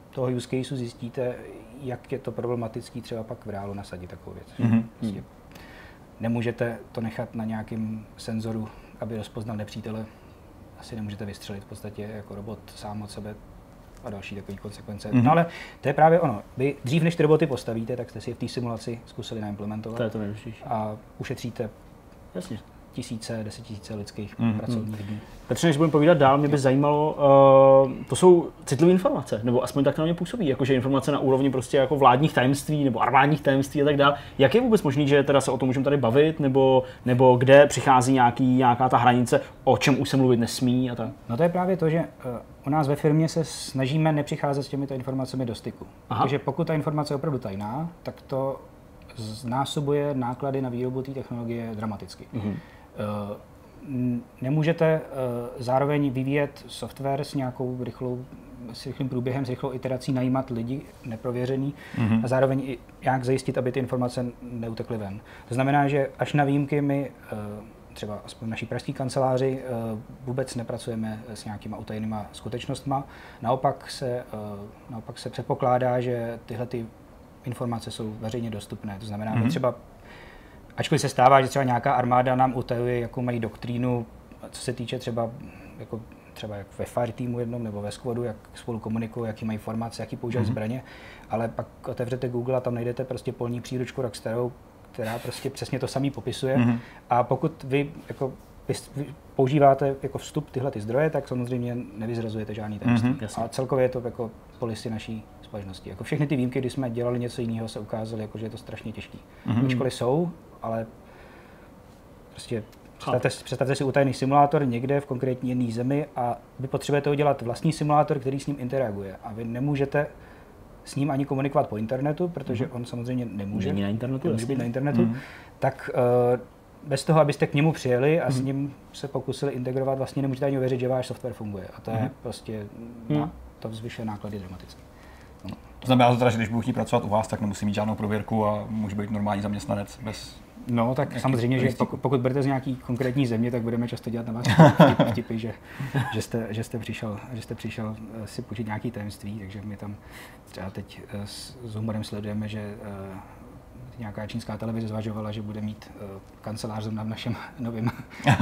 toho use caseu zjistíte, jak je to problematický třeba pak v reálu nasadit takovou věc. Mm-hmm. Prostě nemůžete to nechat na nějakém senzoru, aby rozpoznal nepřítele. Asi nemůžete vystřelit v podstatě jako robot sám od sebe a další takové konsekvence. Mm-hmm. No ale to je právě ono. Vy dřív, než ty roboty postavíte, tak jste si je v té simulaci zkusili naimplementovat. To je to nejdůležitější. A ušetříte Jasně. tisíce, desetitisíce lidských mm-hmm. pracovních dní. Petře, než budeme povídat dál, mě by zajímalo, uh, to jsou citlivé informace, nebo aspoň tak na mě působí, jakože informace na úrovni prostě jako vládních tajemství nebo armádních tajemství a tak dále. Jak je vůbec možný, že teda se o tom můžeme tady bavit, nebo, nebo kde přichází nějaký, nějaká ta hranice, o čem už se mluvit nesmí a tak? No to je právě to, že uh, u nás ve firmě se snažíme nepřicházet s těmito informacemi do styku. Aha. Takže pokud ta informace je opravdu tajná, tak to znásobuje náklady na výrobu té technologie dramaticky. Mm-hmm. Uh, Nemůžete uh, zároveň vyvíjet software s nějakou rychlou, s rychlým průběhem, s rychlou iterací, najímat lidi neprověřený mm-hmm. a zároveň i jak zajistit, aby ty informace neutekly ven. To znamená, že až na výjimky my, uh, třeba aspoň v naší pražské kanceláři, uh, vůbec nepracujeme s nějakýma utajenýma skutečnostma. Naopak se, uh, naopak se předpokládá, že tyhle ty informace jsou veřejně dostupné. To znamená, mm-hmm. třeba ačkoliv se stává, že třeba nějaká armáda nám utajuje, jakou mají doktrínu, co se týče třeba, jako třeba jak ve Fireteamu jednom nebo ve Squadu, jak spolu komunikují, jaký mají formace, jaký používají mm-hmm. zbraně, ale pak otevřete Google a tam najdete prostě polní příručku Rockstaru, která prostě přesně to samý popisuje. Mm-hmm. A pokud vy jako vy používáte jako vstup tyhle ty zdroje, tak samozřejmě nevyzrazujete žádný tajemství. Mm-hmm. A celkově je to jako policy naší společnosti. Jako všechny ty výjimky, kdy jsme dělali něco jiného, se ukázaly, jako, že je to strašně těžké. Mm-hmm. Ačkoliv jsou, ale prostě představte, představte si utajený simulátor někde v konkrétní jiné zemi a vy potřebujete udělat vlastní simulátor, který s ním interaguje. A vy nemůžete s ním ani komunikovat po internetu, protože mm-hmm. on samozřejmě nemůže, Není na internetu, nemůže být na internetu. Mm-hmm. Tak uh, bez toho, abyste k němu přijeli a mm-hmm. s ním se pokusili integrovat, vlastně nemůžete ani uvěřit, že váš software funguje. A to mm-hmm. je prostě, mm-hmm. na, to zvyšuje náklady dramaticky. No. To znamená, teda, že když budu chtít pracovat u vás, tak nemusím mít žádnou prověrku a můžu být normální zaměstnanec bez... No, tak jaký, samozřejmě, že pokud, pokud budete z nějaký konkrétní země, tak budeme často dělat na vás vtipy, že, že, jste, že, jste přišel, že jste přišel si půjčit nějaké tajemství, takže my tam třeba teď s, s humorem sledujeme, že uh, nějaká čínská televize zvažovala, že bude mít uh, kancelář na našem novém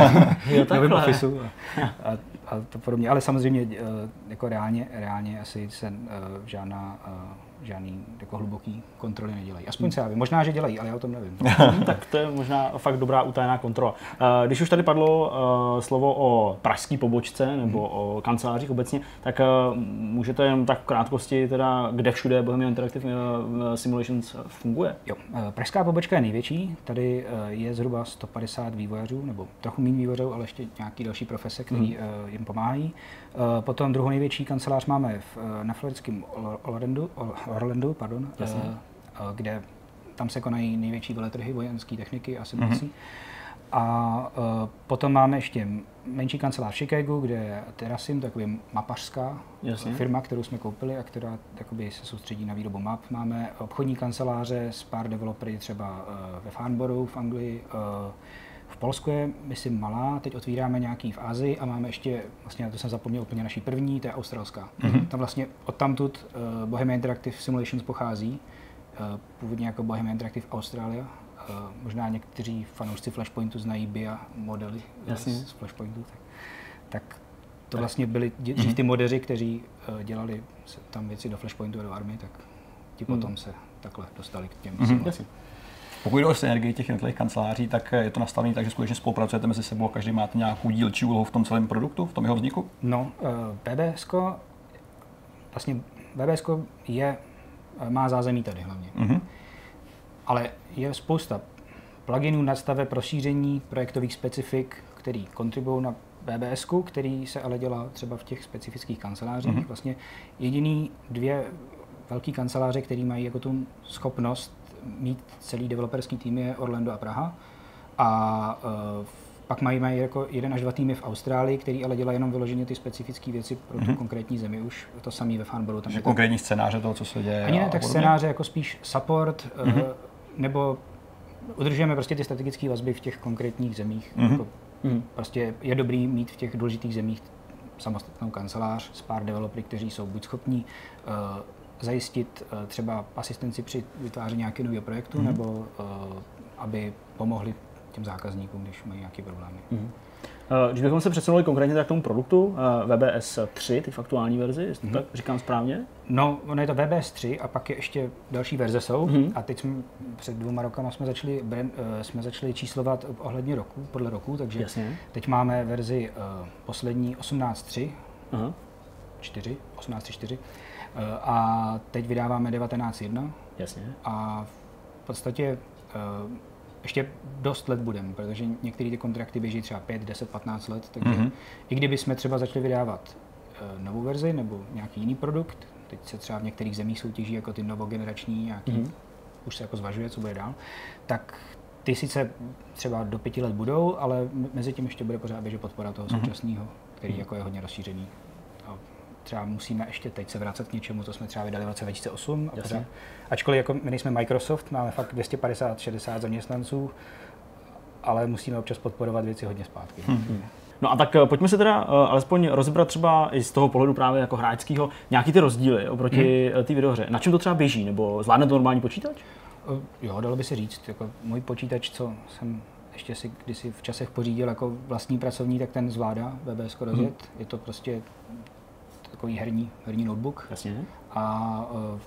novém ofisu a, a, a to podobně. Ale samozřejmě uh, jako reálně, reálně asi se uh, žádná uh, žádný jako hluboký kontroly nedělají. Aspoň se já vím. Možná, že dělají, ale já o tom nevím. Tak to je možná fakt dobrá utajená kontrola. Když už tady padlo uh, slovo o pražské pobočce nebo hmm. o kancelářích obecně, tak uh, můžete jen tak v krátkosti, teda, kde všude Bohemia Interactive uh, Simulations funguje? Jo, uh, pražská pobočka je největší. Tady uh, je zhruba sto padesát vývojářů, nebo trochu méně vývojářů, ale ještě nějaký další profese, který hmm. uh, jim pomáhají. Uh, potom druhou největší kancelář máme v, uh, na floridském Orlandu, Orlandu, pardon, uh, uh, kde tam se konají největší veletrhy vojenské techniky a simulací. Mm-hmm. A uh, potom máme ještě menší kancelář v Chicagu, kde je Terasim, takový mapařská Jasně. firma, kterou jsme koupili a která jakoby se soustředí na výrobu map. Máme obchodní kanceláře s pár developery třeba uh, ve Farnborough v Anglii. Uh, v Polsku je, myslím, malá, teď otvíráme nějaký v Asii a máme ještě, vlastně na to jsem zapomněl úplně naší první, to je australská. Mm-hmm. Tam vlastně odtamtud uh, Bohemia Interactive Simulations pochází, uh, původně jako Bohemia Interactive Australia. Uh, možná někteří fanoušci Flashpointu znají B I A modely z, z Flashpointu. Tak, tak to vlastně byli dřív ty modeři, kteří uh, dělali tam věci do Flashpointu a do Army, tak ti mm. potom se takhle dostali k těm mm-hmm. simulacím. Pokud jde o synergii těch jednotlivých kanceláří, tak je to nastavené tak, že skutečně spolupracujete mezi sebou a každý máte nějakou dílčí úlohu v tom celém produktu, v tom jeho vzniku? No, BBSko, vlastně BBSko je, má zázemí tady hlavně. Mm-hmm. Ale je spousta pluginů, nastaveb, rozšíření projektových specifik, který kontribují na BBSku, který se ale dělá třeba v těch specifických kancelářích. Mm-hmm. Vlastně jediný dvě velké kanceláře, které mají jako tu schopnost mít celý developerský tým, je Orlando a Praha. A uh, pak mají, mají jako jeden až dva týmy v Austrálii, který ale dělají jenom vyloženě ty specifické věci pro tu mm-hmm. konkrétní zemi. Už to samý ve Farnborough. Tam je konkrétní scénáře toho, co se děje? Ani ne tak scénáře, jako spíš support, mm-hmm. uh, nebo udržujeme prostě ty strategické vazby v těch konkrétních zemích. Mm-hmm. Jako, mm-hmm. Prostě je dobrý mít v těch důležitých zemích samostatnou kancelář s pár developery, kteří jsou buď schopní uh, zajistit uh, třeba asistenci při vytváření nějakého nového projektu, mm-hmm. nebo uh, aby pomohli těm zákazníkům, když mají nějaké problémy. Mm-hmm. Když bychom se přesunuli konkrétně k tomu produktu V B S tři, teď v aktuální verzi, jestli mm-hmm. tak říkám správně? No, ono je to V B S tři a pak je ještě další verze jsou. Mm-hmm. A teď jsme před dvěma rokama jsme začali, brand, uh, jsme začali číslovat ohledně roku, podle roku, takže Jasně. teď máme verzi uh, poslední osmnáct tři, uh-huh. čtyři, osmnáct tři čtyři uh, a teď vydáváme devatenáct jedna. Jasně. A v podstatě uh, ještě dost let budeme, protože některé ty kontrakty běží třeba pět, deset, patnáct let, takže mm-hmm. i kdyby jsme třeba začali vydávat uh, novou verzi nebo nějaký jiný produkt, teď se třeba v některých zemích soutěží jako ty novogenerační nějaký, mm-hmm. už se jako zvažuje, co bude dál, tak ty sice třeba do pěti let budou, ale mezi tím ještě bude pořád běžet podpora toho mm-hmm. současného, který mm-hmm. jako je hodně rozšířený. A třeba musíme ještě teď se vracet k něčemu, co jsme třeba vydali v roce dva tisíce osm. A pořád, ačkoliv jako my nejsme Microsoft, máme fakt dvě stě padesát až šedesát zaměstnanců, ale musíme občas podporovat věci hodně zpátky. Mm-hmm. No a tak pojďme se teda uh, alespoň rozebrat třeba i z toho pohledu právě jako hráčského nějaký ty rozdíly oproti hmm. té videohře. Na čem to třeba běží, nebo zvládne to normální počítač? Uh, jo, dalo by se říct. Jako můj počítač, co jsem ještě si kdysi v časech pořídil jako vlastní pracovní, tak ten zvládá V B S rozjet. Hmm. Je to prostě takový herní, herní notebook. Jasně. A uh,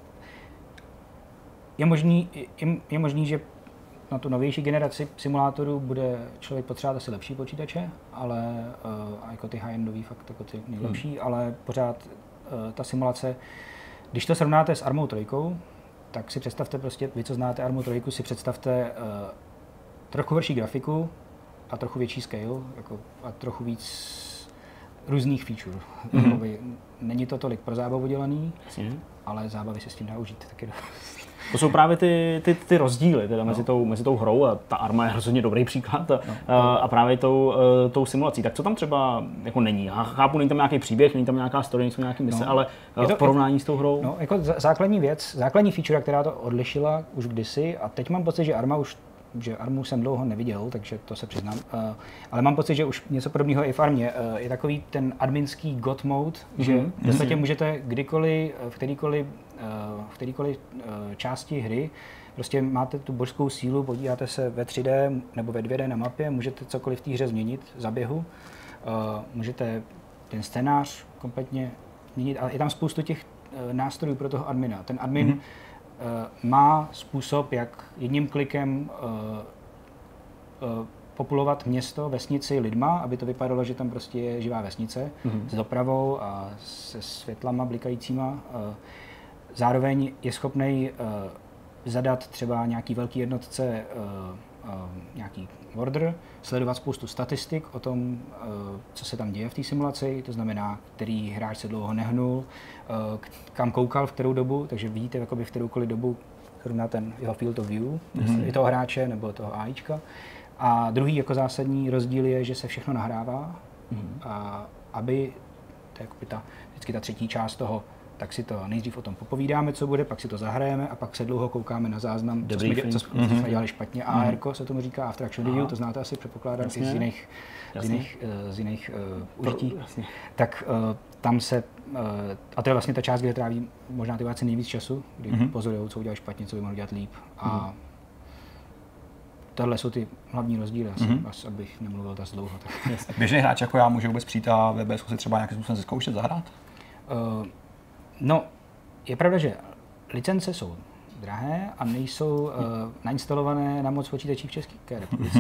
je možný, je, je možný, že na tu novější generaci simulátorů bude člověk potřebovat asi lepší počítače, ale uh, jako ty high-endový fakt jako ty nejlepší, hmm. ale pořád uh, ta simulace, když to srovnáte s Armou tři, tak si představte prostě, vy co znáte Armu tři, si představte uh, trochu horší grafiku a trochu větší scale jako, a trochu víc různých feature. Mm-hmm. Není to tolik pro zábavu dělaný, hmm. ale zábavy se s tím dá užít taky. To jsou právě ty, ty, ty rozdíly teda no. mezi, tou, mezi tou hrou, a ta Arma je rozhodně dobrý příklad, a, no. a právě tou, tou simulací. Tak co tam třeba jako není? Já chápu, není tam nějaký příběh, není tam nějaká story, nejsou nějaké mise, no. ale to, v porovnání s tou hrou? No, jako základní věc, základní feature, která to odlišila už kdysi, a teď mám pocit, že Arma už že Armu jsem dlouho neviděl, takže to se přiznám, uh, ale mám pocit, že už něco podobného i v Armě. Uh, je takový ten adminský God mode, mm-hmm. že v podstatě můžete kdykoliv, v kterýkoliv, uh, v kterýkoliv uh, části hry, prostě máte tu božskou sílu, podíváte se ve tři dé nebo ve dvě dé na mapě, můžete cokoliv v té hře změnit za běhu, uh, můžete ten scénář kompletně měnit, ale je tam spoustu těch uh, nástrojů pro toho admina. Ten admin mm-hmm. má způsob, jak jedním klikem uh, uh, populovat město, vesnici lidma, aby to vypadalo, že tam prostě je živá vesnice mm-hmm. s dopravou a se světlama blikajícíma. Uh, zároveň je schopný uh, zadat třeba nějaký velký jednotce uh, uh, nějaký order, sledovat spoustu statistik o tom, uh, co se tam děje v té simulaci, to znamená, který hráč se dlouho nehnul, uh, kam koukal v kterou dobu, takže vidíte jakoby v kteroukoliv dobu zrovna ten jeho field of view, mm-hmm. i toho hráče nebo toho AIčka. A druhý jako zásadní rozdíl je, že se všechno nahrává, mm-hmm. a aby, to je jakoby ta, vždycky ta třetí část toho, tak si to nejdřív o tom popovídáme, co bude, pak si to zahrajeme a pak se dlouho koukáme na záznam, co jsme, dělali, co jsme mm-hmm. dělali špatně. A R ko se tomu říká After Action Review, to znáte asi, předpokládám, i z jiných, z jiných, z jiných uh, užití. Jasně. Tak uh, tam se, uh, a to je vlastně ta část, kde tráví možná ty váci nejvíc času, kdy mm-hmm. pozorujou, co udělali špatně, co by mohli dělat líp. A mm-hmm. tohle jsou ty hlavní rozdíly, asi, mm-hmm. asi abych nemluvil tak dlouho. Tak. Běžný hráč jako já může vůbec přijít a V B S si třeba nějakým způsobem zkoušet, zahrát? Uh, No, je pravda, že licence jsou drahé a nejsou uh, nainstalované na moc počítačí v České republice.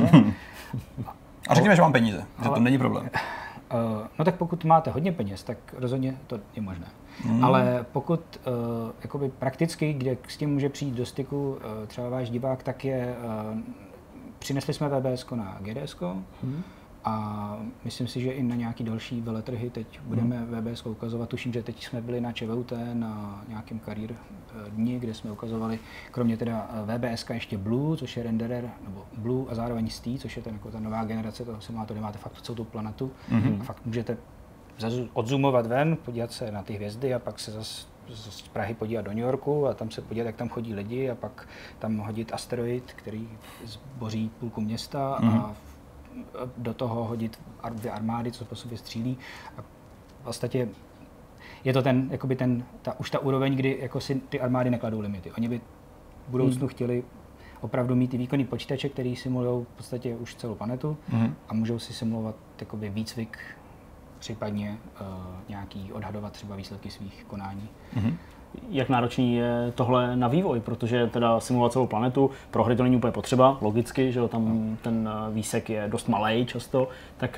A řekněme, že mám peníze, že to není problém. Uh, no tak pokud máte hodně peněz, tak rozhodně to je možné. Hmm. Ale pokud uh, jakoby prakticky, kde s tím může přijít do styku uh, třeba váš divák, tak je, uh, přinesli jsme V B S na G D S ko, hmm. a myslím si, že i na nějaký další veletrhy teď budeme hmm. V B S ukazovat. Tuším, že teď jsme byli na ČVUT na nějakém kariér dni, kde jsme ukazovali kromě teda V B S ještě Blue, což je renderer, nebo Blue a zároveň S T, což je ten, jako ta nová generace toho simulátoru, kde máte fakt celou tu planetu hmm. a fakt můžete odzoomovat ven, podívat se na ty hvězdy a pak se zase z Prahy podívat do New Yorku a tam se podívat, jak tam chodí lidi a pak tam hodit asteroid, který zboří půlku města hmm. a do toho hodit dvě armády, co po sobě střílí. A v podstatě je to ten, jakoby ten, ta, už ta úroveň, kdy jako si ty armády nekladou limity. Oni by v budoucnu hmm. chtěli opravdu mít ty výkonný počítače, který simulují v podstatě už celou planetu hmm. a můžou si simulovat jakoby výcvik, případně uh, nějaký odhadovat třeba výsledky svých konání. Hmm. Jak náročný je tohle na vývoj, protože teda simulovat celou planetu, pro hry to není úplně potřeba, logicky, že jo, tam ten výsek je dost malej často, tak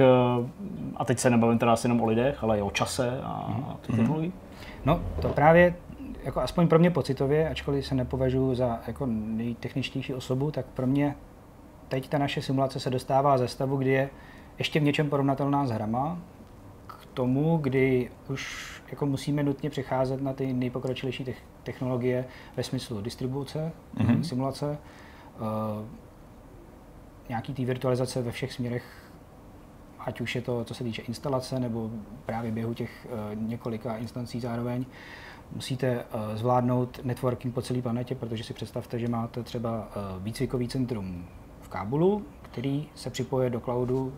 a teď se nebavím teda asi jenom o lidech, ale i o čase a mm-hmm. technologii. No to právě, jako aspoň pro mě pocitově, ačkoliv se nepovažuji za jako nejtechničtější osobu, tak pro mě teď ta naše simulace se dostává ze stavu, kdy je ještě v něčem porovnatelná s hrama, k tomu, kdy už jako musíme nutně přecházet na ty nejpokročilejší technologie ve smyslu distribuce, mm-hmm. simulace, uh, nějaký té virtualizace ve všech směrech, ať už je to, co se týče instalace, nebo právě běhu těch uh, několika instancí zároveň. Musíte uh, zvládnout networking po celé planetě, protože si představte, že máte třeba uh, výcvikový centrum v Kábulu, který se připojuje do cloudu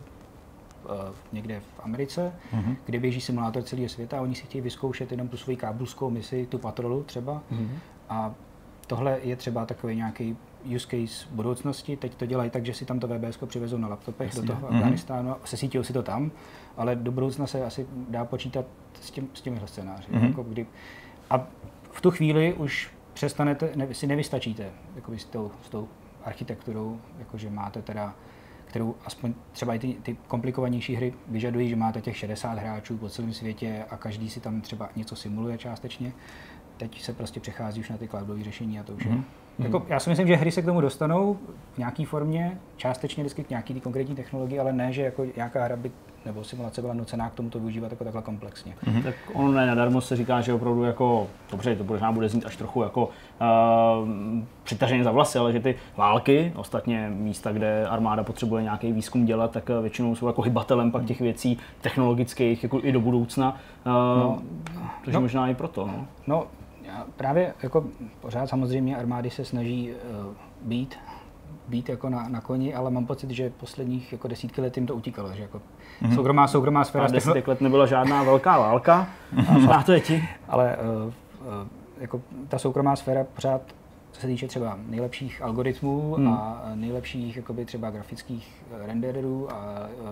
někde v Americe, mm-hmm. kde běží simulátor celého světa a oni si chtějí vyzkoušet jenom tu svoji kábulskou misi, tu patrolu třeba. Mm-hmm. A tohle je třeba takový nějaký use case budoucnosti. Teď to dělají tak, že si tam to V B S ko přivezou na laptopech Jasně. do toho mm-hmm. Afghánistánu a sesítí si to tam, ale do budoucna se asi dá počítat s, tím, s těmihle scénáři. Mm-hmm. Jako kdy, a v tu chvíli už přestanete, ne, si nevystačíte jakoby s, tou, s tou architekturou, jakože máte teda kterou aspoň třeba i ty, ty komplikovanější hry vyžadují, že máte těch šedesát hráčů po celém světě a každý si tam třeba něco simuluje částečně. Teď se prostě přechází už na ty cloudové řešení a to už mm-hmm. je. Jako, já si myslím, že hry se k tomu dostanou v nějaké formě, částečně vždycky k nějaký konkrétní technologii, ale ne, že jako nějaká hra by nebo simulace byla nucená k tomu to využívat jako takhle komplexně. Mm-hmm. Tak ono ne nadarmo se říká, že opravdu jako, dobře, to možná bude znít až trochu jako uh, přitaženě za vlasy, ale že ty války, ostatně místa, kde armáda potřebuje nějaký výzkum dělat, tak většinou jsou jako hybatelem pak těch věcí technologických jako i do budoucna. Uh, no, takže no, možná i proto. No, no právě jako pořád samozřejmě armády se snaží uh, být být jako na, na koni, ale mám pocit, že posledních jako desítky let jim to utíkalo, že jako mm-hmm. soukromá, soukromá sféra... desítek let nebyla žádná velká válka, a to je ti. Ale uh, uh, jako ta soukromá sféra pořád, co se týče třeba nejlepších algoritmů mm. a nejlepších jakoby třeba grafických rendererů a uh,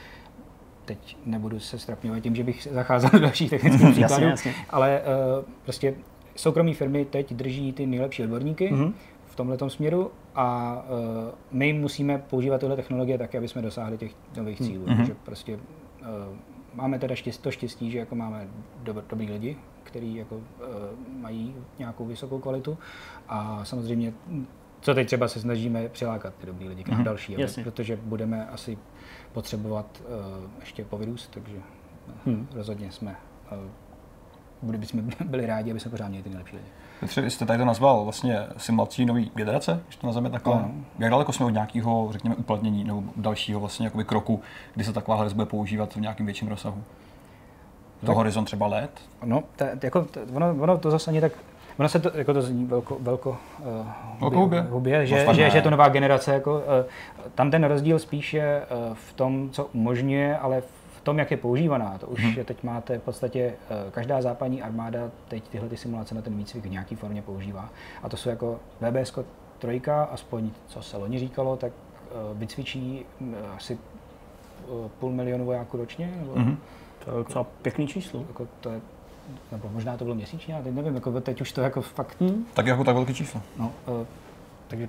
teď nebudu se strapňovat tím, že bych zacházel do dalších technických příkladů, jasně, jasně. ale uh, prostě soukromé firmy teď drží ty nejlepší odborníky, mm-hmm. v tomhletom směru a uh, my musíme používat tyhle technologie tak, aby jsme dosáhli těch nových cílů. Mm-hmm. Takže prostě uh, máme teda štěstí, to štěstí, že jako máme do, dobrý lidi, kteří jako, uh, mají nějakou vysokou kvalitu a samozřejmě, co teď třeba se snažíme přilákat ty dobrý lidi k nám mm-hmm. další, aby, protože budeme asi potřebovat uh, ještě povyrůst, takže uh, mm. rozhodně jsme uh, bychom byli rádi, aby jsme pořád měli ty nejlepší lidi. Petře, jste tady to nazval vlastně simulací nové generace, když to nazveme takhle. No. Jak daleko jsme od nějakého, řekněme, uplatnění nebo dalšího vlastně jakoby kroku, kdy se taková hra bude používat v nějakém větším rozsahu? To tak, horizont třeba let? No, to, jako, to, ono, ono to zase ani tak, ono se to, jako to zní velko, velko uh, hubě, hubě že, že, že je to nová generace, jako, uh, tam ten rozdíl spíš je uh, v tom, co umožňuje, ale v tom, jak je používaná, to už hmm. je, teď máte v podstatě, každá západní armáda teď tyhle ty simulace na ten výcvik v nějaké formě používá. A to jsou jako V B S ko tři, aspoň co se loni říkalo, tak vycvičí asi půl milionu vojáků ročně. Nebo, hmm. To je docela pěkný číslo. Jako to je, nebo možná to bylo měsíčně, ale teď nevím, jako teď už to jako fakt... Hmm. Tak jako tak velké číslo. No, uh, takže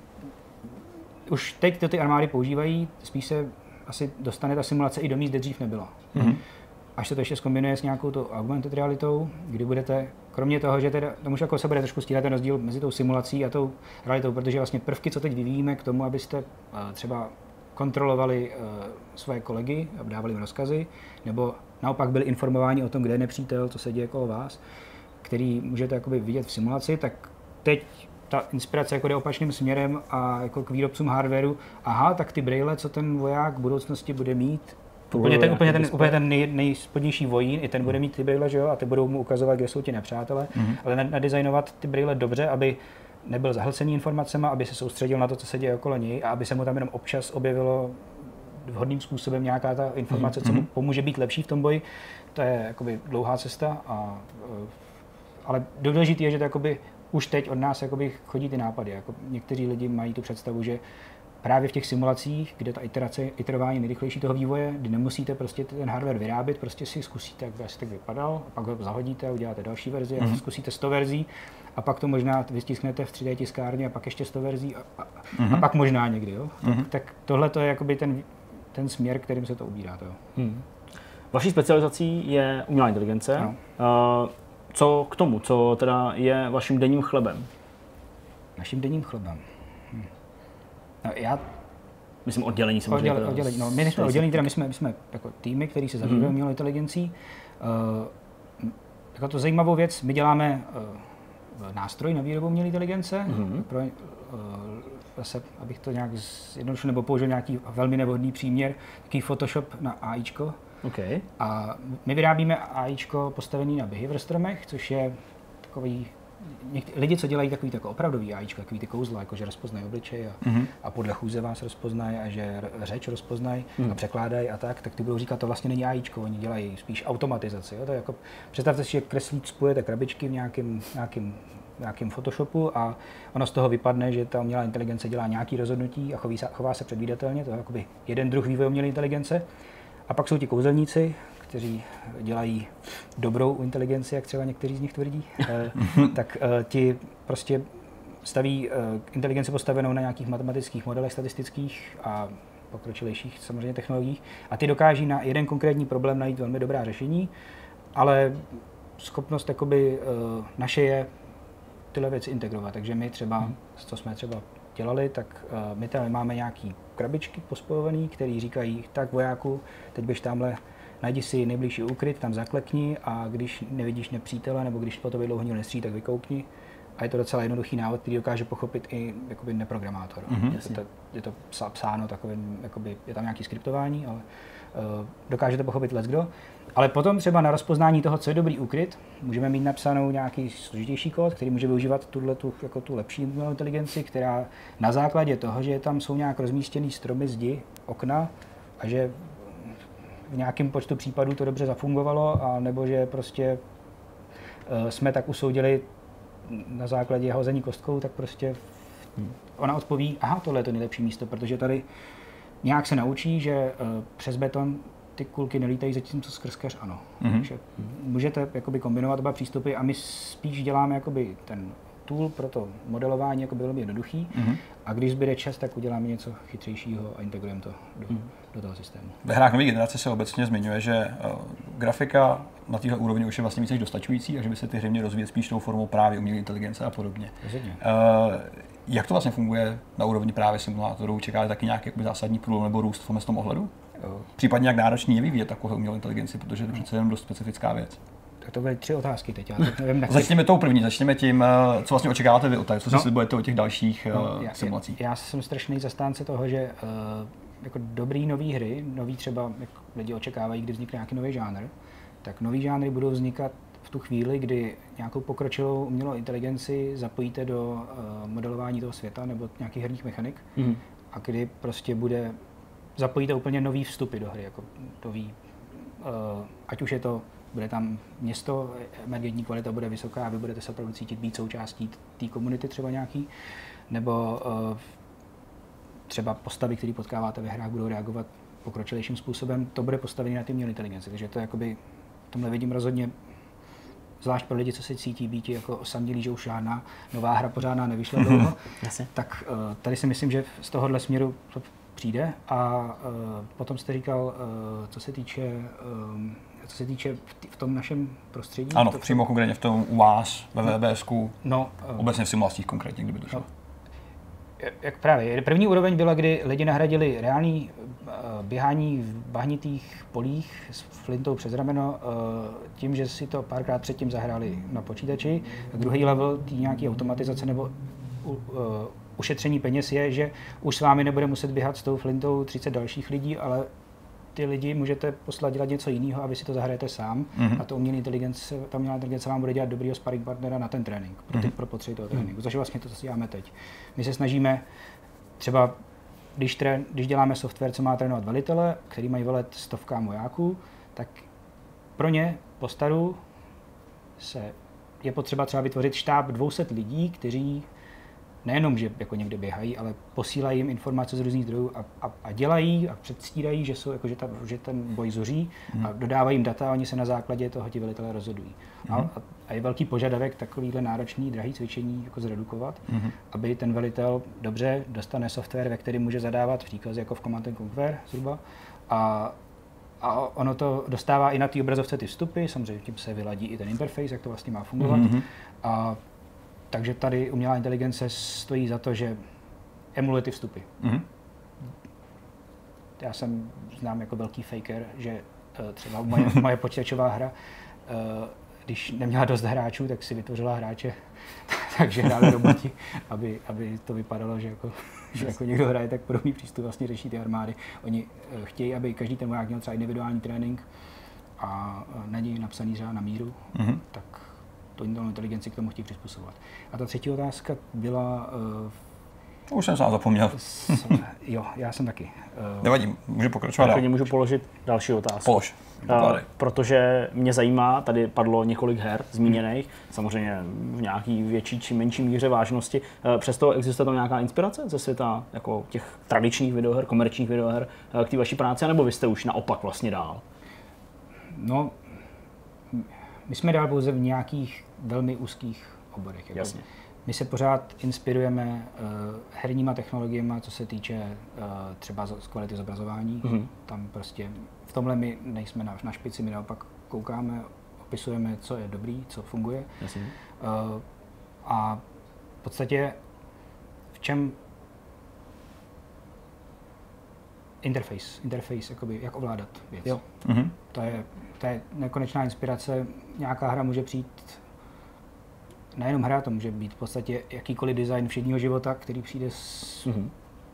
už teď to ty armády používají, spíš se asi dostane ta simulace i do míst, kde dřív nebyla. Mm-hmm. Až se to ještě zkombinuje s nějakou tou augmented realitou, kdy budete, kromě toho, že teda, tomu už jako se bude trošku stíhat ten rozdíl mezi tou simulací a tou realitou, protože vlastně prvky, co teď vyvíjíme k tomu, abyste uh, třeba kontrolovali uh, své kolegy a dávali jim rozkazy, nebo naopak byli informováni o tom, kde je nepřítel, co se děje okolo vás, který můžete jakoby vidět v simulaci, tak teď ta inspirace jako jde opačným směrem a jako k výrobcům hardwareu. Aha, tak ty brejle, co ten voják v budoucnosti bude mít, úplně ten, úplně ten, úplně ten nej, nejspodnější vojín, i ten bude mít ty brejle, že jo, a ty budou mu ukazovat, kde jsou ti nepřátelé, mm-hmm. ale nadizajnovat ty brejle dobře, aby nebyl zahlcený informacemi, aby se soustředil na to, co se děje okolo něj a aby se mu tam jenom občas objevilo vhodným způsobem nějaká ta informace, co mu pomůže být lepší v tom boji, to je jakoby dlouhá cesta, a, ale důležité je, že to jakoby už teď od nás jakoby chodí ty nápady. Jako někteří lidi mají tu představu, že právě v těch simulacích, kde ta iterace, iterování nejrychlejší toho vývoje, kdy nemusíte prostě ten hardware vyrábět, prostě si zkusíte, jak by asi tak vypadal, a pak ho zahodíte a uděláte další verzi, mm-hmm. a zkusíte sto verzí, a pak to možná vystisknete v tři dé tiskárně a pak ještě sto verzí a, a, mm-hmm. a pak možná někdy. Jo? Mm-hmm. Tak, tak tohle to je jakoby ten, ten směr, kterým se to ubírá. To. Hmm. Vaší specializací je umělá inteligence. Uh, co k tomu, co teda je vaším denním chlebem? Naším denním chlebem? Hm. No, já... Myslím oddělení samozřejmě. Odděle, oddělení. No, my jsme oddělení, teda my jsme, my jsme jako týmy, který se zabývají umělou inteligencí. Uh, jako to zajímavou věc, my děláme uh, nástroj na výrobu umělé inteligence. Mm-hmm. Pro, uh, zase, abych to nějak zjednodušil nebo použil nějaký velmi nevhodný příměr, taký Photoshop na AIčko. Okay. A my vyrábíme AIčko postavený na behavior stromech, což je takový, někdy, lidi, co dělají takový tako opravdový AIčko, takový ty kouzla, jako že rozpoznají obličej a, mm-hmm. a podle chůze vás rozpoznají a že řeč rozpoznají mm. a překládají a tak, tak ty budou říkat, to vlastně není AIčko, oni dělají spíš automatizaci. Jo? To je jako, představte si, že kreslík spojujete krabičky v nějakém, nějakém, nějakém Photoshopu a ono z toho vypadne, že ta umělá inteligence dělá nějaké rozhodnutí a choví se, chová se předvídatelně, to je jakoby jeden druh vývoje umělé inteligence. A pak jsou ti kouzelníci, kteří dělají dobrou inteligenci, jak třeba někteří z nich tvrdí, tak ti prostě staví inteligenci postavenou na nějakých matematických modelech statistických a pokročilejších samozřejmě technologiích a ty dokáží na jeden konkrétní problém najít velmi dobrá řešení, ale schopnost jakoby naše je tyhle věci integrovat, takže my třeba, co jsme třeba dělali, tak uh, my tady máme nějaký krabičky pospojovaný, který říkají, tak vojáku, teď běž tamhle, najdi si nejbližší úkryt, tam zaklekni a když nevidíš nepřítele, nebo když po tobě dlouho nikdo nestřílí, tak vykoukni. A je to docela jednoduchý návod, který dokáže pochopit i jakoby neprogramátor. Mm-hmm. Je, to, je to psáno takovým, jakoby, je tam nějaké skriptování, ale uh, dokáže to pochopit leckdo. Ale potom třeba na rozpoznání toho, co je dobrý úkryt, můžeme mít napsanou nějaký složitější kód, který může využívat tuhle tu, jako tu lepší umělou inteligenci, která na základě toho, že tam jsou nějak rozmístěný stromy, zdi, okna a že v nějakém počtu případů to dobře zafungovalo, a nebo že prostě uh, jsme tak usoudili na základě hození kostkou, tak prostě ona odpoví, aha, tohle je to nejlepší místo, protože tady nějak se naučí, že uh, přes beton ty kulky nelítají, zatímco skrz keř ano. Mm-hmm. Takže můžete jakoby kombinovat oba přístupy a my spíš děláme jakoby ten tool pro to modelování jakoby velmi jednoduchý, mm-hmm. a když zbyde čas, tak uděláme něco chytřejšího a integrujeme to do, mm. do toho systému. Ve hrách nové generace se obecně zmiňuje, že uh, grafika na téhle úrovni už je vlastně více než dostačující a že by se ty hry měly rozvíjet spíš tou formou právě umělé inteligence a podobně. Uh, jak to vlastně funguje na úrovni právě simulátorů? Čekáte taky nějaký zásadní průlom nebo růst v tom ohledu? Případně jak náročný je vyvíjet takovou umělou inteligenci, protože to je přece jenom dost specifická věc. Tak to byly tři otázky teď, já teď nevím, začněme tou první, začněme tím, co vlastně očekáváte vy o té, co si no. slibujete o těch dalších no, uh, simulacích. Já, já jsem strašný zastánce toho, že uh, jako dobrý nový hry, nový třeba, jak lidi očekávají, kdy vznikne nějaký nový žánr, tak nový žánry budou vznikat v tu chvíli, kdy nějakou pokročilou umělou inteligenci zapojíte do uh, modelování toho světa nebo nějakých herních mechanik, mm. a kdy prostě bude zapojíte úplně nový vstupy do hry, jako nový, uh, ať už je to, bude tam město, emergentní kvalita bude vysoká a vy budete se opravdu cítit být součástí té komunity třeba nějaký, nebo uh, třeba postavy, které potkáváte ve hrách, budou reagovat pokročilejším způsobem, to bude postavené na té umělé inteligenci, takže to jakoby, v tomhle vidím rozhodně, zvlášť pro lidi, co se cítí být jako osamělí, že už žádná nová hra pořádná nevyšla dlouho, tak uh, tady si myslím, že z tohohle směru to přijde. A uh, potom jste říkal, uh, co se týče, um, co se týče v, t- v tom našem prostředí. Ano, to, přímo konkrétně v tom u vás, ve V B S ku, no, uh, obecně v simulacích konkrétně, kdyby to šlo. No, jak právě, první úroveň byla, kdy lidi nahradili reální uh, běhání v bahnitých polích s flintou přes rameno uh, tím, že si to párkrát předtím zahráli na počítači. Druhý level tý nějaký automatizace nebo uh, ušetření peněz je, že už s vámi nebude muset běhat s tou flintou třicet dalších lidí, ale ty lidi můžete poslat dělat něco jiného a vy si to zahrajete sám, mm-hmm. a to umělá inteligence, ta umělá inteligence vám bude dělat dobrýho sparring partnera na ten trénink, pro, ty, mm-hmm. pro potřeby toho tréninku, což je vlastně to, co si děláme teď. My se snažíme třeba když, trén, když děláme software, co má trénovat velitele, který mají velet stovkám vojáků, tak pro ně po staru se je potřeba třeba vytvořit štáb dvě stě lidí, kteří nejenom, že jako někde běhají, ale posílají jim informace z různých zdrojů a, a, a dělají a předstírají, že, jsou, jako, že, ta, že ten boj zuří mm. a dodávají jim data a oni se na základě toho ti velitelé rozhodují. Mm. A, a je velký požadavek takovýhle náročný, drahý cvičení jako zredukovat, mm. aby ten velitel dobře dostane software, ve kterém může zadávat příkazy jako v Command and Conquer zhruba. A, a ono to dostává i na té obrazovce ty vstupy, samozřejmě tím se vyladí i ten interface, jak to vlastně má fungovat. Mm. A takže tady umělá inteligence stojí za to, že emuluje ty vstupy. Mm-hmm. Já jsem znám jako velký faker, že uh, třeba moje, moje počítačová hra, uh, když neměla dost hráčů, tak si vytvořila hráče, takže hráli roboti, aby, aby to vypadalo, že jako, že jako někdo hraje, tak podobný přístup vlastně řeší ty armády. Oni uh, chtějí, aby každý ten voják měl třeba individuální trénink a uh, na něj napsaný třeba na míru, mm-hmm. tak tu inteligenci k tomu chtějí přizpůsobovat. A ta třetí otázka byla... Uh, Už jsem sám zapomněl. S, jo, já jsem taky. Uh, Nevadím, můžu pokračovat dál. Můžu položit další otázku. Polož. Uh, protože mě zajímá, tady padlo několik her zmíněných, samozřejmě v nějaký větší či menší míře vážnosti. Uh, přesto existuje tam nějaká inspirace ze světa jako těch tradičních videoher, komerčních videoher uh, k té vaší práci, nebo vy jste už naopak vlastně dál? No, my jsme dál pouze v nějakých velmi úzkých oborech. Jako. Jasně. My se pořád inspirujeme uh, herníma technologiemi, co se týče uh, třeba z kvality zobrazování. Mm-hmm. Tam prostě v tomhle my nejsme na, na špici, my naopak koukáme, opisujeme, co je dobrý, co funguje. Jasně. Uh, a v podstatě v čem interface, interface jakoby, jak ovládat věc. Jo. Mm-hmm. To je, to je nekonečná inspirace. Nějaká hra může přijít, nejenom hra, to může být v podstatě jakýkoliv design všedního života, který přijde s mm-hmm.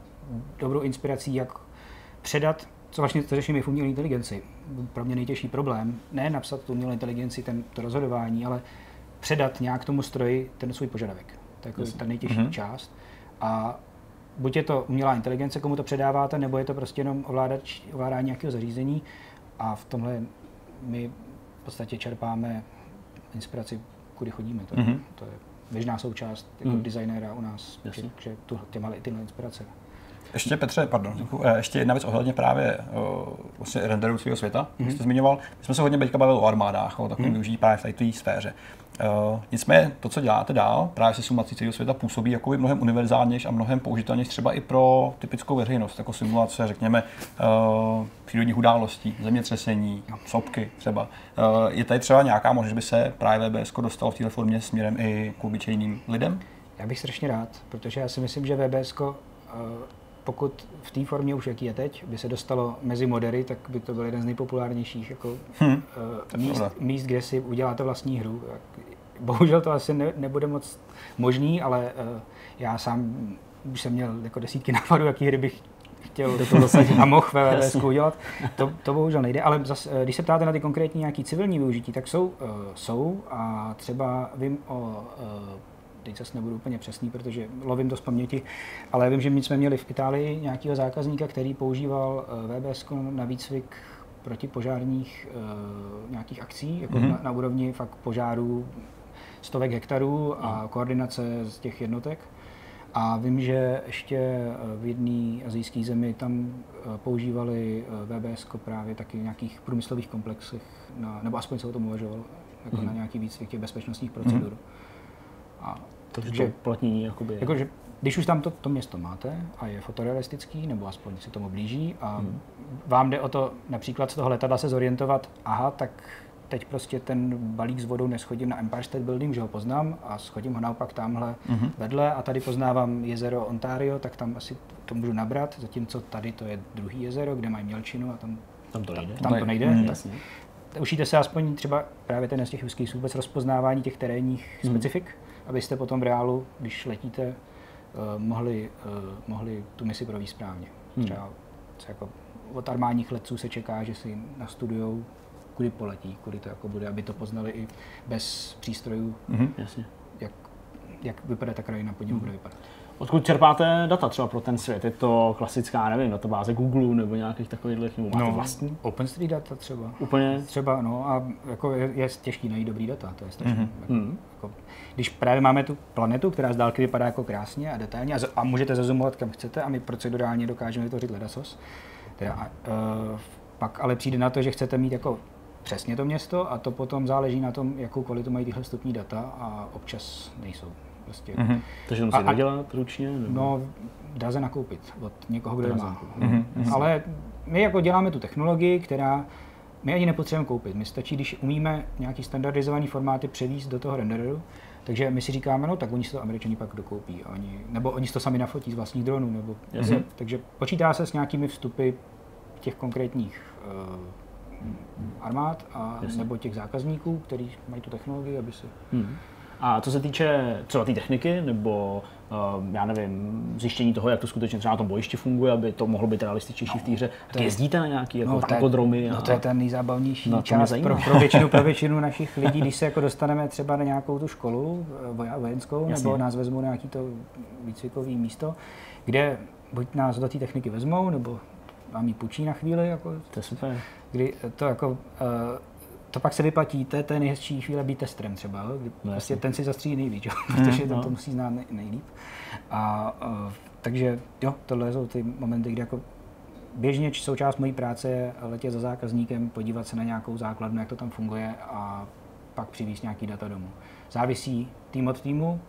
dobrou inspirací, jak předat, co vlastně to řešíme v umělé inteligenci. Pro mě nejtěžší problém, ne napsat tu umělou inteligenci, ten, to rozhodování, ale předat nějak tomu stroji ten svůj požadavek. To je jako ta nejtěžší mm-hmm. část. A buď je to umělá inteligence, komu to předáváte, nebo je to prostě jenom ovládač, ovládání nějakého zařízení. A v tomhle my v podstatě čerpáme inspiraci, kudy chodíme. To, mm-hmm. to je běžná součást jako mm. designéra u nás, že, že tu, těma, tyhle inspirace. Ještě Petře, pardon, ještě jedna věc ohledně právě uh, vlastně renderu svého světa, mm-hmm. jste zmiňoval. My jsme se hodně teďka bavili o armádách, o takovém mm. využití právě v té sféře. Uh, nicméně to, co děláte dál, právě se simulací celého světa působí jakoby mnohem univerzálnější a mnohem použitelnější třeba i pro typickou veřejnost, jako simulace, řekněme, uh, přírodních událostí, zemětřesení, sopky třeba. Uh, je tady třeba nějaká možnost, že by se právě V B S ko dostalo v této formě směrem i k obyčejným lidem? Já bych strašně rád, protože já si myslím, že V B S ko, uh, pokud v té formě už jaký je teď, by se dostalo mezi modery, tak by to byl jeden z nejpopulárnějších jako, hmm. uh, míst, míst, kde si uděláte vlastní hru. Bohužel to asi ne, nebude moc možný, ale uh, já sám už jsem měl jako desítky nápadů, jaký hry bych chtěl do toho dosadit a mohl ve V B S ku udělat. To, to bohužel nejde, ale zas, když se ptáte na ty konkrétní nějaký civilní využití, tak jsou, uh, jsou a třeba vím o uh, teď zase nebudu úplně přesný, protože lovím to z paměti, ale vím, že my jsme měli v Itálii nějakého zákazníka, který používal V B S ko na výcvik protipožárních uh, nějakých akcí, jako mm-hmm. na, na úrovni fakt požárů stovek hektarů a mm. koordinace z těch jednotek. A vím, že ještě v jedné asijské zemi tam používali V B S ko právě taky v nějakých průmyslových komplexech, na, nebo aspoň se o tom uvažovalo, jako mm. na nějaký výcvik těch bezpečnostních procedur. Mm. A to, že to platí jakoby... Jakože, když už tam to, to město máte a je fotorealistický, nebo aspoň se tomu blíží a hmm. vám jde o to například z toho letadla se zorientovat, aha, tak teď prostě ten balík s vodou neschodím na Empire State Building, že ho poznám a schodím ho naopak tamhle hmm. vedle a tady poznávám jezero Ontario, tak tam asi to můžu nabrat, zatímco tady to je druhý jezero, kde mají mělčinu a tam, tam to nejde. Tam to nejde. Hmm, jasně. Učíte se aspoň třeba právě ten z těch úzkých vůbec rozpoznávání těch terénních hmm. specifik, abyste potom v reálu, když letíte, uh, mohli, uh, mohli tu misi provést správně. Hmm. Třeba jako od armádních letců se čeká, že si nastudujou, kudy poletí, kudy to jako bude, aby to poznali i bez přístrojů, hmm. Jasně. Jak, jak vypadá ta krajina, pod ním hmm. bude vypadat. Odkud čerpáte data třeba pro ten svět? Je to klasická, nevím, databáze Google nebo nějakých takových, nebo máte no, vlastní? OpenStreetData třeba. Úplně? Třeba, no a jako je, je těžký najít dobrý data, to je strašně. Mm-hmm. Jako, když právě máme tu planetu, která z dálky vypadá jako krásně a detailně a, z, a můžete zazumovat kam chcete a my procedurálně dokážeme vytvořit ledasos, teda, uh, pak ale přijde na to, že chcete mít jako přesně to město a to potom záleží na tom, jakou kvalitu mají tyhle vstupní data a občas nejsou. Prostě. Mm-hmm. Takže to musíte dodělat ručně? Nebo? No, dá se nakoupit od někoho, kdo je má. Mm-hmm. Ale my jako děláme tu technologii, která my ani nepotřebujeme koupit. My stačí, když umíme nějaký standardizovaný formáty převíst do toho renderu, takže my si říkáme, no tak oni si to Američani pak dokoupí, oni, nebo oni si to sami nafotí z vlastních dronů, nebo mm-hmm. takže počítá se s nějakými vstupy těch konkrétních uh, armád a, nebo těch zákazníků, kteří mají tu technologii, aby se... Hmm. A co se týče třeba té techniky, nebo uh, já nevím, zjištění toho, jak to skutečně třeba na tom bojišti funguje, aby to mohlo být realističtější no, v té hře, tak jezdíte na nějaký jako no, tankodromy? No to je ten nejzábavnější no, část pro, pro, většinu, pro většinu našich lidí, když se jako dostaneme třeba na nějakou tu školu vojenskou, Jasně. nebo nás vezmou na nějaký to výcvikové místo, kde buď nás do té techniky vezmou, nebo vám ji půjčí na chvíli, jako, to je super. Kdy to jako, uh, to pak se vyplatí, to je, to je nejhezčí chvíle být testrem třeba, kdy no, prostě ten si zastřílí nejvíc, jo? Protože ten no. to musí znát nej, nejlíp. A, uh, takže jo, tohle jsou ty momenty, kdy jako běžně součást mojí práce je letět za zákazníkem, podívat se na nějakou základnu, jak to tam funguje a pak přivést nějaký data domů. Závisí tým od týmu,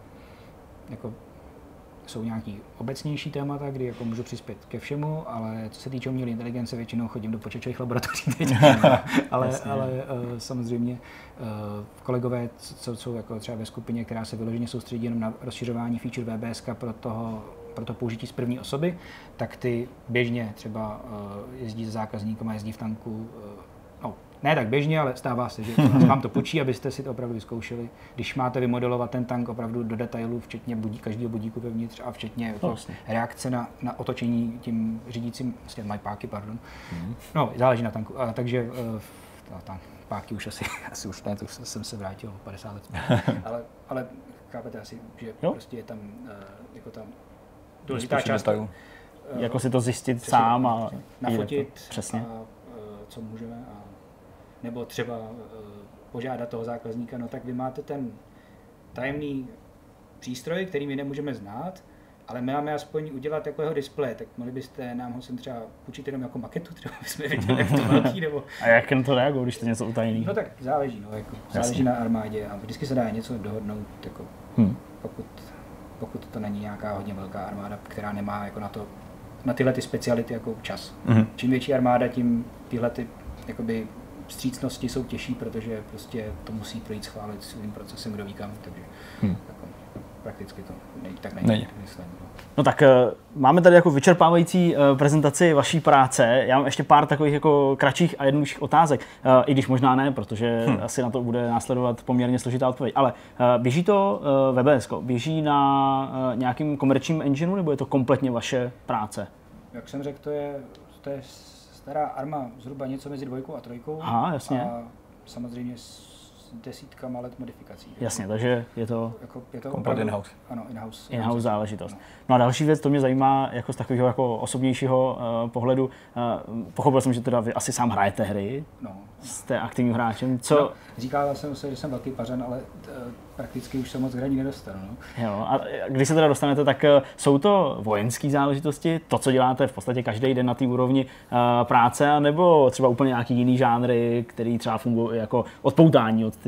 jako jsou nějaký obecnější témata, kdy jako můžu přispět ke všemu, ale co se týče umělé inteligence, většinou chodím do počítačových laboratoří teď. ale, ale uh, samozřejmě uh, kolegové, co jsou jako třeba ve skupině, která se vyloženě soustředí jenom na rozšiřování feature V B S pro toho pro to použití z první osoby, tak ty běžně třeba uh, jezdí se zákazníkem a jezdí v tanku. Uh, no, ne tak běžně, ale stává se, že vám to půjčí, abyste si to opravdu vyzkoušeli. Když máte vymodelovat ten tank opravdu do detailů, včetně budí, každého budíku vevnitř a včetně jako vlastně. reakce na, na otočení tím řídícím, vlastně mají páky, pardon. Mm. No, záleží na tanku. A, takže uh, ta, páky už asi, asi už ne, to už jsem se vrátil padesát let ale, ale chápete asi, že jo? prostě je tam uh, jako tam důležitá část. Uh, jako si to zjistit přesně, sám a nafotit přesně. A, uh, co můžeme a nebo třeba uh, požádat toho zákazníka, no tak vy máte ten tajemný přístroj, který my nemůžeme znát, ale my máme aspoň udělat jako jeho displeje, tak mohli byste nám ho sem třeba půjčit jenom jako maketu, třeba bychom viděli, jak to velký, nebo... A jak na to reagují, když to něco utajný? No tak záleží, no, jako, záleží na armádě a vždycky se dá něco dohodnout, jako, hmm. pokud, pokud to není nějaká hodně velká armáda, která nemá jako na to, na tyhle ty speciality jako čas. Hmm. Čím větší armáda, tím tyhle ty, jakoby, vstřícnosti jsou těžší, protože prostě to musí projít schválit svým procesem, kdo ví kam, takže hmm. jako, prakticky to nej, tak není. není. Myslím, no. no tak uh, máme tady jako vyčerpávající uh, prezentaci vaší práce. Já mám ještě pár takových jako kratších a jednodušších otázek, uh, i když možná ne, protože hmm. asi na to bude následovat poměrně složitá odpověď. Ale uh, běží to uh, V B S ko, běží na uh, nějakým komerčním engineu, nebo je to kompletně vaše práce? Jak jsem řekl, to je, to je stará arma, zhruba něco mezi dvojkou a trojkou. Aha, jasně. A samozřejmě s desítkama let modifikací. Jasně, takže je to, jako, je to komplet in-house. Ano, in-house. In-house záležitost. No. no a další věc, to mě zajímá jako z takového jako osobnějšího uh, pohledu. Uh, pochopil jsem, že teda vy asi sám hrajete hry. No. Jste aktivním hráčem. Co? No, říkal jsem se, že jsem velký pařan, ale uh, prakticky už se moc hraní nedostanu. No. Jo, a když se teda dostanete, tak uh, jsou to vojenské záležitosti, to, co děláte v podstatě každý den na té úrovni uh, práce, nebo třeba úplně nějaký jiný žánry, který třeba fungují jako odpoutání od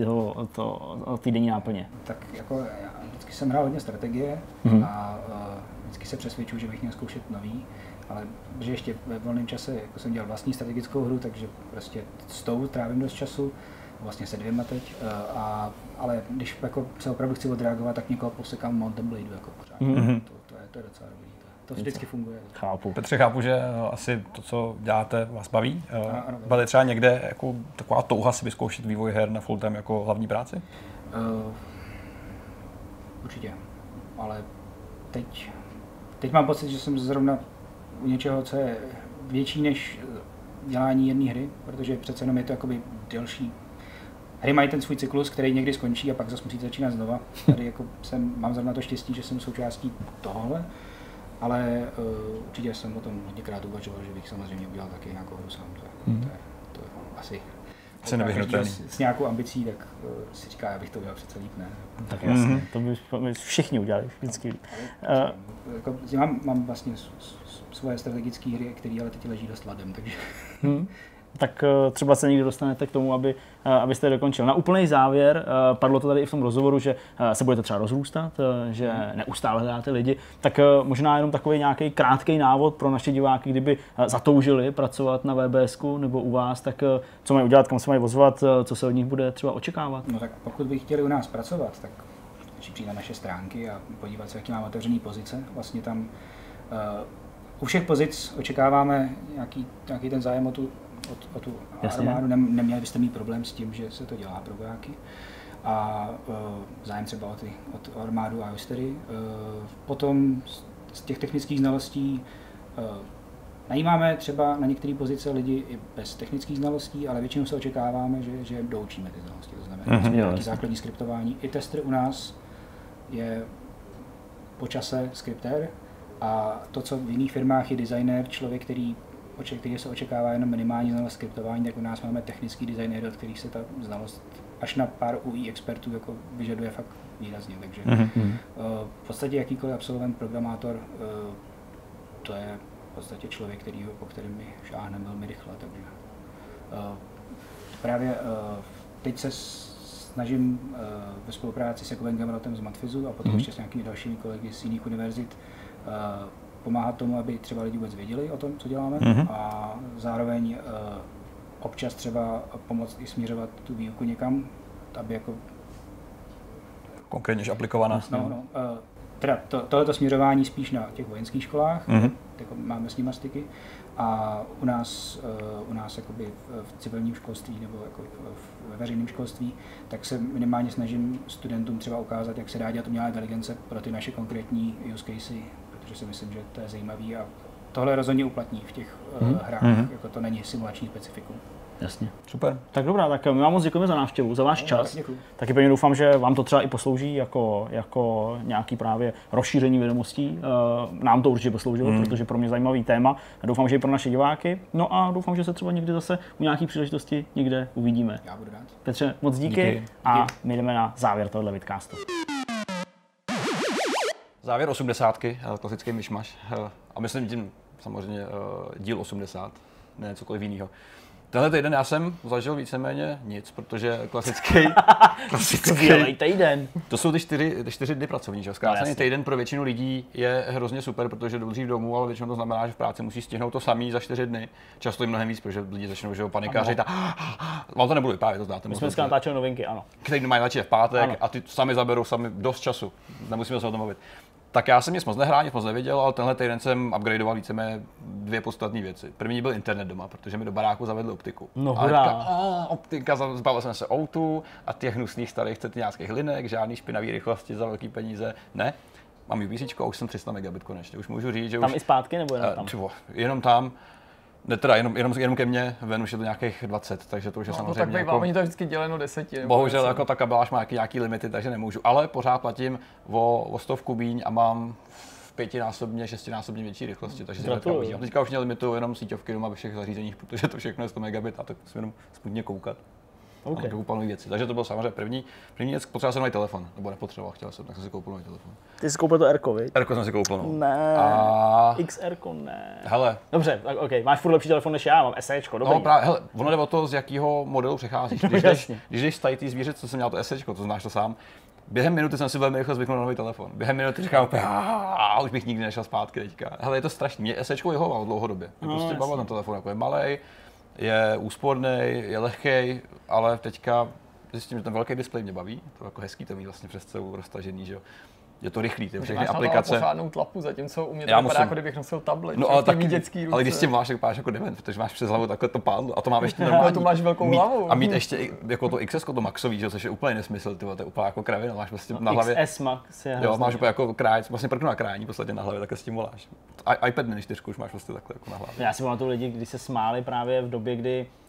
té denní náplně? Tak jako já vždycky jsem hrál hodně strategie mm-hmm. a uh, vždycky se přesvědčuji, že bych měl zkoušet nový, ale že ještě ve volném čase jako jsem dělal vlastní strategickou hru, takže prostě s tou trávím dost času, vlastně se dvěma teď, uh, a, ale když jako se opravdu chci odreagovat, tak někoho posekám Mountain Blade jako pořád. Mm-hmm. To, to, je, to je docela dobrý. To vždycky funguje. Chápu. Petře, chápu, že asi to, co děláte, vás baví. Byla třeba někde jako taková touha si vyzkoušet vývoj her na full-time jako hlavní práci? Uh, určitě, ale teď, teď mám pocit, že jsem zrovna u něčeho, co je větší než dělání jedné hry, protože přece jenom je to jakoby delší, hry mají ten svůj cyklus, který někdy skončí a pak zase musíte začínat znova. Tady jako jsem, mám zrovna to štěstí, že jsem součástí tohohle, ale uh, určitě jsem o tom hodněkrát uvažoval, že bych samozřejmě udělal taky nějakou hru sám. To, hmm. to, je, to je asi se nevyhnutelný. S, s nějakou ambicí, tak uh, si říká, já bych to udělal přece líp, ne? Tak jasně, mm-hmm. to by všichni udělali, vždycky líp. Ale, uh, jako, mám, mám vlastně svoje strategické hry, které ale teď leží dost ladem, takže... Hmm. Tak uh, třeba se někdy dostanete k tomu, aby, uh, abyste je dokončil. Na úplný závěr, uh, padlo to tady i v tom rozhovoru, že uh, se budete třeba rozrůstat, uh, že neustále hledáte lidi, tak uh, možná jenom takový nějaký krátký návod pro naše diváky, kdyby uh, zatoužili pracovat na VBSku nebo u vás, tak uh, co mají udělat, kam se mají ozvat, uh, co se od nich bude třeba očekávat? No tak pokud by chtěli u nás pracovat, tak přijít na naše stránky a podívat se, jaký máme otevřený pozice. Vlastně tam uh, u všech pozic očekáváme nějaký, nějaký ten zájem o tu O, o tu armádu, neměli byste mít problém s tím, že se to dělá pro vojáky. A uh, zájem třeba o, ty, o tu armádu a Oystery. Uh, potom z, z těch technických znalostí uh, najímáme třeba na některé pozice lidi i bez technických znalostí, ale většinou se očekáváme, že, že doučíme ty znalosti. To znamená, mm-hmm, že nějaké základní skriptování. I tester u nás je po čase skriptér a to, co v jiných firmách je designér, člověk, který který se očekává jenom minimální znalost skriptování, tak u nás máme technický designér, od kterých se ta znalost až na pár U I expertů jako vyžaduje fakt výrazně. Takže mm-hmm. v podstatě jakýkoliv absolvent, programátor, to je v podstatě člověk, který, po kterém my šáhneme velmi rychle. Takže právě teď se snažím ve spolupráci s Jakubem Gamratem z Matfizu a potom mm-hmm. ještě s nějakými dalšími kolegy z jiných univerzit pomáhat tomu, aby třeba lidi vůbec věděli o tom, co děláme mm-hmm. a zároveň uh, občas třeba pomoct i směřovat tu výuku někam, aby jako... Konkrétně aplikovaná. No, no, uh, teda to, tohleto směřování spíš na těch vojenských školách, mm-hmm. jako máme s nimi styky a u nás, uh, u nás jakoby v, v civilním školství nebo jako v, ve veřejném školství, tak se minimálně snažím studentům třeba ukázat, jak se dá dělat umělá inteligence pro ty naše konkrétní use casey, protože si myslím, že to je zajímavý a tohle rozhodně uplatní v těch uh, mm-hmm. hrách, mm-hmm. jako to není simulační specifikum. Jasně. Super. Tak dobrá, tak my vám moc děkujeme za návštěvu, za váš no, čas. Tak Taky pevně doufám, že vám to třeba i poslouží jako, jako nějaký právě rozšíření vědomostí. Uh, nám to určitě posloužilo, mm. protože pro mě zajímavý téma. Doufám, že i pro naše diváky. No a doufám, že se třeba někdy zase u nějaký příležitosti někde uvidíme. Já budu rád. Petře, moc díky, díky. A my jdeme na závěr tohoto vidcastu. Závěr osmdesátky, klasický myšmaš. A myslím tím samozřejmě díl osmdesát, ne cokoliv jiného. Tenhle týden já jsem zažil víceméně nic, protože klasický, klasický týden. To jsou ty čtyři, ty čtyři dny pracovní, že? Zkrácený no, týden pro většinu lidí je hrozně super, protože jdou dřív domů, ale většinou to znamená, že v práci musí stihnout to samý za čtyři dny. Často i mnohem víc, protože lidi začnou, že panikařit a vám to nebudu vyprávět, to znáte. My jsme dneska natáčeli novinky, ano. Který mají načít v pátek ano. A ty sami zaberou sami dost času, nemusíme se o tom mluvit. Tak já jsem nic moc nehrál, nic moc nevěděl, ale tenhle týden jsem upgradeoval víceméně dvě podstatné věci. První byl internet doma, protože mi do baráku zavedli optiku. No hurá. Optika, zbavil jsem se outu a těch hnusných starých cetňáckých linek, žádný špinavý rychlosti za velký peníze, ne. Mám UPCčko a už jsem tři sta megabit konečně, už můžu říct, že tam už... i zpátky nebo jenom tam? Třeba, jenom tam. Ne, teda jenom, jenom, jenom ke mně, ven už je to nějakých dvacet, takže to už je no, samozřejmě. No tak jako, oni to vždycky děleno deseti. Bohužel jako ta kabeláž má nějaký, nějaký limity, takže nemůžu, ale pořád platím o, o stovku míň a mám v pětinásobně, šestinásobně větší rychlosti, takže si hnedka užívám. Teďka už mě limituju jenom síťovky doma ve všech zařízeních, protože to všechno je sto megabit a tak musím jenom smutně koukat. Okay. A koupil věci. Takže to byl samozřejmě první. První věc, potřeboval jsem nový telefon, nebo nepotřeboval, chtěl jsem, tak jsem si koupil nový telefon. Ty jsi koupil to R-ko, viď? R-ko jsem si koupil, no. Ne, a... X R-ko ne. Hele. Dobře, tak OK, máš furt lepší telefon než já, mám SEčko, dobrý. No právě, hele, ono jde o to, z jakého modelu přecházíš. Když jdeš, když jdeš z té zvířec, co jsem měl to SEčko, to znáš to sám, během minuty jsem si velmi rychle zvyknul na nový telefon. Během minuty říkám úplně, a už bych nikdy nešel zpátky teďka. Hele, je to strašný, mě SEčko vyhovovalo dlouhodobě. Je no, prostě bavil ten telefon, jako je malej, je úsporný, je lehkej, ale teďka zjistím, že ten velký displej mě baví, to je jako hezký to mít vlastně přes celou roztažený, že jo. Je to rychlý, ty všechny aplikace. Máš pořádnou tlapu, zatímco u mě to vypadá, jako kdybych nosil tablet. No, ale, taky, dětský ruce. Ale když s tím máš, tak vypadáš jako dement, protože máš přes hlavu takhle to pádlo a to mám ještě normální. To máš velkou mít, hlavu. A mít ještě jako to X S, to maxový, že, což je úplně nesmysl, ty, to je úplně jako kravina, máš prostě no, na hlavě. X S Max je jo, máš úplně jako kráč, vlastně prknu na krání, prostě na hlavě, takhle s tím voláš. I, iPad mini čtyřku už máš prostě takhle jako na hlavě. Já si pamatuju lidi, když se smáli právě v době, kdy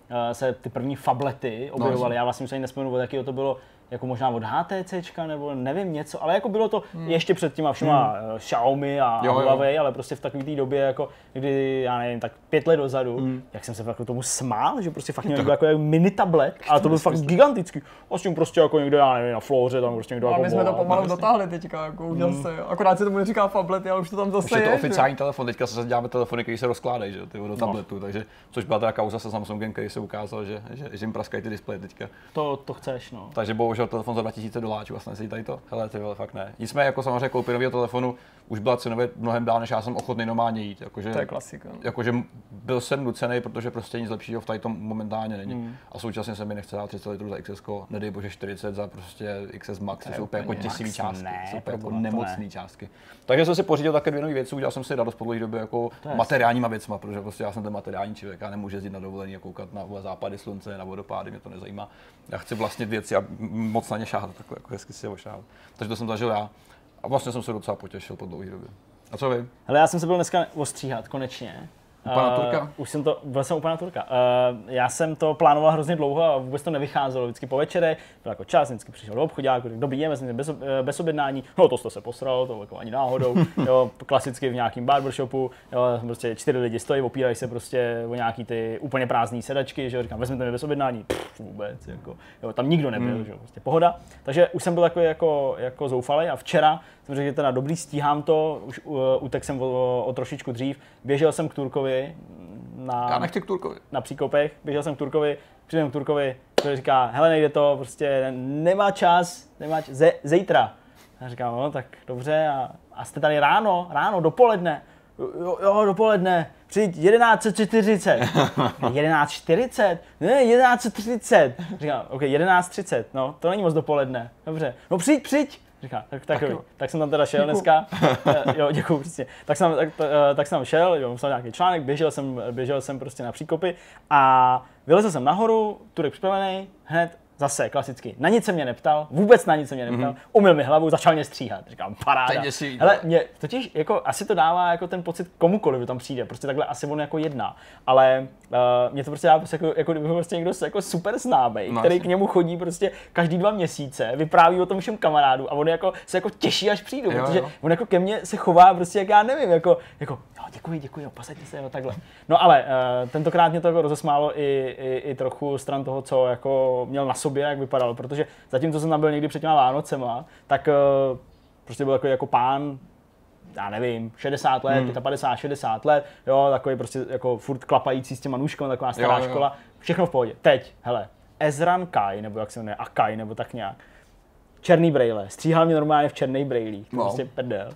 se ty první fablety objevovaly. No, já vlastně už ani nespomenu, od jakého to bylo, jako možná od HTCčka nebo nevím něco, ale jako bylo to hmm. ještě před těma všema hmm. Xiaomi a jo, Huawei, jo. ale prostě v takové té době, jako kdy, já nevím, tak pět let dozadu, hmm. jak jsem se jako tomu smál, že prostě fakt měl jako mini tablet, ale to byl fakt gigantický. Vlastně prostě jako někde, já nevím, na Flóře, tam prostě někdo no, jako my jsme to pomalu dotáhli teďka, jako už hmm. zase, akorát se tomu neříká tablety, ale už to tam zase už je. je to oficiální telefon, teďka se děláme telefony, které se rozkládají, že ty do tabletu, no. takže což byla ta kauza se Samsungem, který se ukázal, že, že, že jim praskají ty displeje teďka. To, to chceš, no. Takže bohužel telefon za dva tisíce doláčů, vlastně si tady to, hele, ty vole, fakt ne. Nicméně jako samozřejmě koupě nového telefonu už byla cenově mnohem dál, než já jsem ochotný normálně jít. Jakože, to je klasika. Jakože byl jsem nucený, protože prostě nic lepšího v tady tom momentálně není. Mm. A současně se mi nechce dát třicet litrů za X S, nedej bože čtyřicet za prostě X S Max, to jsou úplně jako děsivý částky, ne, jsou úplně jako nemocný částky. Takže jsem si pořídil také dvě nové věci, udělal jsem si radost po dlouhé době jako materiálníma věcma, protože prostě já jsem ten materiální člověk, já nemůžu jezdit na dovolení a koukat na západy slunce, na vodopády, mě to nezajímá. Já chci vlastnit věci a moc na ně šáhat, takhle jako hezky si je ošáhat. Takže to jsem zažil já a vlastně jsem se docela potěšil po dlouhé době. A co vy? Hele, já jsem se byl dneska ostříhat konečně. U pana uh, Turka? Už jsem to, byl jsem u pana Turka. Uh, já jsem to plánoval hrozně dlouho a vůbec to nevycházelo. Vždycky po večerech, byl jako čas, vždycky přišel do obchodáku, dobrý den, bez, bez objednání. No to jste se posral, to jako ani náhodou. Jo, klasicky v nějakém barbershopu, jo, prostě čtyři lidi stojí, opírají se prostě o nějaký ty úplně prázdné sedačky, že jo, říkám, vezměte mi bez objednání. Pff, vůbec, jako, jo, tam nikdo nebyl, hmm. že jo, prostě pohoda. Takže už jsem byl jako, jako, jako zoufalej a včera jsem řekl, že teda dobrý, stíhám to, už uh, utek jsem o, o trošičku dřív, běžel jsem k Turkovi na, Já nechci k Turkovi. na Příkopech, běžel jsem k Turkovi, přijdem k Turkovi, který říká, hele, nejde to, prostě nemá čas, nemá čas, ze, zítra. Já říkám, no tak dobře, a, a jste tady ráno, ráno, dopoledne, jo, jo dopoledne, přijď jedenáct čtyřicet. jedenáct čtyřicet? Ne, jedenáct třicet. Říkám, ok, jedenáct třicet, no, to není moc dopoledne, dobře, no přijď, přijď. Říká, tak, tak, tak, tak jsem tam teda šel dneska, jo, děkuju, prostě. Tak jsem, tak, tak jsem tam šel, jo, musel nějaký článek, běžel jsem, běžel jsem prostě na Příkopy a vylezl jsem nahoru, Turek připravený, hned zase klasicky. Na nic se mě neptal, vůbec na nic se mě neptal, mm-hmm. umyl mi hlavu, začal mě stříhat. Říkám, paráda. Hele, mě totiž jako asi to dává jako ten pocit komukoliv, kdo tam přijde, prostě takhle asi on jako jedná, ale uh, mě to prostě dává prostě jako, jako kdyby prostě někdo jako super známý, no, který k němu chodí prostě každý dva měsíce, vypráví o tom všem kamarádu a on jako se jako těší, až přijdu, jo, protože jo. on jako ke mně se chová prostě jak já nevím, jako, jako jo, děkuji, děkuji, posaďte se, jo, takhle. No ale uh, tentokrát mě to jako rozesmálo i, i, i trochu stran toho, co jako měl na sobě, jak vypadal, protože zatímco jsem tam byl někdy před těma Vánocema, tak uh, prostě byl jako, jako pán, já nevím, šedesát let, hmm. padesát šedesát let, jo, takový prostě jako furt klapající s těma nůžkama, taková stará jo, jo. škola, všechno v pohodě. Teď, hele, Ezran Kai, nebo jak se jmenuje, Akai, nebo tak nějak, černý brejle, stříhal mě normálně v černých brejlích, to no. prostě prdel.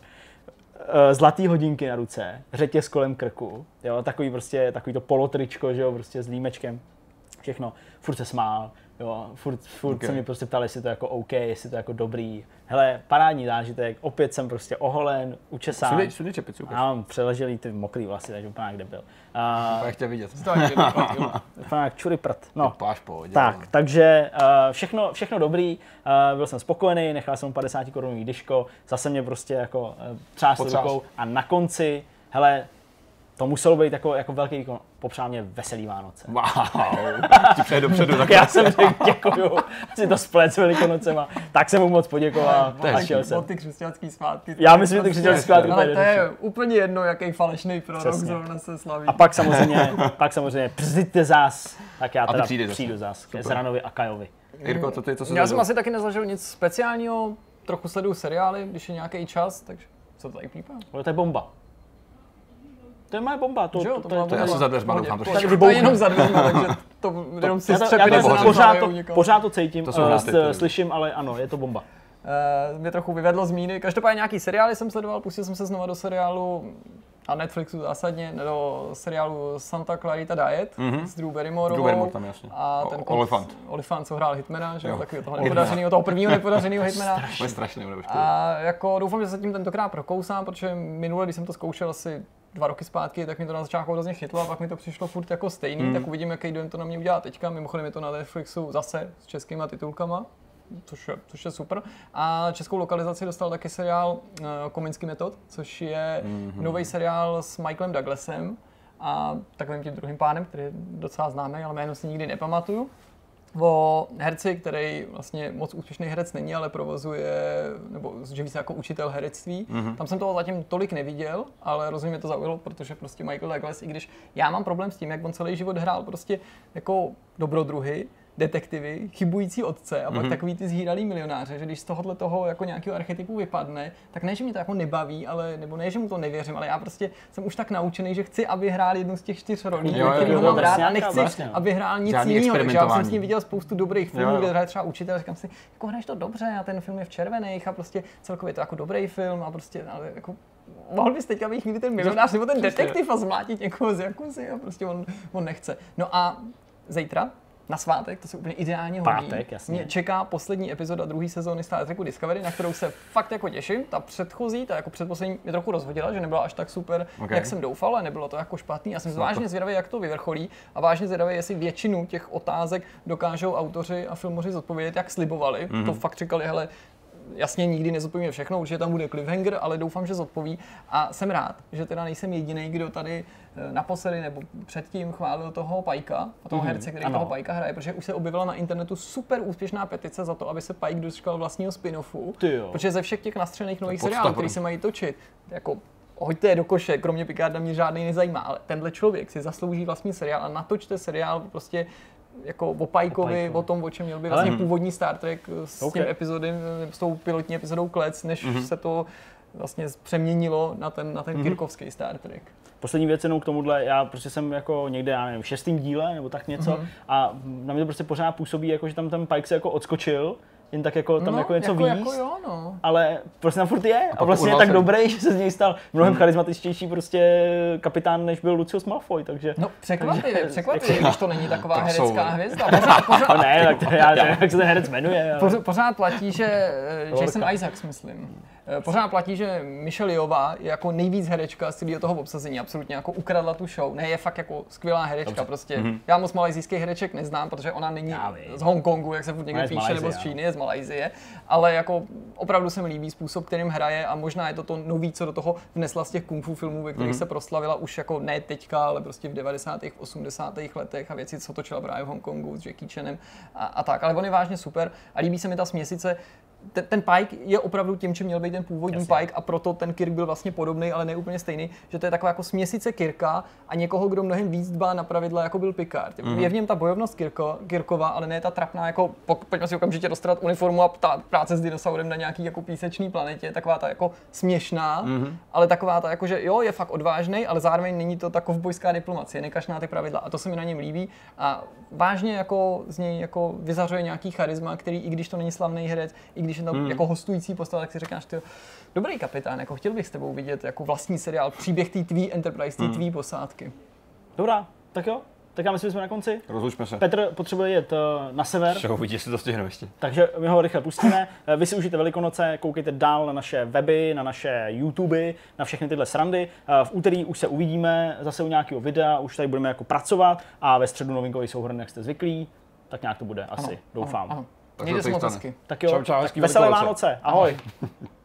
Zlatý hodinky na ruce, řetěz kolem krku, jo, takový prostě, takový to polotričko, že jo, prostě s límečkem, všechno, furt se smál, jo, furt, furt okay. se mi prostě ptali, jestli to jako OK, jestli to jako dobrý. Hele, parádní zážitek, opět jsem prostě oholen, učesán. Sudej, sudej čepici, ukaž. Já mám přeleželý ty mokrý vlasy, takže úplně kde byl. Uh, já chtěl vidět. Úplně jak čury prd. No, páš pohodě. Tak, takže uh, všechno, všechno dobrý, uh, byl jsem spokojený, nechal jsem padesát korunový diško, zase mě prostě jako uh, třásl rukou a na konci, hele, to muselo být jako, jako velký výkon. Popřál mě veselý Vánoce. Wow, ti přeje dopředu. Tak já jsem řekl děkuju, si to splet s Velikonocema. Tak jsem mu moc poděkoval a šel jsem. Ty křesťanský svátky. Já myslím, že ty křesťanský svátky. Ale to je úplně jedno, jaký falešný prorok zrovna se slaví. A pak samozřejmě, pak samozřejmě přijďte zás, tak já teda přijdu zás k Ezranovi a Kajovi. Jirko, co ty, co se Já jsem asi taky nezažil nic speciálního, trochu sleduju seriály, když je nějaký čas, takže co to tady pípá? Ale to je bomba. To je moje bomba. To, jo, to, to, to, to, to je asi za dveřma, doufám. To je jenom za dveřma, takže to jenom si střepy nebo pořád, to, pořád to cítím, to uh, s, slyším, ale ano, je to bomba. Uh, mě trochu vyvedlo z míny. Každopádně nějaký seriály jsem sledoval, pustil jsem se znova do seriálu a Netflixu zásadně, do seriálu Santa Clarita Diet mm-hmm. s Drew Barrymoreovou. Drew Barrymore tam jasně. A ten Olifant. Olifant, co hrál Hitmana, že jo, takový toho nepodařenýho, toho prvního nepodařenýho Hitmana. To je strašný, a jako doufám, že se tím tentokrát prokousám, protože minule, když jsem to zkoušel asi dva roky zpátky, tak mi to na začátku hrozně chytlo a pak mi to přišlo furt jako stejný, mm. tak uvidím, jaký dojem to na mě udělá teďka. Mimochodem je to na Netflixu zase s českýma titulkama, což je, což je super. A českou lokalizaci dostal taky seriál uh, Kominsky metod, což je mm-hmm. nový seriál s Michaelem Douglasem. a takovým tím druhým pánem, který je docela známý, ale jméno si nikdy nepamatuju. O herci, který vlastně moc úspěšný herec není, ale provozuje, nebo živí se jako učitel herectví. Mm-hmm. Tam jsem toho zatím tolik neviděl, ale rozhodně mě to zaujalo, protože prostě Michael Douglas, i když já mám problém s tím, jak on celý život hrál prostě jako dobrodruhy, detektivy, chybující otce a pak mm-hmm. takový ty zhýralý milionáře, že když z tohohle toho jako nějakého archetypu vypadne, tak ne, že mě to jako nebaví, ale nebo ne, že mu to nevěřím, ale já prostě jsem už tak naučený, že chci, aby hrál jednu z těch čtyř rolí, který ho mám rád a nechci, vlastně, aby hrál nic jiného. Takže já jsem s ním viděl spoustu dobrých filmů, kde hraje třeba učitel, a říkám si, jako hraješ to dobře a ten film je v červených a prostě celkově to jako dobrý film a prostě ale jako mohl bys teďka být chvíli ten milionář nebo ten detektiv a zmlátit někoho z jakuzy a prostě on, on nechce. No a zítra na svátek, to se úplně ideálně hodí. Pátek, jasně. Mě čeká poslední epizoda druhé sezóny Star Treku Discovery, na kterou se fakt jako těším. Ta předchozí, ta jako předposlední mě trochu rozhodila, že nebyla až tak super, okay. jak jsem doufal, ale nebylo to jako špatný. A jsem vážně zvědavý, jak to vyvrcholí a vážně zvědavý, jestli většinu těch otázek dokážou autoři a filmoři zodpovědět, jak slibovali. Mm-hmm. To fakt říkali, hele, jasně nikdy nezodpovíme všechno, určitě tam bude cliffhanger, ale doufám, že zodpoví. A jsem rád, že teda nejsem jediný, kdo tady naposledy nebo předtím chválil toho Pikea a toho mm, herce, který ano. toho Pikea hraje, protože už se objevila na internetu super úspěšná petice za to, aby se Pike dočkal vlastního spin-offu. Protože ze všech těch nastřelených nových seriálů, který se mají točit, jako hoďte je do koše, kromě Picarda mě žádný nezajímá, ale tenhle člověk si zaslouží vlastní seriál a natočte seriál prostě jako o Pikeovi, o tom, o čem měl by vlastně ale... původní Star Trek s okay. tím epizodem, s tou pilotní epizodou Klec, než mm-hmm. se to vlastně přeměnilo na ten, na ten mm-hmm. Kirkovský Star Trek. Poslední věc jenom k tomuhle, já prostě jsem jako někde, já nevím, v šestém díle nebo tak něco mm-hmm. a na mě to prostě pořád působí, jako že tam ten Pike se jako odskočil, jen tak jako tam no, jako něco jako, víc, jako jo, no. ale prostě tam furt je a, a vlastně je tak dobrý, že se z něj stal mnohem hmm. charismatičtější prostě kapitán, než byl Lucius Malfoy, takže... No překvapivě, překvapivě, když to není taková tak herecká jsou. hvězda. Pořád, pořád, no ne, tak to já nevím, jak se ten herec jmenuje. Ale... Pořád, pořád platí, že Jason Isaacs, myslím. Pořád platí, že Michelle Yeohová je jako nejvíc herečka z celého toho obsazení, absolutně jako ukradla tu show. Ne, je fakt jako skvělá herečka, dobře. Prostě. Mm-hmm. Já moc malajzijských hereček neznám, protože ona není z Hongkongu, jak se furt někdo píše, nebo z Číny, je z Malajsie, ale jako opravdu se mi líbí způsob, kterým hraje a možná je to to nový, co do toho vnesla z těch kung fu filmů, ve kterých mm-hmm. se proslavila už jako ne teďka, ale prostě v devadesátých, osmdesátých letech a věci, co točila právě v Hongkongu s Jackie Chanem a, a tak. Ale on je vážně super a líbí se mi ta směsice. Ten, ten Pike je opravdu tím, čím měl být ten původní Jasně. Pike a proto ten Kirk byl vlastně podobný, ale ne úplně stejný, že to je taková jako směsice Kirka a někoho, kdo mnohem víc dbá na pravidla, jako byl Picard. Mm-hmm. Je v něm ta bojovnost Kirko, Kirkova, ale ne ta trapná, jako pojďme si okamžitě dostat uniformu a ptát, práce s dinosaurem na nějaký jako písečný planetě, taková ta jako směšná, mm-hmm. ale taková ta jako, že jo, je fakt odvážný, ale zároveň není to ta kovbojská diplomacie, nekaž na ty pravidla a to se mi na něm líbí a vážně jako z něj jako vyzařuje nějaký charisma, který i když to není slavný herec, i když je to mm. jako hostující postava, tak si říkáš, ty dobrý kapitán, jako chtěl bych s tebou vidět jako vlastní seriál, příběh té tvý Enterprise, té mm. tvý posádky. Dobrá, tak jo. Tak já myslím, že jsme na konci. Rozlučme se. Petr potřebuje jet na sever. Čo, uvidíš, jestli to stihnu ještě. Takže my ho rychle pustíme. Vy si užijte Velikonoce, koukejte dál na naše weby, na naše YouTube, na všechny tyhle srandy. V úterý už se uvidíme zase u nějakého videa, už tady budeme jako pracovat a ve středu novinkový souhrn, jak jste zvyklí. Tak nějak to bude asi, ano, doufám. Ano, ano. Mějte se moc hezky. Tak jo, čau, čau, tak veselé Vánoce. Ahoj. Ahoj.